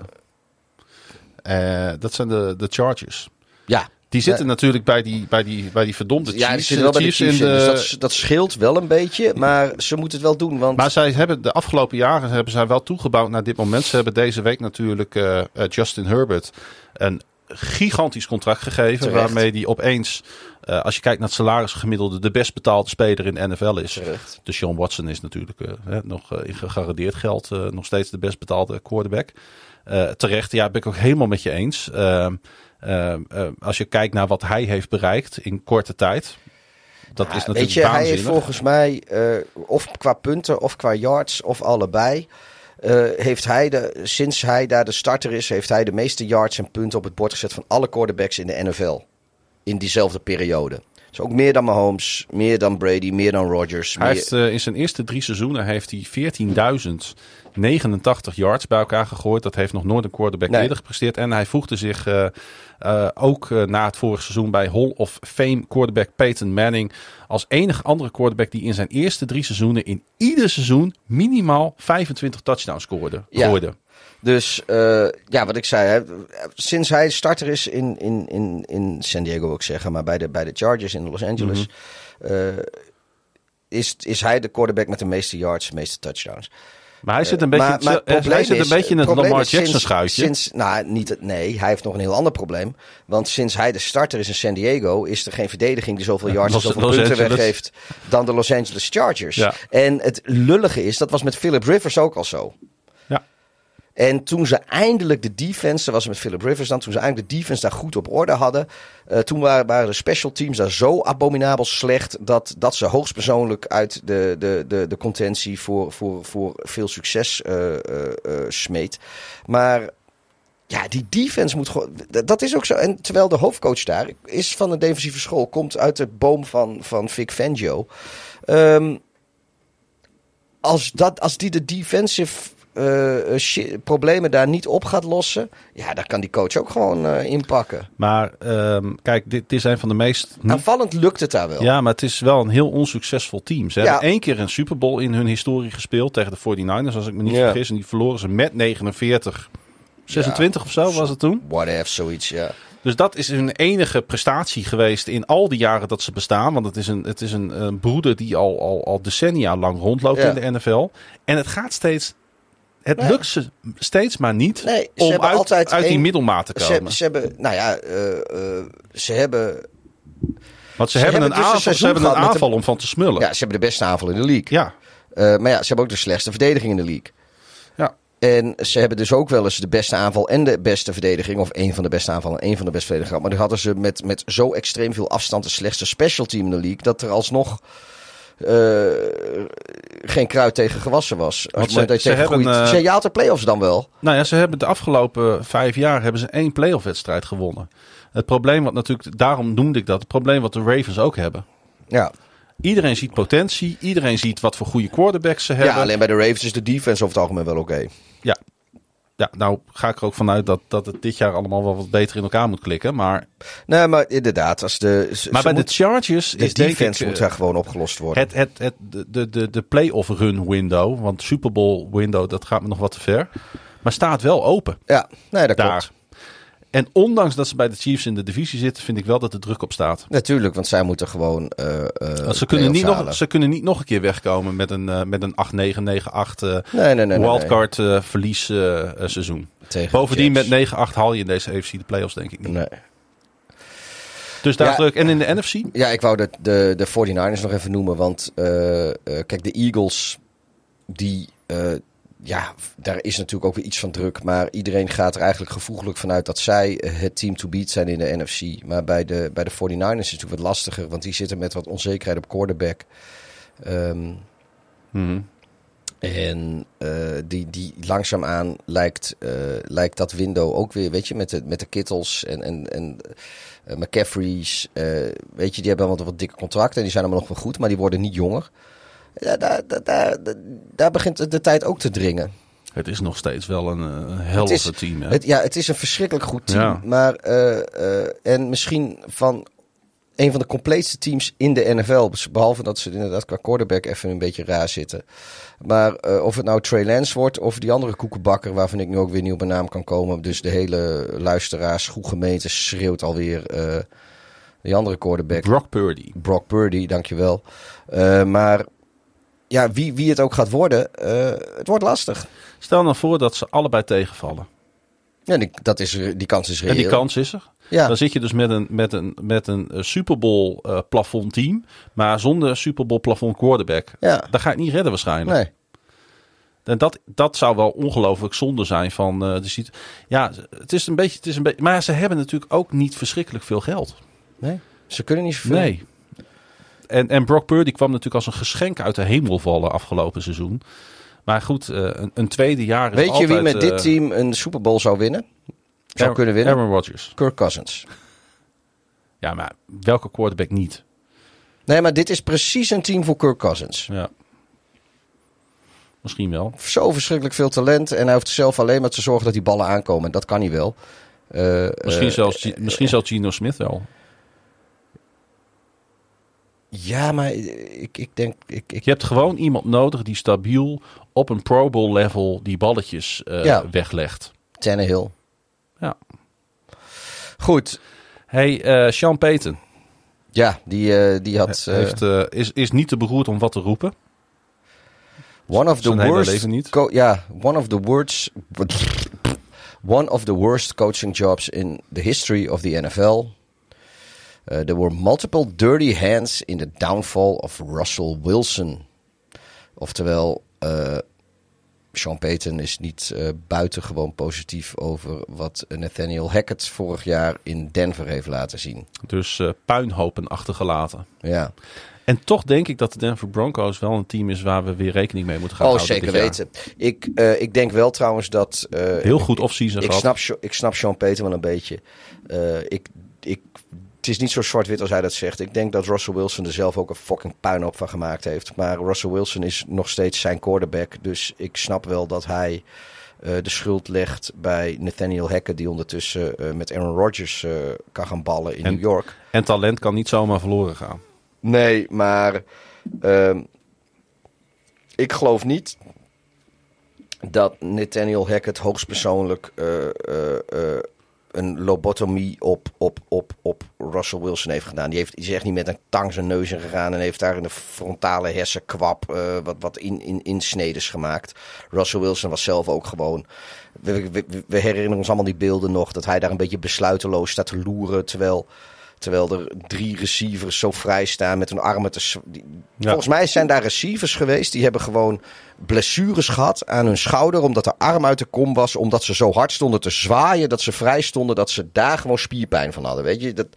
Uh, dat zijn de, de Chargers. Ja. Die zitten ja. natuurlijk bij die, bij die, bij die verdomde Chiefs. Ja, die zitten wel bij de Chiefs in. De... Dus dat, dat scheelt wel een beetje, maar ze moeten het wel doen. Want... Maar zij hebben de afgelopen jaren hebben zij wel toegebouwd naar dit moment. Ze hebben deze week natuurlijk uh, uh, Justin Herbert een gigantisch contract gegeven. Terecht. Waarmee die opeens, uh, als je kijkt naar het salarisgemiddelde, de best betaalde speler in de N F L is. Terecht. Dus Sean Watson is natuurlijk uh, hè, nog uh, in gegarandeerd geld uh, nog steeds de best betaalde quarterback. Uh, terecht, ja, ben ik ook helemaal met je eens. Uh, uh, uh, als je kijkt naar wat hij heeft bereikt in korte tijd. Dat ja, is natuurlijk weet je, waanzinnig. Hij heeft volgens mij, uh, of qua punten of qua yards of allebei, uh, heeft hij de, sinds hij daar de starter is, heeft hij de meeste yards en punten op het bord gezet van alle quarterbacks in de N F L. in diezelfde periode. Dus ook meer dan Mahomes, meer dan Brady, meer dan Rodgers. Hij meer... heeft, uh, in zijn eerste drie seizoenen heeft hij veertienduizend negenentachtig yards bij elkaar gegooid. Dat heeft nog nooit een quarterback nee. eerder gepresteerd. En hij voegde zich uh, uh, ook uh, na het vorige seizoen bij Hall of Fame quarterback Peyton Manning als enige andere quarterback die in zijn eerste drie seizoenen in ieder seizoen minimaal vijfentwintig touchdowns scoorde. Ja. gooide. Dus uh, ja, wat ik zei, hè, sinds hij starter is in, in, in, in San Diego, wil ik zeggen, maar bij de, bij de Chargers in Los Angeles, mm-hmm. uh, is, is hij de quarterback met de meeste yards, de meeste touchdowns. Maar hij zit een beetje, maar, maar het, hij zit een is, beetje in het Lamar Jackson schuitje. Sinds, nou, niet het, nee, hij heeft nog een heel ander probleem. Want sinds hij de starter is in San Diego, is er geen verdediging die zoveel yards en zoveel Los punten Angeles. weggeeft dan de Los Angeles Chargers. Ja. En het lullige is, dat was met Philip Rivers ook al zo. En toen ze eindelijk de defense, dat was met Philip Rivers dan, toen ze eindelijk de defense daar goed op orde hadden, uh, toen waren, waren de special teams daar zo abominabel slecht dat, dat ze hoogstpersoonlijk uit de, de, de, de contentie voor, voor, voor veel succes uh, uh, uh, smeet. Maar ja, die defense moet gewoon, dat is ook zo. En terwijl de hoofdcoach daar is van een defensieve school, komt uit de boom van, van Vic Fangio. Um, als, dat, als die de defensive Uh, shit, problemen daar niet op gaat lossen, ja, daar kan die coach ook gewoon uh, inpakken. Maar um, kijk, dit, dit is een van de meest... Aanvallend lukt het daar wel. Ja, maar het is wel een heel onsuccesvol team. Ze ja. hebben één keer een Super Bowl in hun historie gespeeld tegen de forty-niners, als ik me niet ja. vergis. En die verloren ze met negenenveertig, zesentwintig ja, of zo was het toen. Whatever, zoiets, ja. Dus dat is hun enige prestatie geweest in al die jaren dat ze bestaan. Want het is een, het is een, een broeder die al, al, al decennia lang rondloopt ja. in de N F L. En het gaat steeds... Het nee. lukt ze steeds maar niet nee, om uit, altijd uit die een, middelmaat te komen. Ze, ze hebben, nou ja, uh, uh, ze hebben... Want ze, ze hebben, hebben een dus aanval, ze hebben een aanval de, om van te smullen. Ja, ze hebben de beste aanval in de league. Ja. Uh, maar ja, ze hebben ook de slechtste verdediging in de league. Ja. En ze hebben dus ook wel eens de beste aanval en de beste verdediging. Of één van de beste aanvallen en één van de beste verdedigingen. Maar die hadden ze met, met zo extreem veel afstand de slechtste special team in de league. Dat er alsnog... Uh, geen kruid tegen gewassen was. Als ze, dat ze hebben, uh, je haalt de play-offs dan wel. Nou ja, ze hebben de afgelopen vijf jaar hebben ze één play-off wedstrijd gewonnen. Het probleem wat natuurlijk, daarom noemde ik dat, het probleem wat de Ravens ook hebben. Ja. Iedereen ziet potentie, iedereen ziet wat voor goede quarterbacks ze hebben. Ja, alleen bij de Ravens is de defense over het algemeen wel oké. Okay. Ja. Ja, nou ga ik er ook vanuit dat, dat het dit jaar allemaal wel wat beter in elkaar moet klikken. Maar, nee, maar inderdaad. Als de, maar bij moet, de Chargers de is defense ik, moet daar gewoon opgelost worden. Het, het, het, de, de, de play-off run window, want Super Bowl window, dat gaat me nog wat te ver. Maar staat wel open. Ja, nee, dat daar. klopt. En ondanks dat ze bij de Chiefs in de divisie zitten, vind ik wel dat er druk op staat. Natuurlijk, want zij moeten gewoon uh, uh, ze, kunnen niet nog, ze kunnen niet nog een keer wegkomen met een, uh, met een acht negen, negen acht uh, nee, nee, nee, wildcard nee. uh, verlies uh, uh, seizoen. Tegen Bovendien met negen acht haal je in deze A F C de playoffs denk ik niet. Nee. Dus daar ja, is druk. En in de N F C? Ja, ik wou de, de, de forty-niners nog even noemen. Want uh, uh, kijk, de Eagles, die... Uh, ja, daar is natuurlijk ook weer iets van druk. Maar iedereen gaat er eigenlijk gevoeglijk vanuit dat zij het team to beat zijn in de N F C. Maar bij de, bij de forty-niners is het natuurlijk wat lastiger. Want die zitten met wat onzekerheid op quarterback. Um, mm-hmm. En uh, die, die langzaamaan lijkt, uh, lijkt dat window ook weer, weet je, met de, met de Kittles en, en, en uh, McCaffrey's. Uh, weet je, die hebben wel wat, wat dikke contracten en die zijn allemaal nog wel goed, maar die worden niet jonger. Ja, daar, daar, daar, daar begint de tijd ook te dringen. Het is nog steeds wel een uh, helder team. Hè? Het, ja, het is een verschrikkelijk goed team. Ja. Maar, uh, uh, en misschien van een van de compleetste teams in de N F L. Behalve dat ze inderdaad qua quarterback even een beetje raar zitten. Maar uh, of het nou Trey Lance wordt of die andere koekenbakker waarvan ik nu ook weer niet op een naam kan komen. Dus de hele luisteraars, goed gemeente schreeuwt alweer uh, die andere quarterback. Brock Purdy. Brock Purdy, dankjewel. Uh, maar... Ja, wie, wie het ook gaat worden, uh, het wordt lastig. Stel nou voor dat ze allebei tegenvallen. Ja, die, dat is, die kans is reëel. En die kans is er. Ja. Dan zit je dus met een, met een, met een Super Bowl uh, plafond team, maar zonder Super Bowl plafond quarterback. Ja. Dat ga je niet redden waarschijnlijk. Nee. En dat, dat zou wel ongelooflijk zonde zijn van uh, de situ- Ja, het is een beetje, het is een beetje. Maar ze hebben natuurlijk ook niet verschrikkelijk veel geld. Nee, ze kunnen niet zoveel. Nee. En, en Brock Purdy kwam natuurlijk als een geschenk uit de hemel vallen afgelopen seizoen. Maar goed, uh, een, een tweede jaar is Weet je altijd, wie met uh, dit team een Super Bowl zou winnen? Zou Aaron, kunnen winnen? Aaron Rodgers. Kirk Cousins. Ja, maar welke quarterback niet? Nee, maar dit is precies een team voor Kirk Cousins. Ja. Misschien wel. Zo verschrikkelijk veel talent. En hij hoeft zelf alleen maar te zorgen dat die ballen aankomen. Dat kan hij wel. Uh, misschien, uh, zelfs, uh, misschien zelfs Geno Smith wel. Ja, maar ik, ik denk... Ik, ik... Je hebt gewoon iemand nodig die stabiel op een Pro Bowl level die balletjes uh, ja. weglegt. Tannehill. Ja. Goed. Hey, uh, Sean Payton. Ja, die, uh, die had... He, heeft, uh, is, is niet te beroerd om wat te roepen. One of the Zijn worst... leven niet. Co- ja, one of the worst... One of the worst coaching jobs in the history of the N F L. Uh, there were multiple dirty hands in the downfall of Russell Wilson. Oftewel, uh, Sean Payton is niet uh, buitengewoon positief over wat Nathaniel Hackett vorig jaar in Denver heeft laten zien. Dus uh, puinhopen achtergelaten. Ja. En toch denk ik dat de Denver Broncos wel een team is waar we weer rekening mee moeten gaan oh, houden. Oh, zeker weten. Ik, uh, ik denk wel trouwens dat... Uh, Heel goed off-season ik, ik, snap, ik snap Sean Payton wel een beetje. Uh, ik, ik, het is niet zo zwart-wit als hij dat zegt. Ik denk dat Russell Wilson er zelf ook een fucking puinhoop van gemaakt heeft. Maar Russell Wilson is nog steeds zijn quarterback. Dus ik snap wel dat hij uh, de schuld legt bij Nathaniel Hackett, die ondertussen uh, met Aaron Rodgers uh, kan gaan ballen in en, New York. En talent kan niet zomaar verloren gaan. Nee, maar uh, ik geloof niet dat Nathaniel Hackett hoogstpersoonlijk uh, uh, uh, een lobotomie op, op, op, op Russell Wilson heeft gedaan. Die, heeft, die is echt niet met een tang zijn neus in gegaan en heeft daar in de frontale hersenkwap uh, wat, wat in, in, insnedes gemaakt. Russell Wilson was zelf ook gewoon... We, we, we herinneren ons allemaal die beelden nog, dat hij daar een beetje besluiteloos staat te loeren, terwijl... Terwijl er drie receivers zo vrij staan met hun armen te... Sw- die, ja. Volgens mij zijn daar receivers geweest. Die hebben gewoon blessures gehad aan hun schouder. Omdat de arm uit de kom was. Omdat ze zo hard stonden te zwaaien. Dat ze vrij stonden. Dat ze daar gewoon spierpijn van hadden. Weet je? Dat...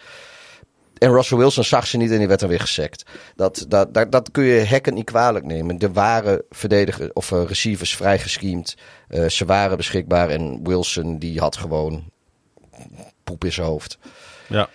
En Russell Wilson zag ze niet en die werd dan weer gesackt. Dat, dat, dat, dat kun je Hackett niet kwalijk nemen. Er waren verdedigers of uh, receivers vrij gescheemd. Uh, ze waren beschikbaar. En Wilson die had gewoon poep in zijn hoofd. Ja.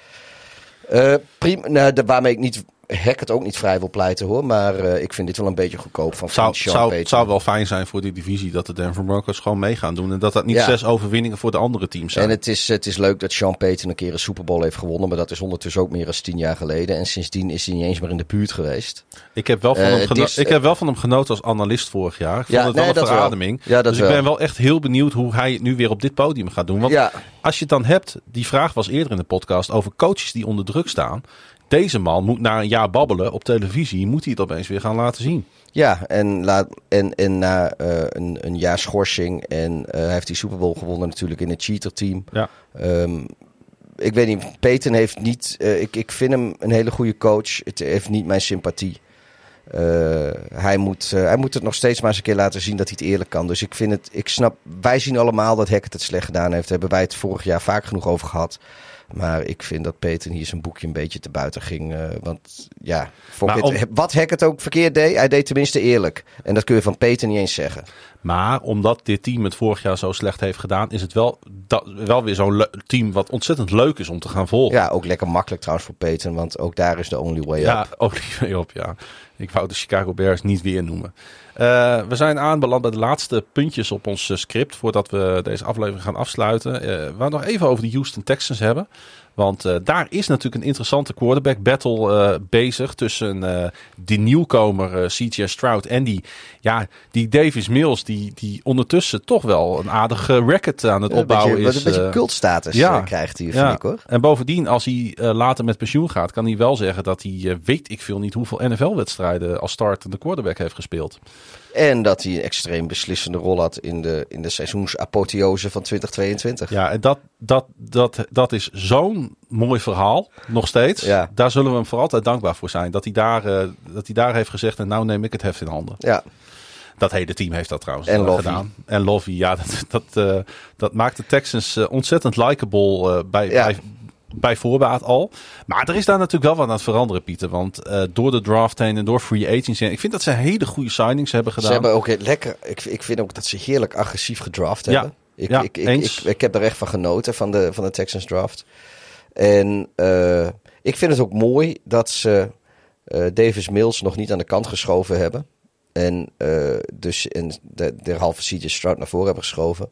Uh, prima, nou, de, waarmee ik niet Hackett ook niet vrij wil pleiten hoor. Maar uh, ik vind dit wel een beetje goedkoop van zou, Sean zou, Payton. Het zou wel fijn zijn voor die divisie dat de Denver Broncos gewoon mee gaan doen. En dat dat niet ja. zes overwinningen voor de andere teams zijn. En het is, het is leuk dat Sean Payton een keer een Super Bowl heeft gewonnen. Maar dat is ondertussen ook meer dan tien jaar geleden. En sindsdien is hij niet eens meer in de buurt geweest. Ik heb wel van, uh, hem, geno- is, ik heb wel van hem genoten als analist vorig jaar. Ik vond ja, het wel nee, een verademing. Ja, dus wel. ik ben wel echt heel benieuwd hoe hij het nu weer op dit podium gaat doen. Want ja. als je het dan hebt, die vraag was eerder in de podcast over coaches die onder druk staan. Deze man moet na een jaar babbelen op televisie, moet hij het opeens weer gaan laten zien. Ja, en, laat, en, en na uh, een, een jaar schorsing en uh, hij heeft die Super Bowl gewonnen natuurlijk in het cheater team. Ja. Um, ik weet niet, Payton heeft niet, uh, ik, ik vind hem een hele goede coach. Het heeft niet mijn sympathie. Uh, hij, moet, uh, hij moet het nog steeds maar eens een keer laten zien dat hij het eerlijk kan. Dus ik vind het, ik snap, wij zien allemaal dat Hackett het slecht gedaan heeft. Daar hebben wij het vorig jaar vaak genoeg over gehad. Maar ik vind dat Payton hier zijn boekje een beetje te buiten ging. Uh, want ja, om... wat Hackett ook verkeerd deed, hij deed tenminste eerlijk. En dat kun je van Payton niet eens zeggen. Maar omdat dit team het vorig jaar zo slecht heeft gedaan, is het wel, dat, wel weer zo'n le- team wat ontzettend leuk is om te gaan volgen. Ja, ook lekker makkelijk trouwens voor Payton, want ook daar is de only way ja, up. Ja, only way up, ja. Ik wou de Chicago Bears niet weer noemen. Uh, we zijn aanbeland bij de laatste puntjes op ons uh, script voordat we deze aflevering gaan afsluiten. Uh, we gaan nog even over de Houston Texans hebben. Want uh, daar is natuurlijk een interessante quarterback battle uh, bezig tussen uh, die nieuwkomer uh, C J Stroud en die, ja, die Davis Mills die, die ondertussen toch wel een aardige record aan het een opbouwen beetje, is. Wat een beetje cultstatus ja, uh, krijgt hij, ja. vind ik hoor. En bovendien, als hij uh, later met pensioen gaat, kan hij wel zeggen dat hij uh, weet ik veel niet hoeveel N F L-wedstrijden als startende quarterback heeft gespeeld. En dat hij een extreem beslissende rol had in de, in de seizoensapotheose van twintig tweeëntwintig. Ja, en dat, dat, dat, dat is zo'n mooi verhaal, nog steeds. Ja. Daar zullen we hem voor altijd dankbaar voor zijn. Dat hij daar, uh, dat hij daar heeft gezegd, en nou neem ik het heft in handen. Ja. Dat hele team heeft dat trouwens en uh, gedaan. En Lovie, ja, dat, dat, uh, dat maakt de Texans uh, ontzettend likable uh, bij... Ja. bij Bij voorbaat al. Maar er is daar natuurlijk wel wat aan het veranderen, Pieter. Want uh, door de draft heen en door free agency. Ik vind dat ze hele goede signings hebben gedaan. Ze hebben ook lekker. Ik, ik vind ook dat ze heerlijk agressief gedraft hebben. Ja, ik, ja, ik, ik, ik, ik, ik heb er echt van genoten van de, van de Texans draft. En uh, ik vind het ook mooi dat ze uh, Davis Mills nog niet aan de kant geschoven hebben. En uh, dus en de, de halve C J Stroud naar voren hebben geschoven.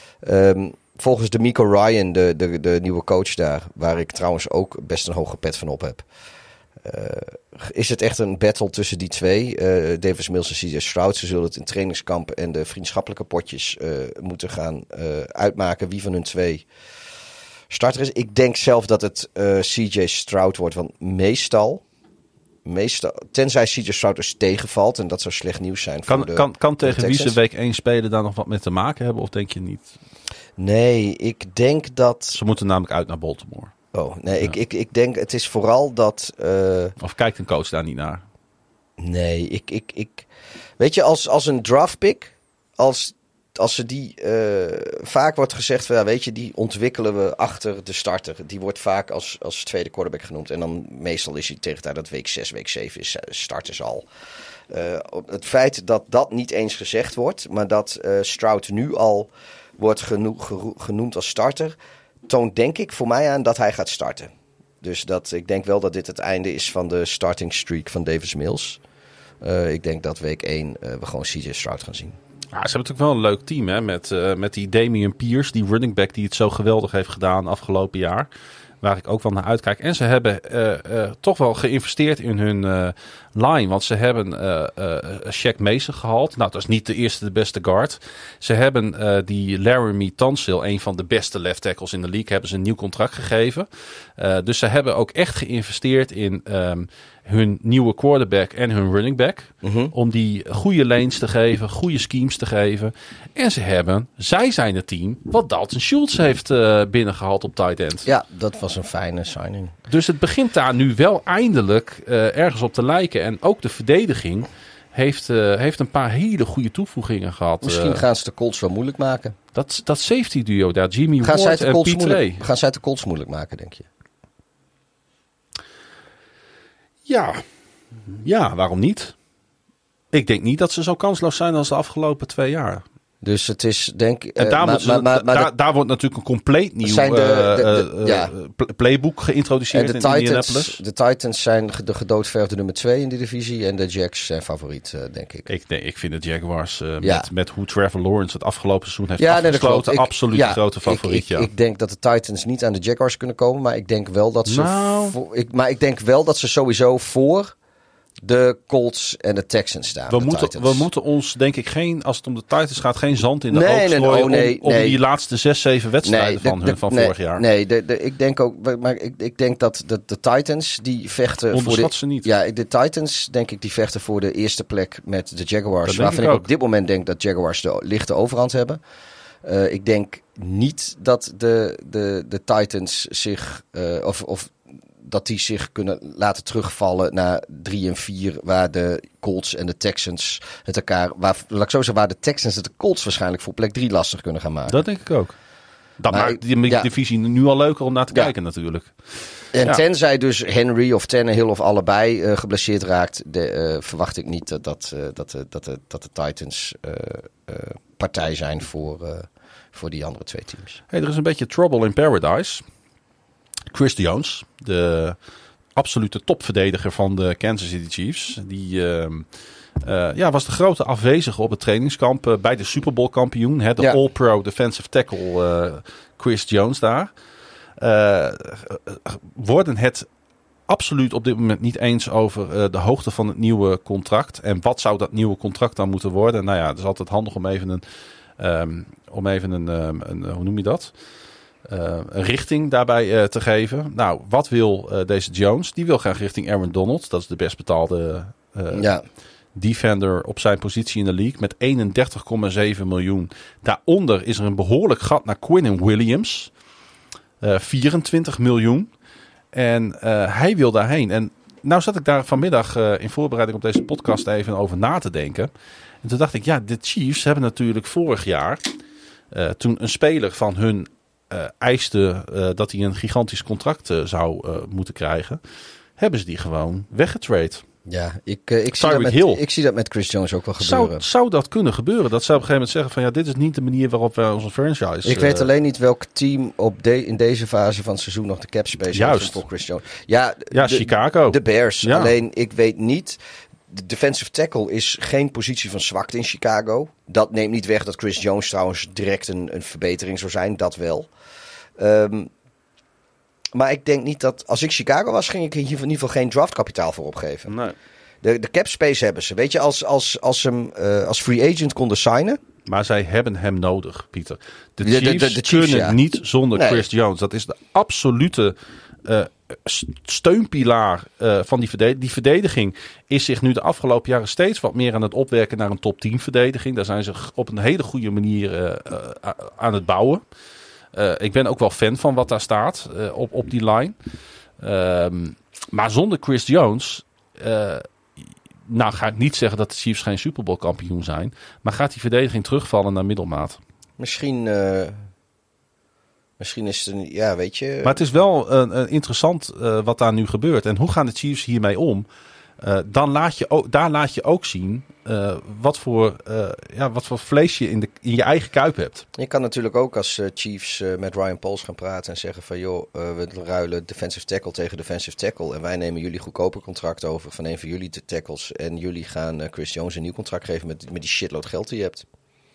Um, volgens DeMeco Ryan, de, de, de nieuwe coach daar, waar ik trouwens ook best een hoge pet van op heb. Uh, is het echt een battle tussen die twee, uh, Davis Mills en C J Stroud. Ze zullen het in trainingskamp en de vriendschappelijke potjes uh, moeten gaan uh, uitmaken wie van hun twee starter is. Ik denk zelf dat het uh, C J Stroud wordt, want meestal, meestal tenzij C J Stroud dus tegenvalt, en dat zou slecht nieuws zijn kan, voor de Kan, kan tegen wie Texans. ze week één spelen daar nog wat mee te maken hebben, of denk je niet? Nee, ik denk dat... Ze moeten namelijk uit naar Baltimore. Oh, nee, Ja. ik, ik, ik denk het is vooral dat... Uh, Of kijkt een coach daar niet naar? nee, ik... ik, ik weet je, als, als een draftpick, als, als ze die... Uh, vaak wordt gezegd, van, ja, weet je, die ontwikkelen we achter de starter. Die wordt vaak als, als tweede quarterback genoemd. En dan meestal is hij tegen tijd dat week zes, week zeven is, starters al. Uh, het feit dat dat niet eens gezegd wordt, maar dat uh, Stroud nu al wordt geno- gero- genoemd als starter, toont denk ik voor mij aan dat hij gaat starten. Dus dat, ik denk wel dat dit het einde is van de starting streak van Davis Mills. Uh, ik denk dat week één uh, we gewoon C J Stroud gaan zien. Ja, ze hebben natuurlijk wel een leuk team, hè? Met, uh, met die Damian Pierce, die running back die het zo geweldig heeft gedaan afgelopen jaar. Waar ik ook wel naar uitkijk. En ze hebben uh, uh, toch wel geïnvesteerd in hun uh, line. Want ze hebben uh, uh, Shaq Mason gehaald. Nou, dat is niet de eerste, de beste guard. Ze hebben uh, die Laramie Tunsil, een van de beste left tackles in de league, hebben ze een nieuw contract gegeven. Uh, dus ze hebben ook echt geïnvesteerd in um, hun nieuwe quarterback en hun running back. Mm-hmm. Om die goede lanes te geven, goede schemes te geven. En ze hebben, zij zijn het team wat Dalton Schultz heeft uh, binnengehaald op tight end. Ja, dat was een fijne signing. Dus het begint daar nu wel eindelijk uh, ergens op te lijken. En ook de verdediging heeft, uh, heeft een paar hele goede toevoegingen gehad. Misschien Uh, gaan ze de Colts wel moeilijk maken. dat, dat safety duo daar, Jimmy Gaan zij Ward het de en Colts P twee. moeilijk, gaan zij het de Colts moeilijk maken, denk je? Ja. ja, waarom niet? Ik denk niet dat ze zo kansloos zijn als de afgelopen twee jaar. Dus het is, denk ik... En uh, daar, maar, moet ze- maar, maar, maar daar, de- daar wordt natuurlijk een compleet nieuw Zijn de- de- de- uh, uh, ja. uh, playbook en geïntroduceerd de in Titans, Indianapolis. de Titans zijn de gedoodverfde nummer twee in die divisie. En de Jacks zijn favoriet, uh, denk ik. Ik, nee, ik vind de Jaguars uh, Ja. met, met hoe Trevor Lawrence het afgelopen seizoen heeft Ja, nee, dat afgesloten, klopt. Ik- absoluut ja, de grote favoriet. Ik, ik, ja. ik denk dat de Titans niet aan de Jaguars kunnen komen. Maar ik denk wel dat ze... Nou. Voor, ik, maar ik denk wel dat ze sowieso voor de Colts en de Texans staan. We de moeten, Titans. we moeten ons, denk ik, geen, als het om de Titans gaat, geen zand in de Nee, oog nee, strooien oh, nee, om, om nee. die laatste zes, zeven wedstrijden de- van, de- hun, van nee, vorig jaar. Nee, de, de, ik denk ook, maar ik, ik denk dat de, de Titans die vechten voor Onderschat de, ze niet. Ja, de Titans denk ik die vechten voor de eerste plek met de Jaguars. Dat denk Waarvan ik ik ook. op dit moment denk dat Jaguars de lichte overhand hebben. Uh, ik denk niet dat de, de, de Titans zich uh, of, of dat die zich kunnen laten terugvallen naar drie en vier, waar de Colts en de Texans het elkaar, waar, laat ik zo zeggen, waar de Texans het de Colts waarschijnlijk voor plek drie lastig kunnen gaan maken. Dat denk ik ook. Dat Maar maakt ik- die ja. divisie nu al leuker om naar te Ja. kijken natuurlijk. En Ja. tenzij dus Henry of Tannehill of allebei uh, geblesseerd raakt, de, uh, verwacht ik niet dat, dat, uh, dat, uh, dat, uh, dat de Titans uh, uh, partij zijn voor, uh, voor die andere twee teams. Hey, er is een beetje trouble in paradise. Chris Jones, de absolute topverdediger van de Kansas City Chiefs, die uh, uh, ja, was de grote afwezige op het trainingskamp uh, bij de Super Bowl kampioen. Hè, de Ja. All-Pro defensive tackle uh, Chris Jones daar. Uh, worden het absoluut op dit moment niet eens over uh, de hoogte van het nieuwe contract. En wat zou dat nieuwe contract dan moeten worden? Nou ja, het is altijd handig om even een, um, om even een, um, een hoe noem je dat? Uh, een richting daarbij uh, te geven. Nou, wat wil uh, deze Jones? Die wil graag richting Aaron Donald. Dat is de best betaalde uh, Ja. defender op zijn positie in de league. Met eenendertig komma zeven miljoen. Daaronder is er een behoorlijk gat naar Quinnen Williams. Uh, vierentwintig miljoen. En uh, hij wil daarheen. En nou zat ik daar vanmiddag uh, in voorbereiding op deze podcast even over na te denken. En toen dacht ik, ja, de Chiefs hebben natuurlijk vorig jaar, uh, toen een speler van hun uh, eiste uh, dat hij een gigantisch contract uh, zou uh, moeten krijgen, hebben ze die gewoon weggetrade. Ja, ik, uh, ik, zie dat met, ik zie dat met Chris Jones ook wel gebeuren. Zou, zou dat kunnen gebeuren? Dat zou op een gegeven moment zeggen van ja, dit is niet de manier waarop wij onze franchise... Ik uh, weet alleen niet welk team op de, in deze fase van het seizoen nog de cap space heeft voor Chris Jones. Ja, ja de, Chicago. De Bears. Ja. Alleen, ik weet niet... De defensive tackle is geen positie van zwakte in Chicago. Dat neemt niet weg dat Chris Jones trouwens direct een, een verbetering zou zijn. Dat wel. Um, maar ik denk niet dat... Als ik Chicago was, ging ik hier in ieder geval geen draftkapitaal voor opgeven. Nee. De, de cap space hebben ze. Weet je, als, als, als ze hem uh, als free agent konden signen... Maar zij hebben hem nodig, Pieter. De De- Chiefs, de- de- de Chiefs, kunnen ja. niet zonder Nee. Chris Jones. Dat is de absolute uh, steunpilaar uh, van die verdediging. Die verdediging is zich nu de afgelopen jaren steeds wat meer aan het opwerken naar een top tien verdediging. Daar zijn ze op een hele goede manier uh, uh, aan het bouwen. Uh, ik ben ook wel fan van wat daar staat uh, op, op die line. Um, maar zonder Chris Jones... Uh, nou ga ik niet zeggen dat de Chiefs geen Super Bowl kampioen zijn. Maar gaat die verdediging terugvallen naar middelmaat? Misschien... Uh, misschien is het een... Ja, weet je... Maar het is wel uh, uh, interessant uh, wat daar nu gebeurt. En hoe gaan de Chiefs hiermee om? Uh, dan laat je ook, daar laat je ook zien uh, wat, voor, uh, ja, wat voor vlees je in, de, in je eigen kuip hebt. Je kan natuurlijk ook als uh, Chiefs uh, met Ryan Poles gaan praten en zeggen van... joh, uh, we ruilen defensive tackle tegen defensive tackle... en wij nemen jullie goedkoper contract over van een van jullie de tackles... en jullie gaan uh, Chris Jones een nieuw contract geven met, met die shitload geld die je hebt.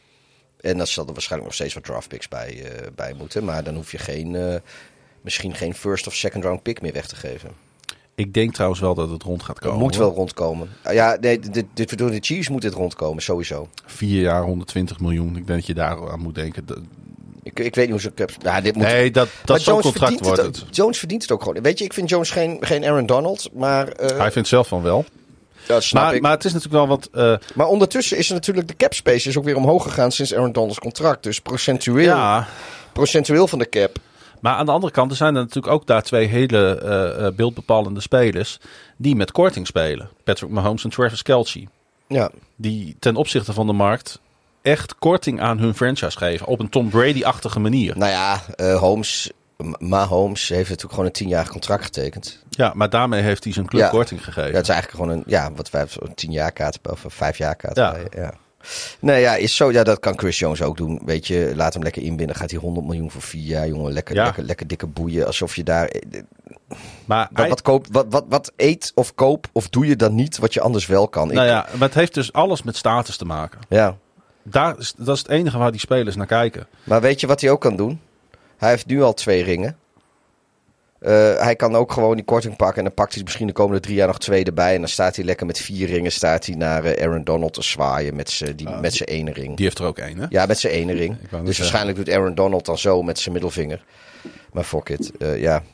En dan zal er waarschijnlijk nog steeds wat draft picks bij, uh, bij moeten... maar dan hoef je geen, uh, misschien geen first of second round pick meer weg te geven. Ik denk trouwens wel dat het rond gaat komen. Het moet hoor. wel rondkomen. Uh, ja, nee, dit, dit, door de Chiefs moet dit rondkomen, sowieso. Vier jaar, honderdtwintig miljoen. Ik denk dat je daar aan moet denken. De... Ik, ik weet niet hoe ze cap... Ja, dit moet... Nee, dat, dat zo'n contract wordt het. het. Jones verdient het ook gewoon. Weet je, ik vind Jones geen, geen Aaron Donald, maar... Uh, Hij vindt zelf van wel. dat snap Maar, ik. maar het is natuurlijk wel wat... Uh, Maar ondertussen is er natuurlijk de cap space is ook weer omhoog gegaan sinds Aaron Donald's contract. Dus procentueel, ja, procentueel van de cap. maar aan de andere kant, er zijn er natuurlijk ook daar twee hele uh, uh, beeldbepalende spelers die met korting spelen. Patrick Mahomes en Travis Kelce. Ja. Die ten opzichte van de markt echt korting aan hun franchise geven. Op een Tom Brady-achtige manier. Nou ja, uh, Holmes, Mahomes heeft natuurlijk gewoon een tienjarig contract getekend. Ja, maar daarmee heeft hij zijn club Ja. korting gegeven. Ja, het is eigenlijk gewoon een, ja, wat wij een tien jaar kaart of een vijf jaar kaart. Ja. Bij, ja. Nee, ja, is zo. Ja, dat kan Chris Jones ook doen. Weet je, laat hem lekker inbinden. Gaat hij honderd miljoen voor vier jaar, jongen. Lekker, Ja. lekker, lekker dikke boeien. Alsof je daar... Maar Wat, hij- wat, koop, wat, wat, wat eet of koop of doe je dan niet wat je anders wel kan? nou Ik- ja, maar het heeft dus alles met status te maken. ja. Daar is, dat is het enige waar die spelers naar kijken. Maar weet je wat hij ook kan doen? Hij heeft nu al twee ringen. Uh, hij kan ook gewoon die korting pakken. En dan pakt hij misschien de komende drie jaar nog twee erbij. En dan staat hij lekker met vier ringen. Staat hij naar uh, Aaron Donald te zwaaien met zijn die, Ah, met zijn ene ring. Die heeft er ook één, hè? Ja, met zijn ene ring. Ik wou net Dus waarschijnlijk doet Aaron Donald dan zo met zijn middelvinger. Maar fuck it. Uh, ja.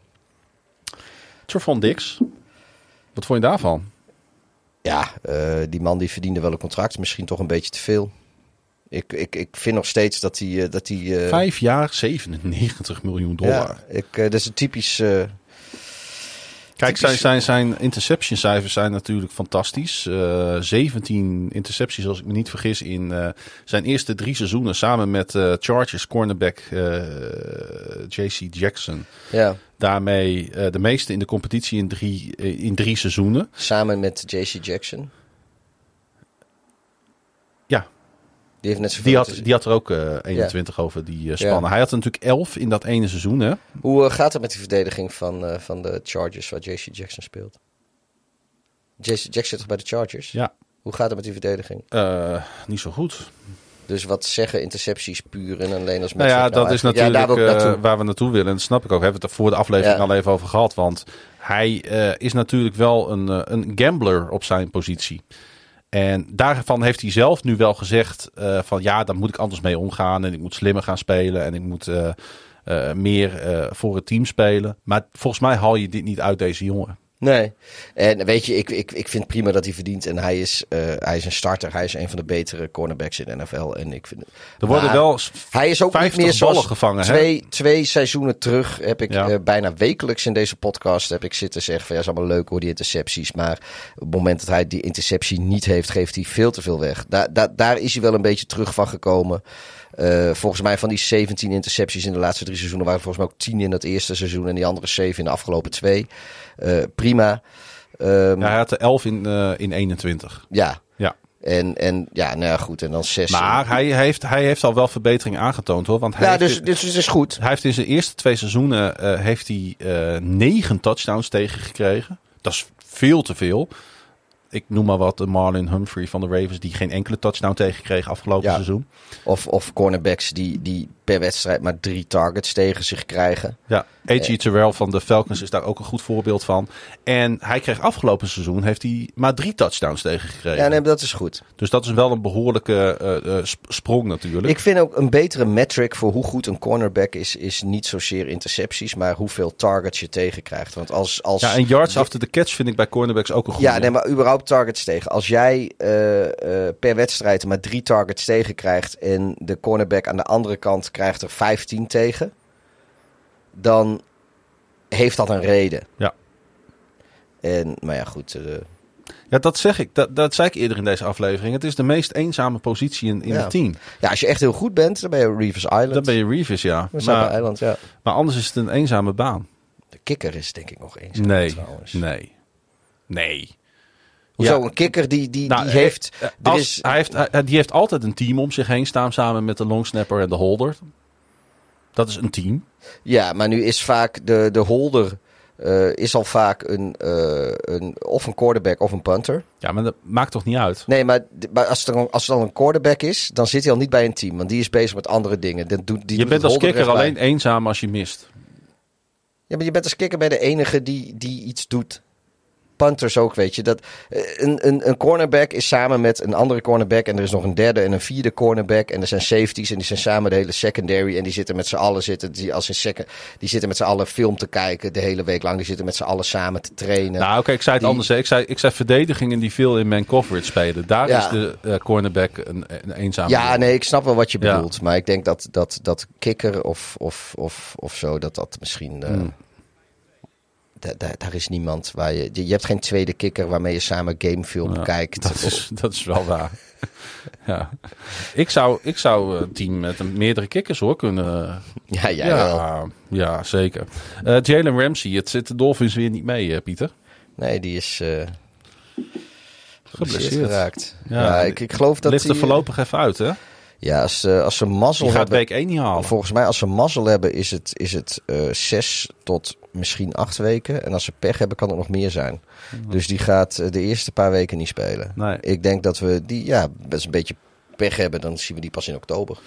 Trevon Diggs. Wat vond je daarvan? Ja, uh, die man die verdiende wel een contract. Misschien toch een beetje te veel. Ik, ik, ik vind nog steeds dat hij... Uh, dat hij uh, Vijf jaar, zevenennegentig miljoen dollar. ja, ik, uh, dat is een typisch... Uh, Kijk, zijn, typisch- zijn, zijn interception cijfers zijn natuurlijk fantastisch. Uh, zeventien intercepties, als ik me niet vergis, in uh, zijn eerste drie seizoenen. Samen met uh, Chargers cornerback uh, J C Jackson. ja, Daarmee uh, de meeste in de competitie in drie, uh, in drie seizoenen. samen met J C Jackson. Ja, Die heeft net zoveel... die had, die had er ook uh, eenentwintig over, die uh, spannen. Ja. Hij had er natuurlijk elf in dat ene seizoen, hè? Hoe uh, gaat het met die verdediging van, uh, van de Chargers waar J C Jackson speelt? J C Jackson zit toch bij de Chargers? Ja, Hoe gaat het met die verdediging? uh, niet zo goed. Dus wat zeggen intercepties puur en alleen als Nou ja, matchup? dat is eigenlijk- ja, natuurlijk daar wil ik uh, naartoe. waar we naartoe willen. En dat snap ik ook. We hebben het er voor de aflevering Ja. al even over gehad. Want hij uh, is natuurlijk wel een, uh, een gambler op zijn positie. En daarvan heeft hij zelf nu wel gezegd uh, van ja, daar moet ik anders mee omgaan. En ik moet slimmer gaan spelen. En ik moet uh, uh, meer uh, voor het team spelen. Maar volgens mij haal je dit niet uit deze jongen. Nee. En weet je, ik, ik, ik vind prima dat hij verdient. En hij is, uh, hij is een starter. Hij is een van de betere cornerbacks in de N F L. En ik vind, Er worden maar wel hij is ook niet vijftig meer ballen zoals gevangen. twee, twee seizoenen terug heb ik Ja. uh, bijna wekelijks in deze podcast heb ik zitten zeggen van ja, is allemaal leuk hoor die intercepties. Maar op het moment dat hij die interceptie niet heeft, geeft hij veel te veel weg. Daar, daar, daar is hij wel een beetje terug van gekomen. Uh, volgens mij van die zeventien intercepties in de laatste drie seizoenen waren volgens mij ook tien in het eerste seizoen en die andere zeven in de afgelopen twee. Uh, prima. Um, Ja, hij had er elf in, uh, in eenentwintig. Ja. Ja. En, en ja, nou ja, goed. En dan zes. Maar hij heeft, hij heeft al wel verbetering aangetoond, hoor. Want hij ja, heeft dus, dus het is goed. Hij heeft in zijn eerste twee seizoenen uh, heeft hij, uh, negen touchdowns tegengekregen. Dat is veel te veel. Ik noem maar wat, de Marlon Humphrey van de Ravens, die geen enkele touchdown tegenkreeg afgelopen ja. seizoen. Of, of cornerbacks die, die per wedstrijd maar drie targets tegen zich krijgen. Ja, A J Terrell van de Falcons is daar ook een goed voorbeeld van. En hij kreeg afgelopen seizoen heeft hij maar drie touchdowns tegengekregen. Ja, nee, dat is goed. Dus dat is wel een behoorlijke uh, uh, sprong natuurlijk. Ik vind ook een betere metric voor hoe goed een cornerback is, is niet zozeer intercepties, maar hoeveel targets je tegenkrijgt. Want als, als ja, en yards je, after the catch vind ik bij cornerbacks ook een goede. Ja, nee, maar überhaupt targets tegen. Als jij uh, uh, per wedstrijd maar drie targets tegenkrijgt en de cornerback aan de andere kant krijgt er vijftien tegen, dan heeft dat een reden. Ja. En, maar ja, goed. Uh, Ja, dat zeg ik. Dat, dat zei ik eerder in deze aflevering. Het is de meest eenzame positie in, in ja. het team. Ja, als je echt heel goed bent, dan ben je Reeves Island. Dan ben je Reeves, ja. Maar, Island, ja. Maar anders is het een eenzame baan. De kikker is denk ik nog eenzaam nee, trouwens. Nee, nee. Hoezo, Ja. een kikker die, die, Nou, die heeft... eh, er als, is, hij heeft hij, die heeft altijd een team om zich heen staan samen met de longsnapper en de holder. Dat is een team. Ja, maar nu is vaak de, de holder... Uh, is al vaak een, uh, een, of een quarterback of een punter. Ja, maar dat maakt toch niet uit? Nee, maar, maar als, er een, als er dan een quarterback is, dan zit hij al niet bij een team. Want die is bezig met andere dingen. Die doet, die je doet bent als kikker alleen bij. eenzaam als je mist. Ja, maar je bent als kikker bij de enige die, die iets doet. Punters ook, weet je. Dat, een, een, een cornerback is samen met een andere cornerback. En er is nog een derde en een vierde cornerback. En er zijn safeties en die zijn samen de hele secondary. En die zitten met z'n allen zitten, die, als een second, die zitten met z'n allen film te kijken de hele week lang. Die zitten met z'n allen samen te trainen. Nou, oké, okay, ik zei het die, anders. Hè. Ik zei, ik zei verdedigingen die veel in man coverage spelen. Daar ja. is de uh, cornerback een, een eenzame. Ja, nee, ik snap wel wat je bedoelt. Ja. Maar ik denk dat, dat, dat kikker of, of, of, of zo, dat dat misschien... Uh, hmm. Da, da, daar is niemand waar je... Je hebt geen tweede kikker waarmee je samen gamefilm ja, kijkt. Dat is, dat is wel waar. ja. Ik zou, ik zou een team met een, meerdere kikkers hoor kunnen... Ja, jij ja, wel. Ja, zeker. Uh, Jalen Ramsey, het zit de Dolphins weer niet mee, uh, Pieter. Nee, die is... Uh, geblesseerd geraakt. Ja, ja ik, ik geloof dat ligt die... er voorlopig even uit, hè? Ja, als, uh, als ze mazzel die gaat hebben... week één niet halen. Volgens mij, als ze mazzel hebben, is het, is het uh, zes tot misschien acht weken. En als ze pech hebben, kan het nog meer zijn. Mm-hmm. Dus die gaat uh, de eerste paar weken niet spelen. Nee. Ik denk dat we die, ja, best een beetje pech hebben. Dan zien we die pas in oktober.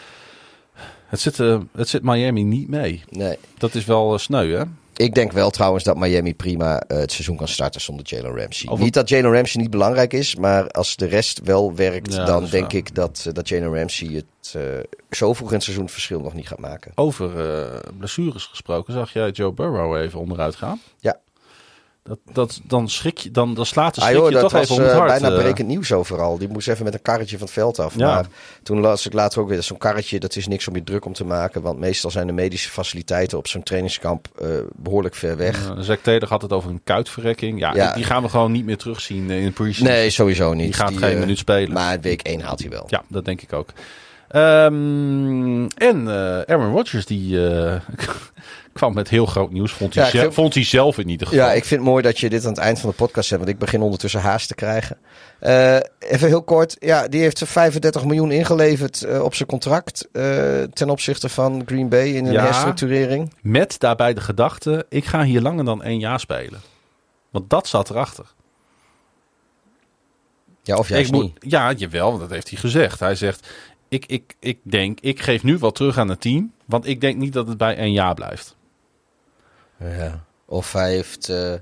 Het zit, uh, het zit Miami niet mee. Nee. Dat is wel uh, sneu, hè? Ik denk wel trouwens dat Miami prima uh, het seizoen kan starten zonder Jalen Ramsey. Over... Niet dat Jalen Ramsey niet belangrijk is, maar als de rest wel werkt, ja, dan denk waar. ik dat, uh, dat Jalen Ramsey het uh, zo vroeg in het seizoen het verschil nog niet gaat maken. Over uh, blessures gesproken, zag jij Joe Burrow even onderuit gaan? Ja. Dat, dat, dan, schrik je, dan, dan slaat de schrik ah, joh, je toch was, even om het hart. Dat was bijna uh... berekend nieuws overal. Die moest even met een karretje van het veld af. Ja. Maar toen las ik later ook weer, zo'n karretje, dat is niks om je druk om te maken. Want meestal zijn de medische faciliteiten op zo'n trainingskamp uh, behoorlijk ver weg. Uh, Zack Taylor had het over een kuitverrekking. Ja, ja. Die gaan we gewoon niet meer terugzien in de pre-season. Nee, sowieso niet. Die gaat die, geen uh, minuut spelen. Maar week één haalt hij wel. Ja, dat denk ik ook. Um, en uh, Aaron Rodgers, die uh, kwam met heel groot nieuws. Vond hij, ja, zelf, vind... vond hij zelf in ieder geval. Ja, ik vind het mooi dat je dit aan het eind van de podcast hebt. Want ik begin ondertussen haast te krijgen. Uh, even heel kort. Ja, die heeft vijfendertig miljoen ingeleverd uh, op zijn contract. Uh, ten opzichte van Green Bay in een ja, herstructurering. Met daarbij de gedachte, ik ga hier langer dan één jaar spelen. Want dat zat erachter. Ja, of juist ik moet, niet. Ja, jawel, dat heeft hij gezegd. Hij zegt, ik, ik, ik denk, ik geef nu wat terug aan het team. Want ik denk niet dat het bij één jaar blijft. Ja. Of hij heeft... Uh,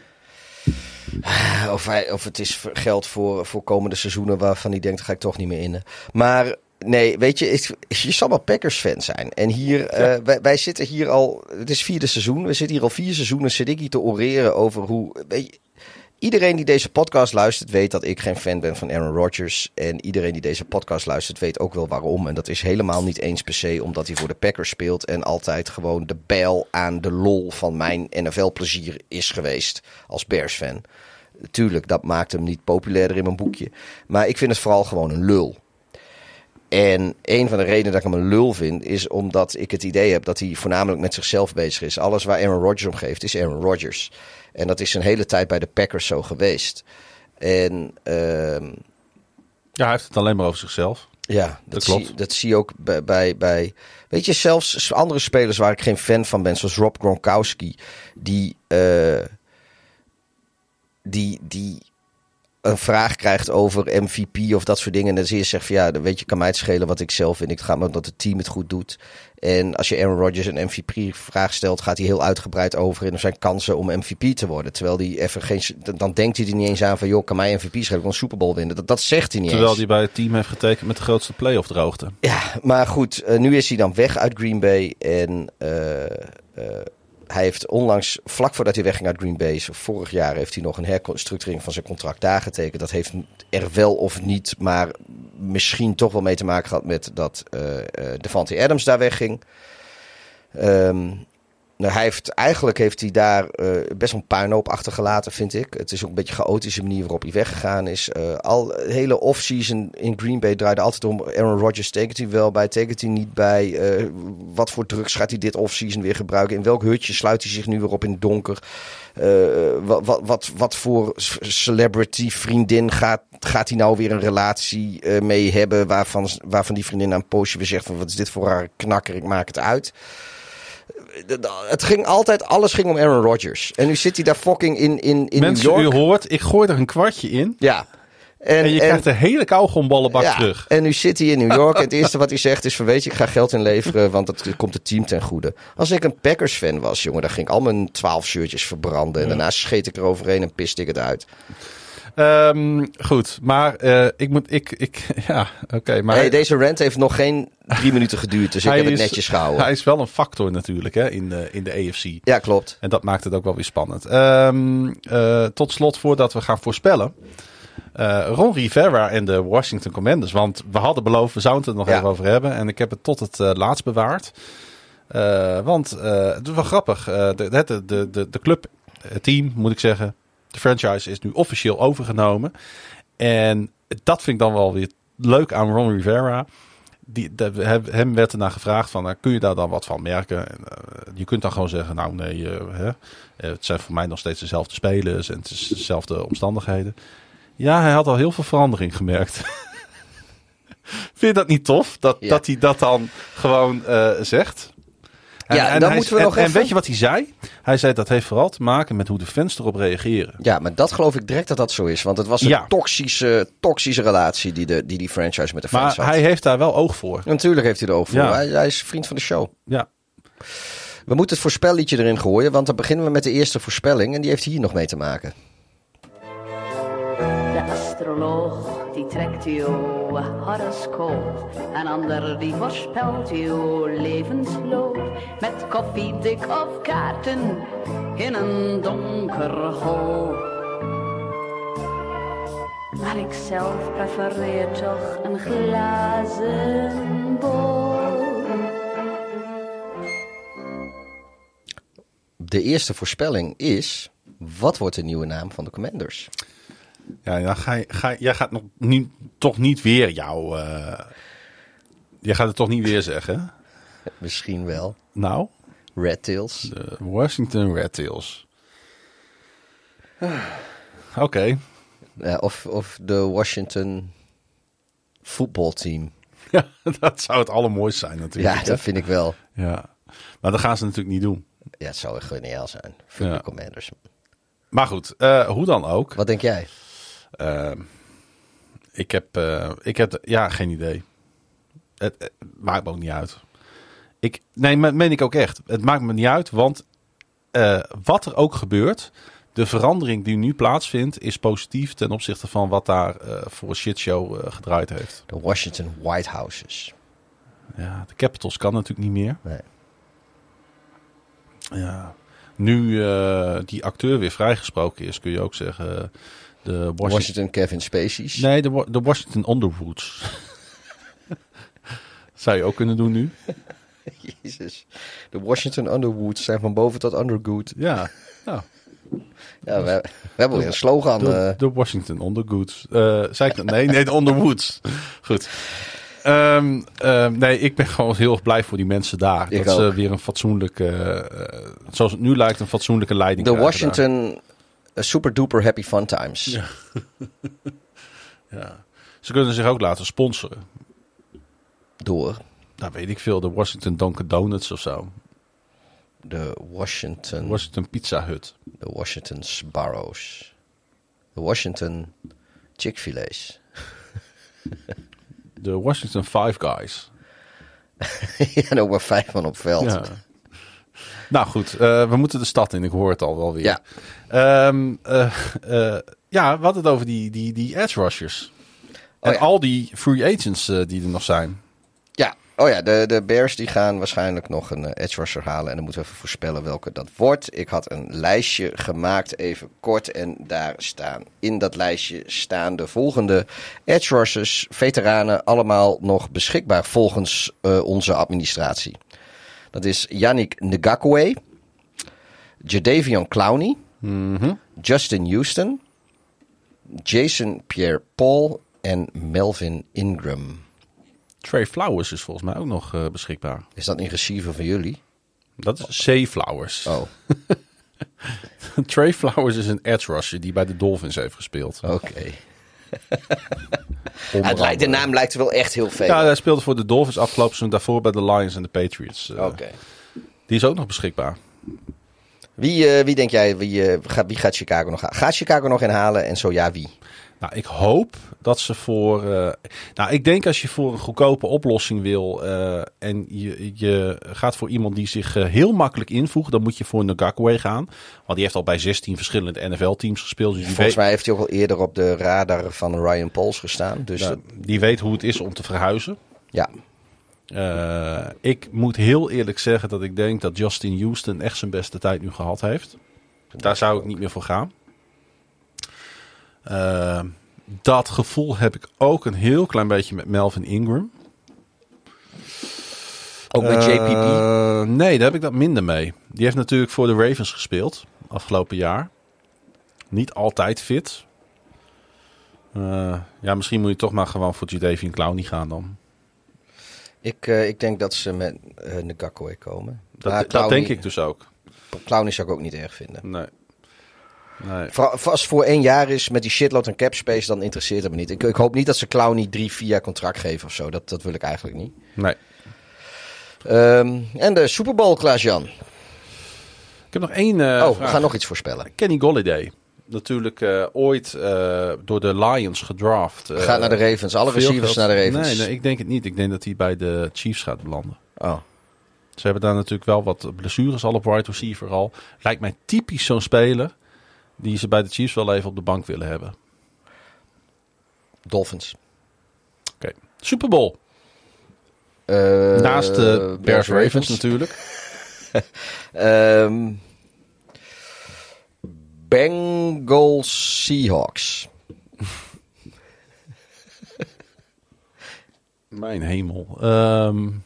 of, hij, of het is geld voor, voor komende seizoenen waarvan hij denkt, ga ik toch niet meer in. Maar nee, weet je, het, je zal wel Packers-fan zijn. En hier, ja. uh, wij, wij zitten hier al, het is vierde seizoen. We zitten hier al vier seizoenen, zit ik hier te oreren over hoe... Weet je, iedereen die deze podcast luistert weet dat ik geen fan ben van Aaron Rodgers. En iedereen die deze podcast luistert weet ook wel waarom. En dat is helemaal niet eens per se omdat hij voor de Packers speelt. En altijd gewoon de bijl aan de lol van mijn N F L-plezier is geweest als Bears-fan. Tuurlijk, dat maakt hem niet populairder in mijn boekje. Maar ik vind het vooral gewoon een lul. En een van de redenen dat ik hem een lul vind, is omdat ik het idee heb dat hij voornamelijk met zichzelf bezig is. Alles waar Aaron Rodgers om geeft, is Aaron Rodgers. En dat is een hele tijd bij de Packers zo geweest. En uh, ja, hij heeft het alleen maar over zichzelf. Ja, dat, dat klopt. Zie, dat zie je ook bij, bij, bij... Weet je, zelfs andere spelers waar ik geen fan van ben, zoals Rob Gronkowski, die... Uh, die, die een vraag krijgt over M V P of dat soort dingen. En dan zie je zegt van ja, dan weet je, kan mij het schelen wat ik zelf vind. Ik ga maar omdat het team het goed doet. En als je Aaron Rodgers een M V P-vraag stelt, gaat hij heel uitgebreid over in zijn kansen om M V P te worden. Terwijl hij even geen... Dan denkt hij er niet eens aan van joh, kan mij M V P schelen, ik wil een Super Bowl winnen. Dat, dat zegt hij niet Terwijl eens. hij bij het team heeft getekend met de grootste playoff droogte. Ja, maar goed, uh, nu is hij dan weg uit Green Bay. En uh, uh, hij heeft onlangs, vlak voordat hij wegging uit Green Bay, vorig jaar heeft hij nog een herstructurering van zijn contract daar getekend. Dat heeft er wel of niet, maar misschien toch wel mee te maken gehad met dat uh, uh, Davante Adams daar wegging. Um, nou, hij heeft, eigenlijk heeft hij daar uh, best wel een puinhoop achtergelaten, vind ik. Het is ook een beetje een chaotische manier waarop hij weggegaan is. Uh, al de hele offseason in Green Bay draaide altijd om Aaron Rodgers. Tekent hij wel bij, tekent hij niet bij? Uh, wat voor drugs gaat hij dit offseason weer gebruiken? In welk hutje sluit hij zich nu weer op in het donker? Uh, wat, wat, wat, wat voor celebrity vriendin gaat, gaat hij nou weer een relatie uh, mee hebben? Waarvan, waarvan die vriendin aan een poosje weer zegt van wat is dit voor haar knakker, ik maak het uit. Het ging altijd, alles ging om Aaron Rodgers. En nu zit hij daar fucking in, in, in Mensen, New York. u hoort, ik gooi er een kwartje in. Ja. En, en je en, krijgt de hele kauwgomballenbak ja, terug. En nu zit hij in New York. En het eerste wat hij zegt is van weet je, ik ga geld inleveren, want dat komt het team ten goede. Als ik een Packers fan was, jongen, dan ging ik al mijn twaalf shirtjes verbranden. En ja. daarna scheet ik er overheen en piste ik het uit. Um, goed, maar uh, ik moet, ik, ik, ja, oké. Okay, maar hey, deze rant heeft nog geen drie minuten geduurd, dus ik heb is, het netjes gehouden. Hij is wel een factor natuurlijk, hè, in de, in de A F C. Ja, klopt. En dat maakt het ook wel weer spannend. Um, uh, tot slot, voordat we gaan voorspellen. Uh, Ron Rivera en de Washington Commanders. Want we hadden beloofd, we zouden het er nog ja. even over hebben. En ik heb het tot het uh, laatst bewaard. Uh, want uh, het is wel grappig. Uh, de, de, de, de, de club, het team moet ik zeggen. De franchise is nu officieel overgenomen. En dat vind ik dan wel weer leuk aan Ron Rivera. Die, de, hem werd ernaar gevraagd van, uh, kun je daar dan wat van merken? En, uh, je kunt dan gewoon zeggen, nou nee, uh, hè, het zijn voor mij nog steeds dezelfde spelers en het is dezelfde omstandigheden. Ja, hij had al heel veel verandering gemerkt. Vind je dat niet tof? Dat, ja. dat hij dat dan gewoon uh, zegt? En, ja, en, dan hij, moeten we en, nog en even... weet je wat hij zei? Hij zei dat heeft vooral te maken met hoe de fans erop reageren. Ja, maar dat geloof ik direct dat dat zo is. Want het was een ja. toxische, toxische relatie die, de, die die franchise met de fans maar had. Maar hij heeft daar wel oog voor. Natuurlijk heeft hij er oog voor. Ja. Hij, hij is vriend van de show. Ja. We moeten het voorspelliedje erin gooien. Want dan beginnen we met de eerste voorspelling. En die heeft hier nog mee te maken. De astroloog die trekt uw horoscoop. Een ander die voorspelt uw levensloop. Met koffiedik of kaarten in een donker hol. Maar ik zelf prefereer toch een glazen bol. De eerste voorspelling is... Wat wordt de nieuwe naam van de Commanders? Ja, dan ga je, ga je, jij gaat nog niet, toch niet weer jouw... Uh, jij gaat het toch niet weer zeggen? Misschien wel. Nou? Red Tails. De Washington Red Tails. Oké. Okay. Ja, of, of de Washington voetbalteam. Ja, dat zou het allermooiste zijn natuurlijk. Ja, dat vind ik wel. Ja, maar dat gaan ze natuurlijk niet doen. Ja, het zou echt geniaal zijn. Voor ja. de Commanders. Maar goed, uh, hoe dan ook. Wat denk jij? Uh, ik, heb, uh, ik heb, ja, geen idee. Het, het maakt me ook niet uit. Ik, nee, maar meen ik ook echt. Het maakt me niet uit, want uh, wat er ook gebeurt, de verandering die nu plaatsvindt, is positief ten opzichte van wat daar uh, voor een shitshow uh, gedraaid heeft. De Washington White Houses. Ja, de Capitals kan natuurlijk niet meer. Nee. Ja. Nu uh, die acteur weer vrijgesproken is, kun je ook zeggen... De Washington, Washington Kevin Spacey's? Nee, de, de Washington Underwoods. Zou je ook kunnen doen nu. Jezus. De Washington Underwoods zijn van boven tot undergood. Ja, nou. Ja, we, we hebben weer een slogan. De, uh... de Washington Underwoods. Uh, zei ik dat? Nee, nee, de Underwoods. Goed. um, um, nee, ik ben gewoon heel erg blij voor die mensen daar. Ik dat ook. ze weer een fatsoenlijke, uh, zoals het nu lijkt, een fatsoenlijke leiding De krijgen Washington uh, Super Duper Happy Fun Times. Ja. Ja. Ze kunnen zich ook laten sponsoren. Door Nou, weet ik veel. De Washington Dunkin' Donuts of zo. de Washington... Washington Pizza Hut. De Washington Sbarrows. De Washington Chick-fil-A's. De Washington Five Guys. Ja, en ook maar vijf man op veld. Ja. Nou goed, uh, we moeten de stad in. Ik hoor het al wel weer. Ja, um, uh, uh, ja we hadden het over die, die, die edge rushers. En Oh ja. al die free agents uh, die er nog zijn. ja. Oh ja, de, de Bears die gaan waarschijnlijk nog een uh, edge rusher halen. En dan moeten we even voorspellen welke dat wordt. Ik had een lijstje gemaakt, even kort. En daar staan, in dat lijstje staan de volgende edge rushers, veteranen, allemaal nog beschikbaar volgens uh, onze administratie. Dat is Yannick Ngakoue, Jadeveon Clowney, Mm-hmm. Justin Houston, Jason Pierre-Paul en Melvin Ingram. Trey Flowers is volgens mij ook nog uh, beschikbaar. Is dat een receiver van jullie? Dat is Zay Flowers. Oh, Trey Flowers is een edge rusher die bij de Dolphins heeft gespeeld. oké. Onder Ja, het lijkt, de andere. naam lijkt wel echt heel veel. Ja, hij speelde voor de Dolphins afgelopen seizoen. Daarvoor bij de Lions en de Patriots. Uh, Oké. Die is ook nog beschikbaar. Wie, uh, wie denk jij, wie, uh, gaat, wie gaat Chicago nog halen? Gaat Chicago nog inhalen en zo ja, wie? Nou, ik hoop dat ze voor... Uh, nou, ik denk als je voor een goedkope oplossing wil... Uh, en je, je gaat voor iemand die zich uh, heel makkelijk invoegt... dan moet je voor Ngakoue gaan. Want die heeft al bij zestien verschillende N F L-teams gespeeld. Dus die Volgens weet, mij heeft hij ook al eerder op de radar van Ryan Poles gestaan. Dus nou, dat- die weet hoe het is om te verhuizen. ja, Uh, ik moet heel eerlijk zeggen dat ik denk dat Justin Houston echt zijn beste tijd nu gehad heeft. Daar zou ik niet meer voor gaan. Uh, dat gevoel heb ik ook een heel klein beetje met Melvin Ingram. ook met J P P. Uh, nee, daar heb ik dat minder mee. Die heeft natuurlijk voor de Ravens gespeeld afgelopen jaar. Niet altijd fit. Uh, ja, misschien moet je toch maar gewoon voor Jadeveon Clowney gaan dan. Ik, uh, ik denk dat ze met uh, Ngakoue komen. Dat, Maar dat Clowney- denk ik dus ook. Clowney zou ik ook niet erg vinden. Nee. Nee. Voor, als het voor één jaar is met die shitload en cap space, dan interesseert het me niet. Ik, ik hoop niet dat ze Clowney drie, vier jaar contract geven of zo. Dat, dat wil ik eigenlijk niet. Nee. Um, en de Super Bowl, Klaas-Jan. Ik heb nog één uh, oh, we vraag. gaan nog iets voorspellen. Kenny Golladay. Natuurlijk uh, ooit uh, door de Lions gedraft. Uh, Gaat naar de Ravens. Alle veel receivers geld. naar de Ravens. Nee, nee, ik denk het niet. Ik denk dat hij bij de Chiefs gaat belanden. Oh. Ze hebben daar natuurlijk wel wat blessures al op wide receiver al. Lijkt mij typisch zo'n speler die ze bij de Chiefs wel even op de bank willen hebben. Dolphins. Oké. Okay. Super Bowl. Uh, Naast de Bears Ravens, Ravens natuurlijk. um, Bengals Seahawks. Mijn hemel. Um,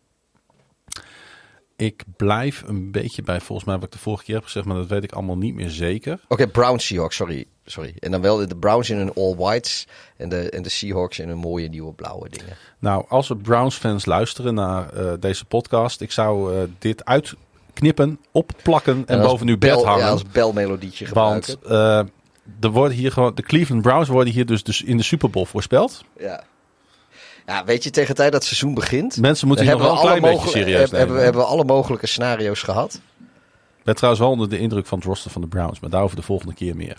ik blijf een beetje bij, volgens mij wat ik de vorige keer heb gezegd, maar dat weet ik allemaal niet meer zeker. Oké, okay, Browns Seahawks, sorry. sorry. En dan wel de Browns in hun all whites en de, en de Seahawks in hun mooie nieuwe blauwe dingen. Nou, als er Browns fans luisteren naar uh, deze podcast, ik zou uh, dit uitknippen, opplakken en, en boven uw bed hangen. Ja, als belmelodietje gebruiken. Want uh, er worden hier gewoon, de Cleveland Browns worden hier dus, dus in de Super Bowl voorspeld. Ja. Ja, weet je, tegen de tijd dat het seizoen begint... Mensen moeten hier nog wel een klein beetje serieus heb, nemen. Hebben, hebben we alle mogelijke scenario's gehad. Ik ben trouwens wel onder de indruk van het roster van de Browns, maar daarover de volgende keer meer.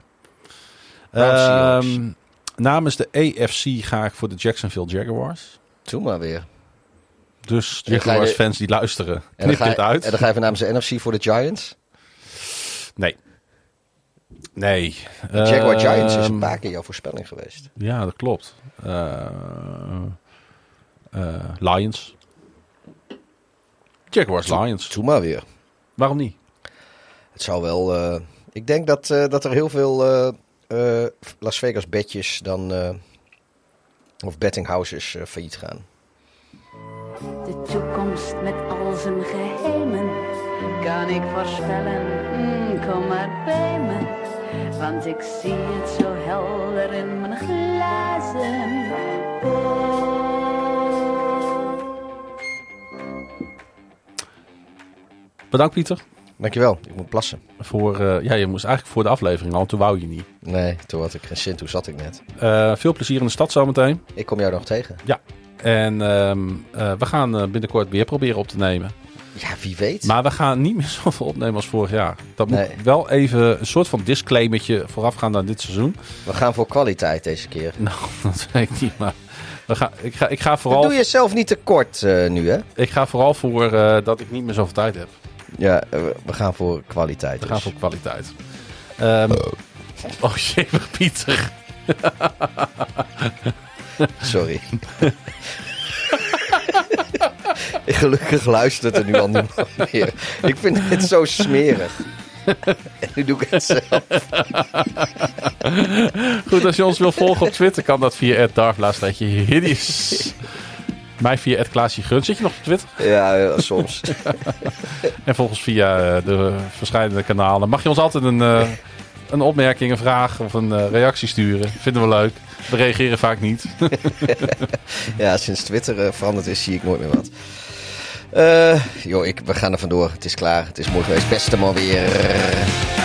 Um, namens de A F C ga ik voor de Jacksonville Jaguars. Doe maar weer. Dus Jaguars de, fans die luisteren, knip dit uit. En dan ga je even namens de N F C voor de Giants? Nee. Nee. De Jaguar uh, Giants is een paar keer jouw voorspelling geweest. Ja, dat klopt. Uh, uh, Lions. Jaguars Doe, Lions. Doe maar weer. Waarom niet? Het zou wel... Uh, ik denk dat, uh, dat er heel veel uh, uh, Las Vegas bedjes dan... Uh, of bettinghouses uh, failliet gaan. De toekomst met al zijn geheimen kan ik voorspellen. Mm, kom maar bij me. Want ik zie het zo helder in mijn glazen bol. Bedankt Pieter. Dankjewel, ik moet plassen. Voor, uh, ja, je moest eigenlijk voor de aflevering al, toen wou je niet. Nee, toen had ik geen zin, toen zat ik net. Uh, veel plezier in de stad zometeen. Ik kom jou nog tegen. Ja, en um, uh, we gaan uh, binnenkort weer proberen op te nemen. Ja, wie weet. Maar we gaan niet meer zoveel opnemen als vorig jaar. Dat nee. moet wel even een soort van disclaimertje voorafgaan aan dit seizoen. We gaan voor kwaliteit deze keer. Nou, dat weet ik niet, maar... We gaan, ik, ga, ik ga vooral... Dat doe je zelf niet tekort uh, nu, hè? Ik ga vooral voor uh, dat ik niet meer zoveel tijd heb. Ja, uh, we gaan voor kwaliteit. We dus. gaan voor kwaliteit. Um, oh. oh jee, Pieter. Sorry. Gelukkig luistert er nu al niemand meer. Ik vind het zo smerig. En nu doe ik het zelf. Goed, als je ons wil volgen op Twitter, kan dat via at darflaatstreepje hideous. Mij via at Klaasje Gun. Zit je nog op Twitter? Ja, ja soms. En volgens via de verschillende kanalen. Mag je ons altijd een, uh, een opmerking, een vraag of een uh, reactie sturen. Vinden we leuk. We reageren vaak niet. Ja, sinds Twitter uh, veranderd is, zie ik nooit meer wat. Uh, joh, ik, we gaan er vandoor. Het is klaar. Het is mooi geweest. Beste man weer.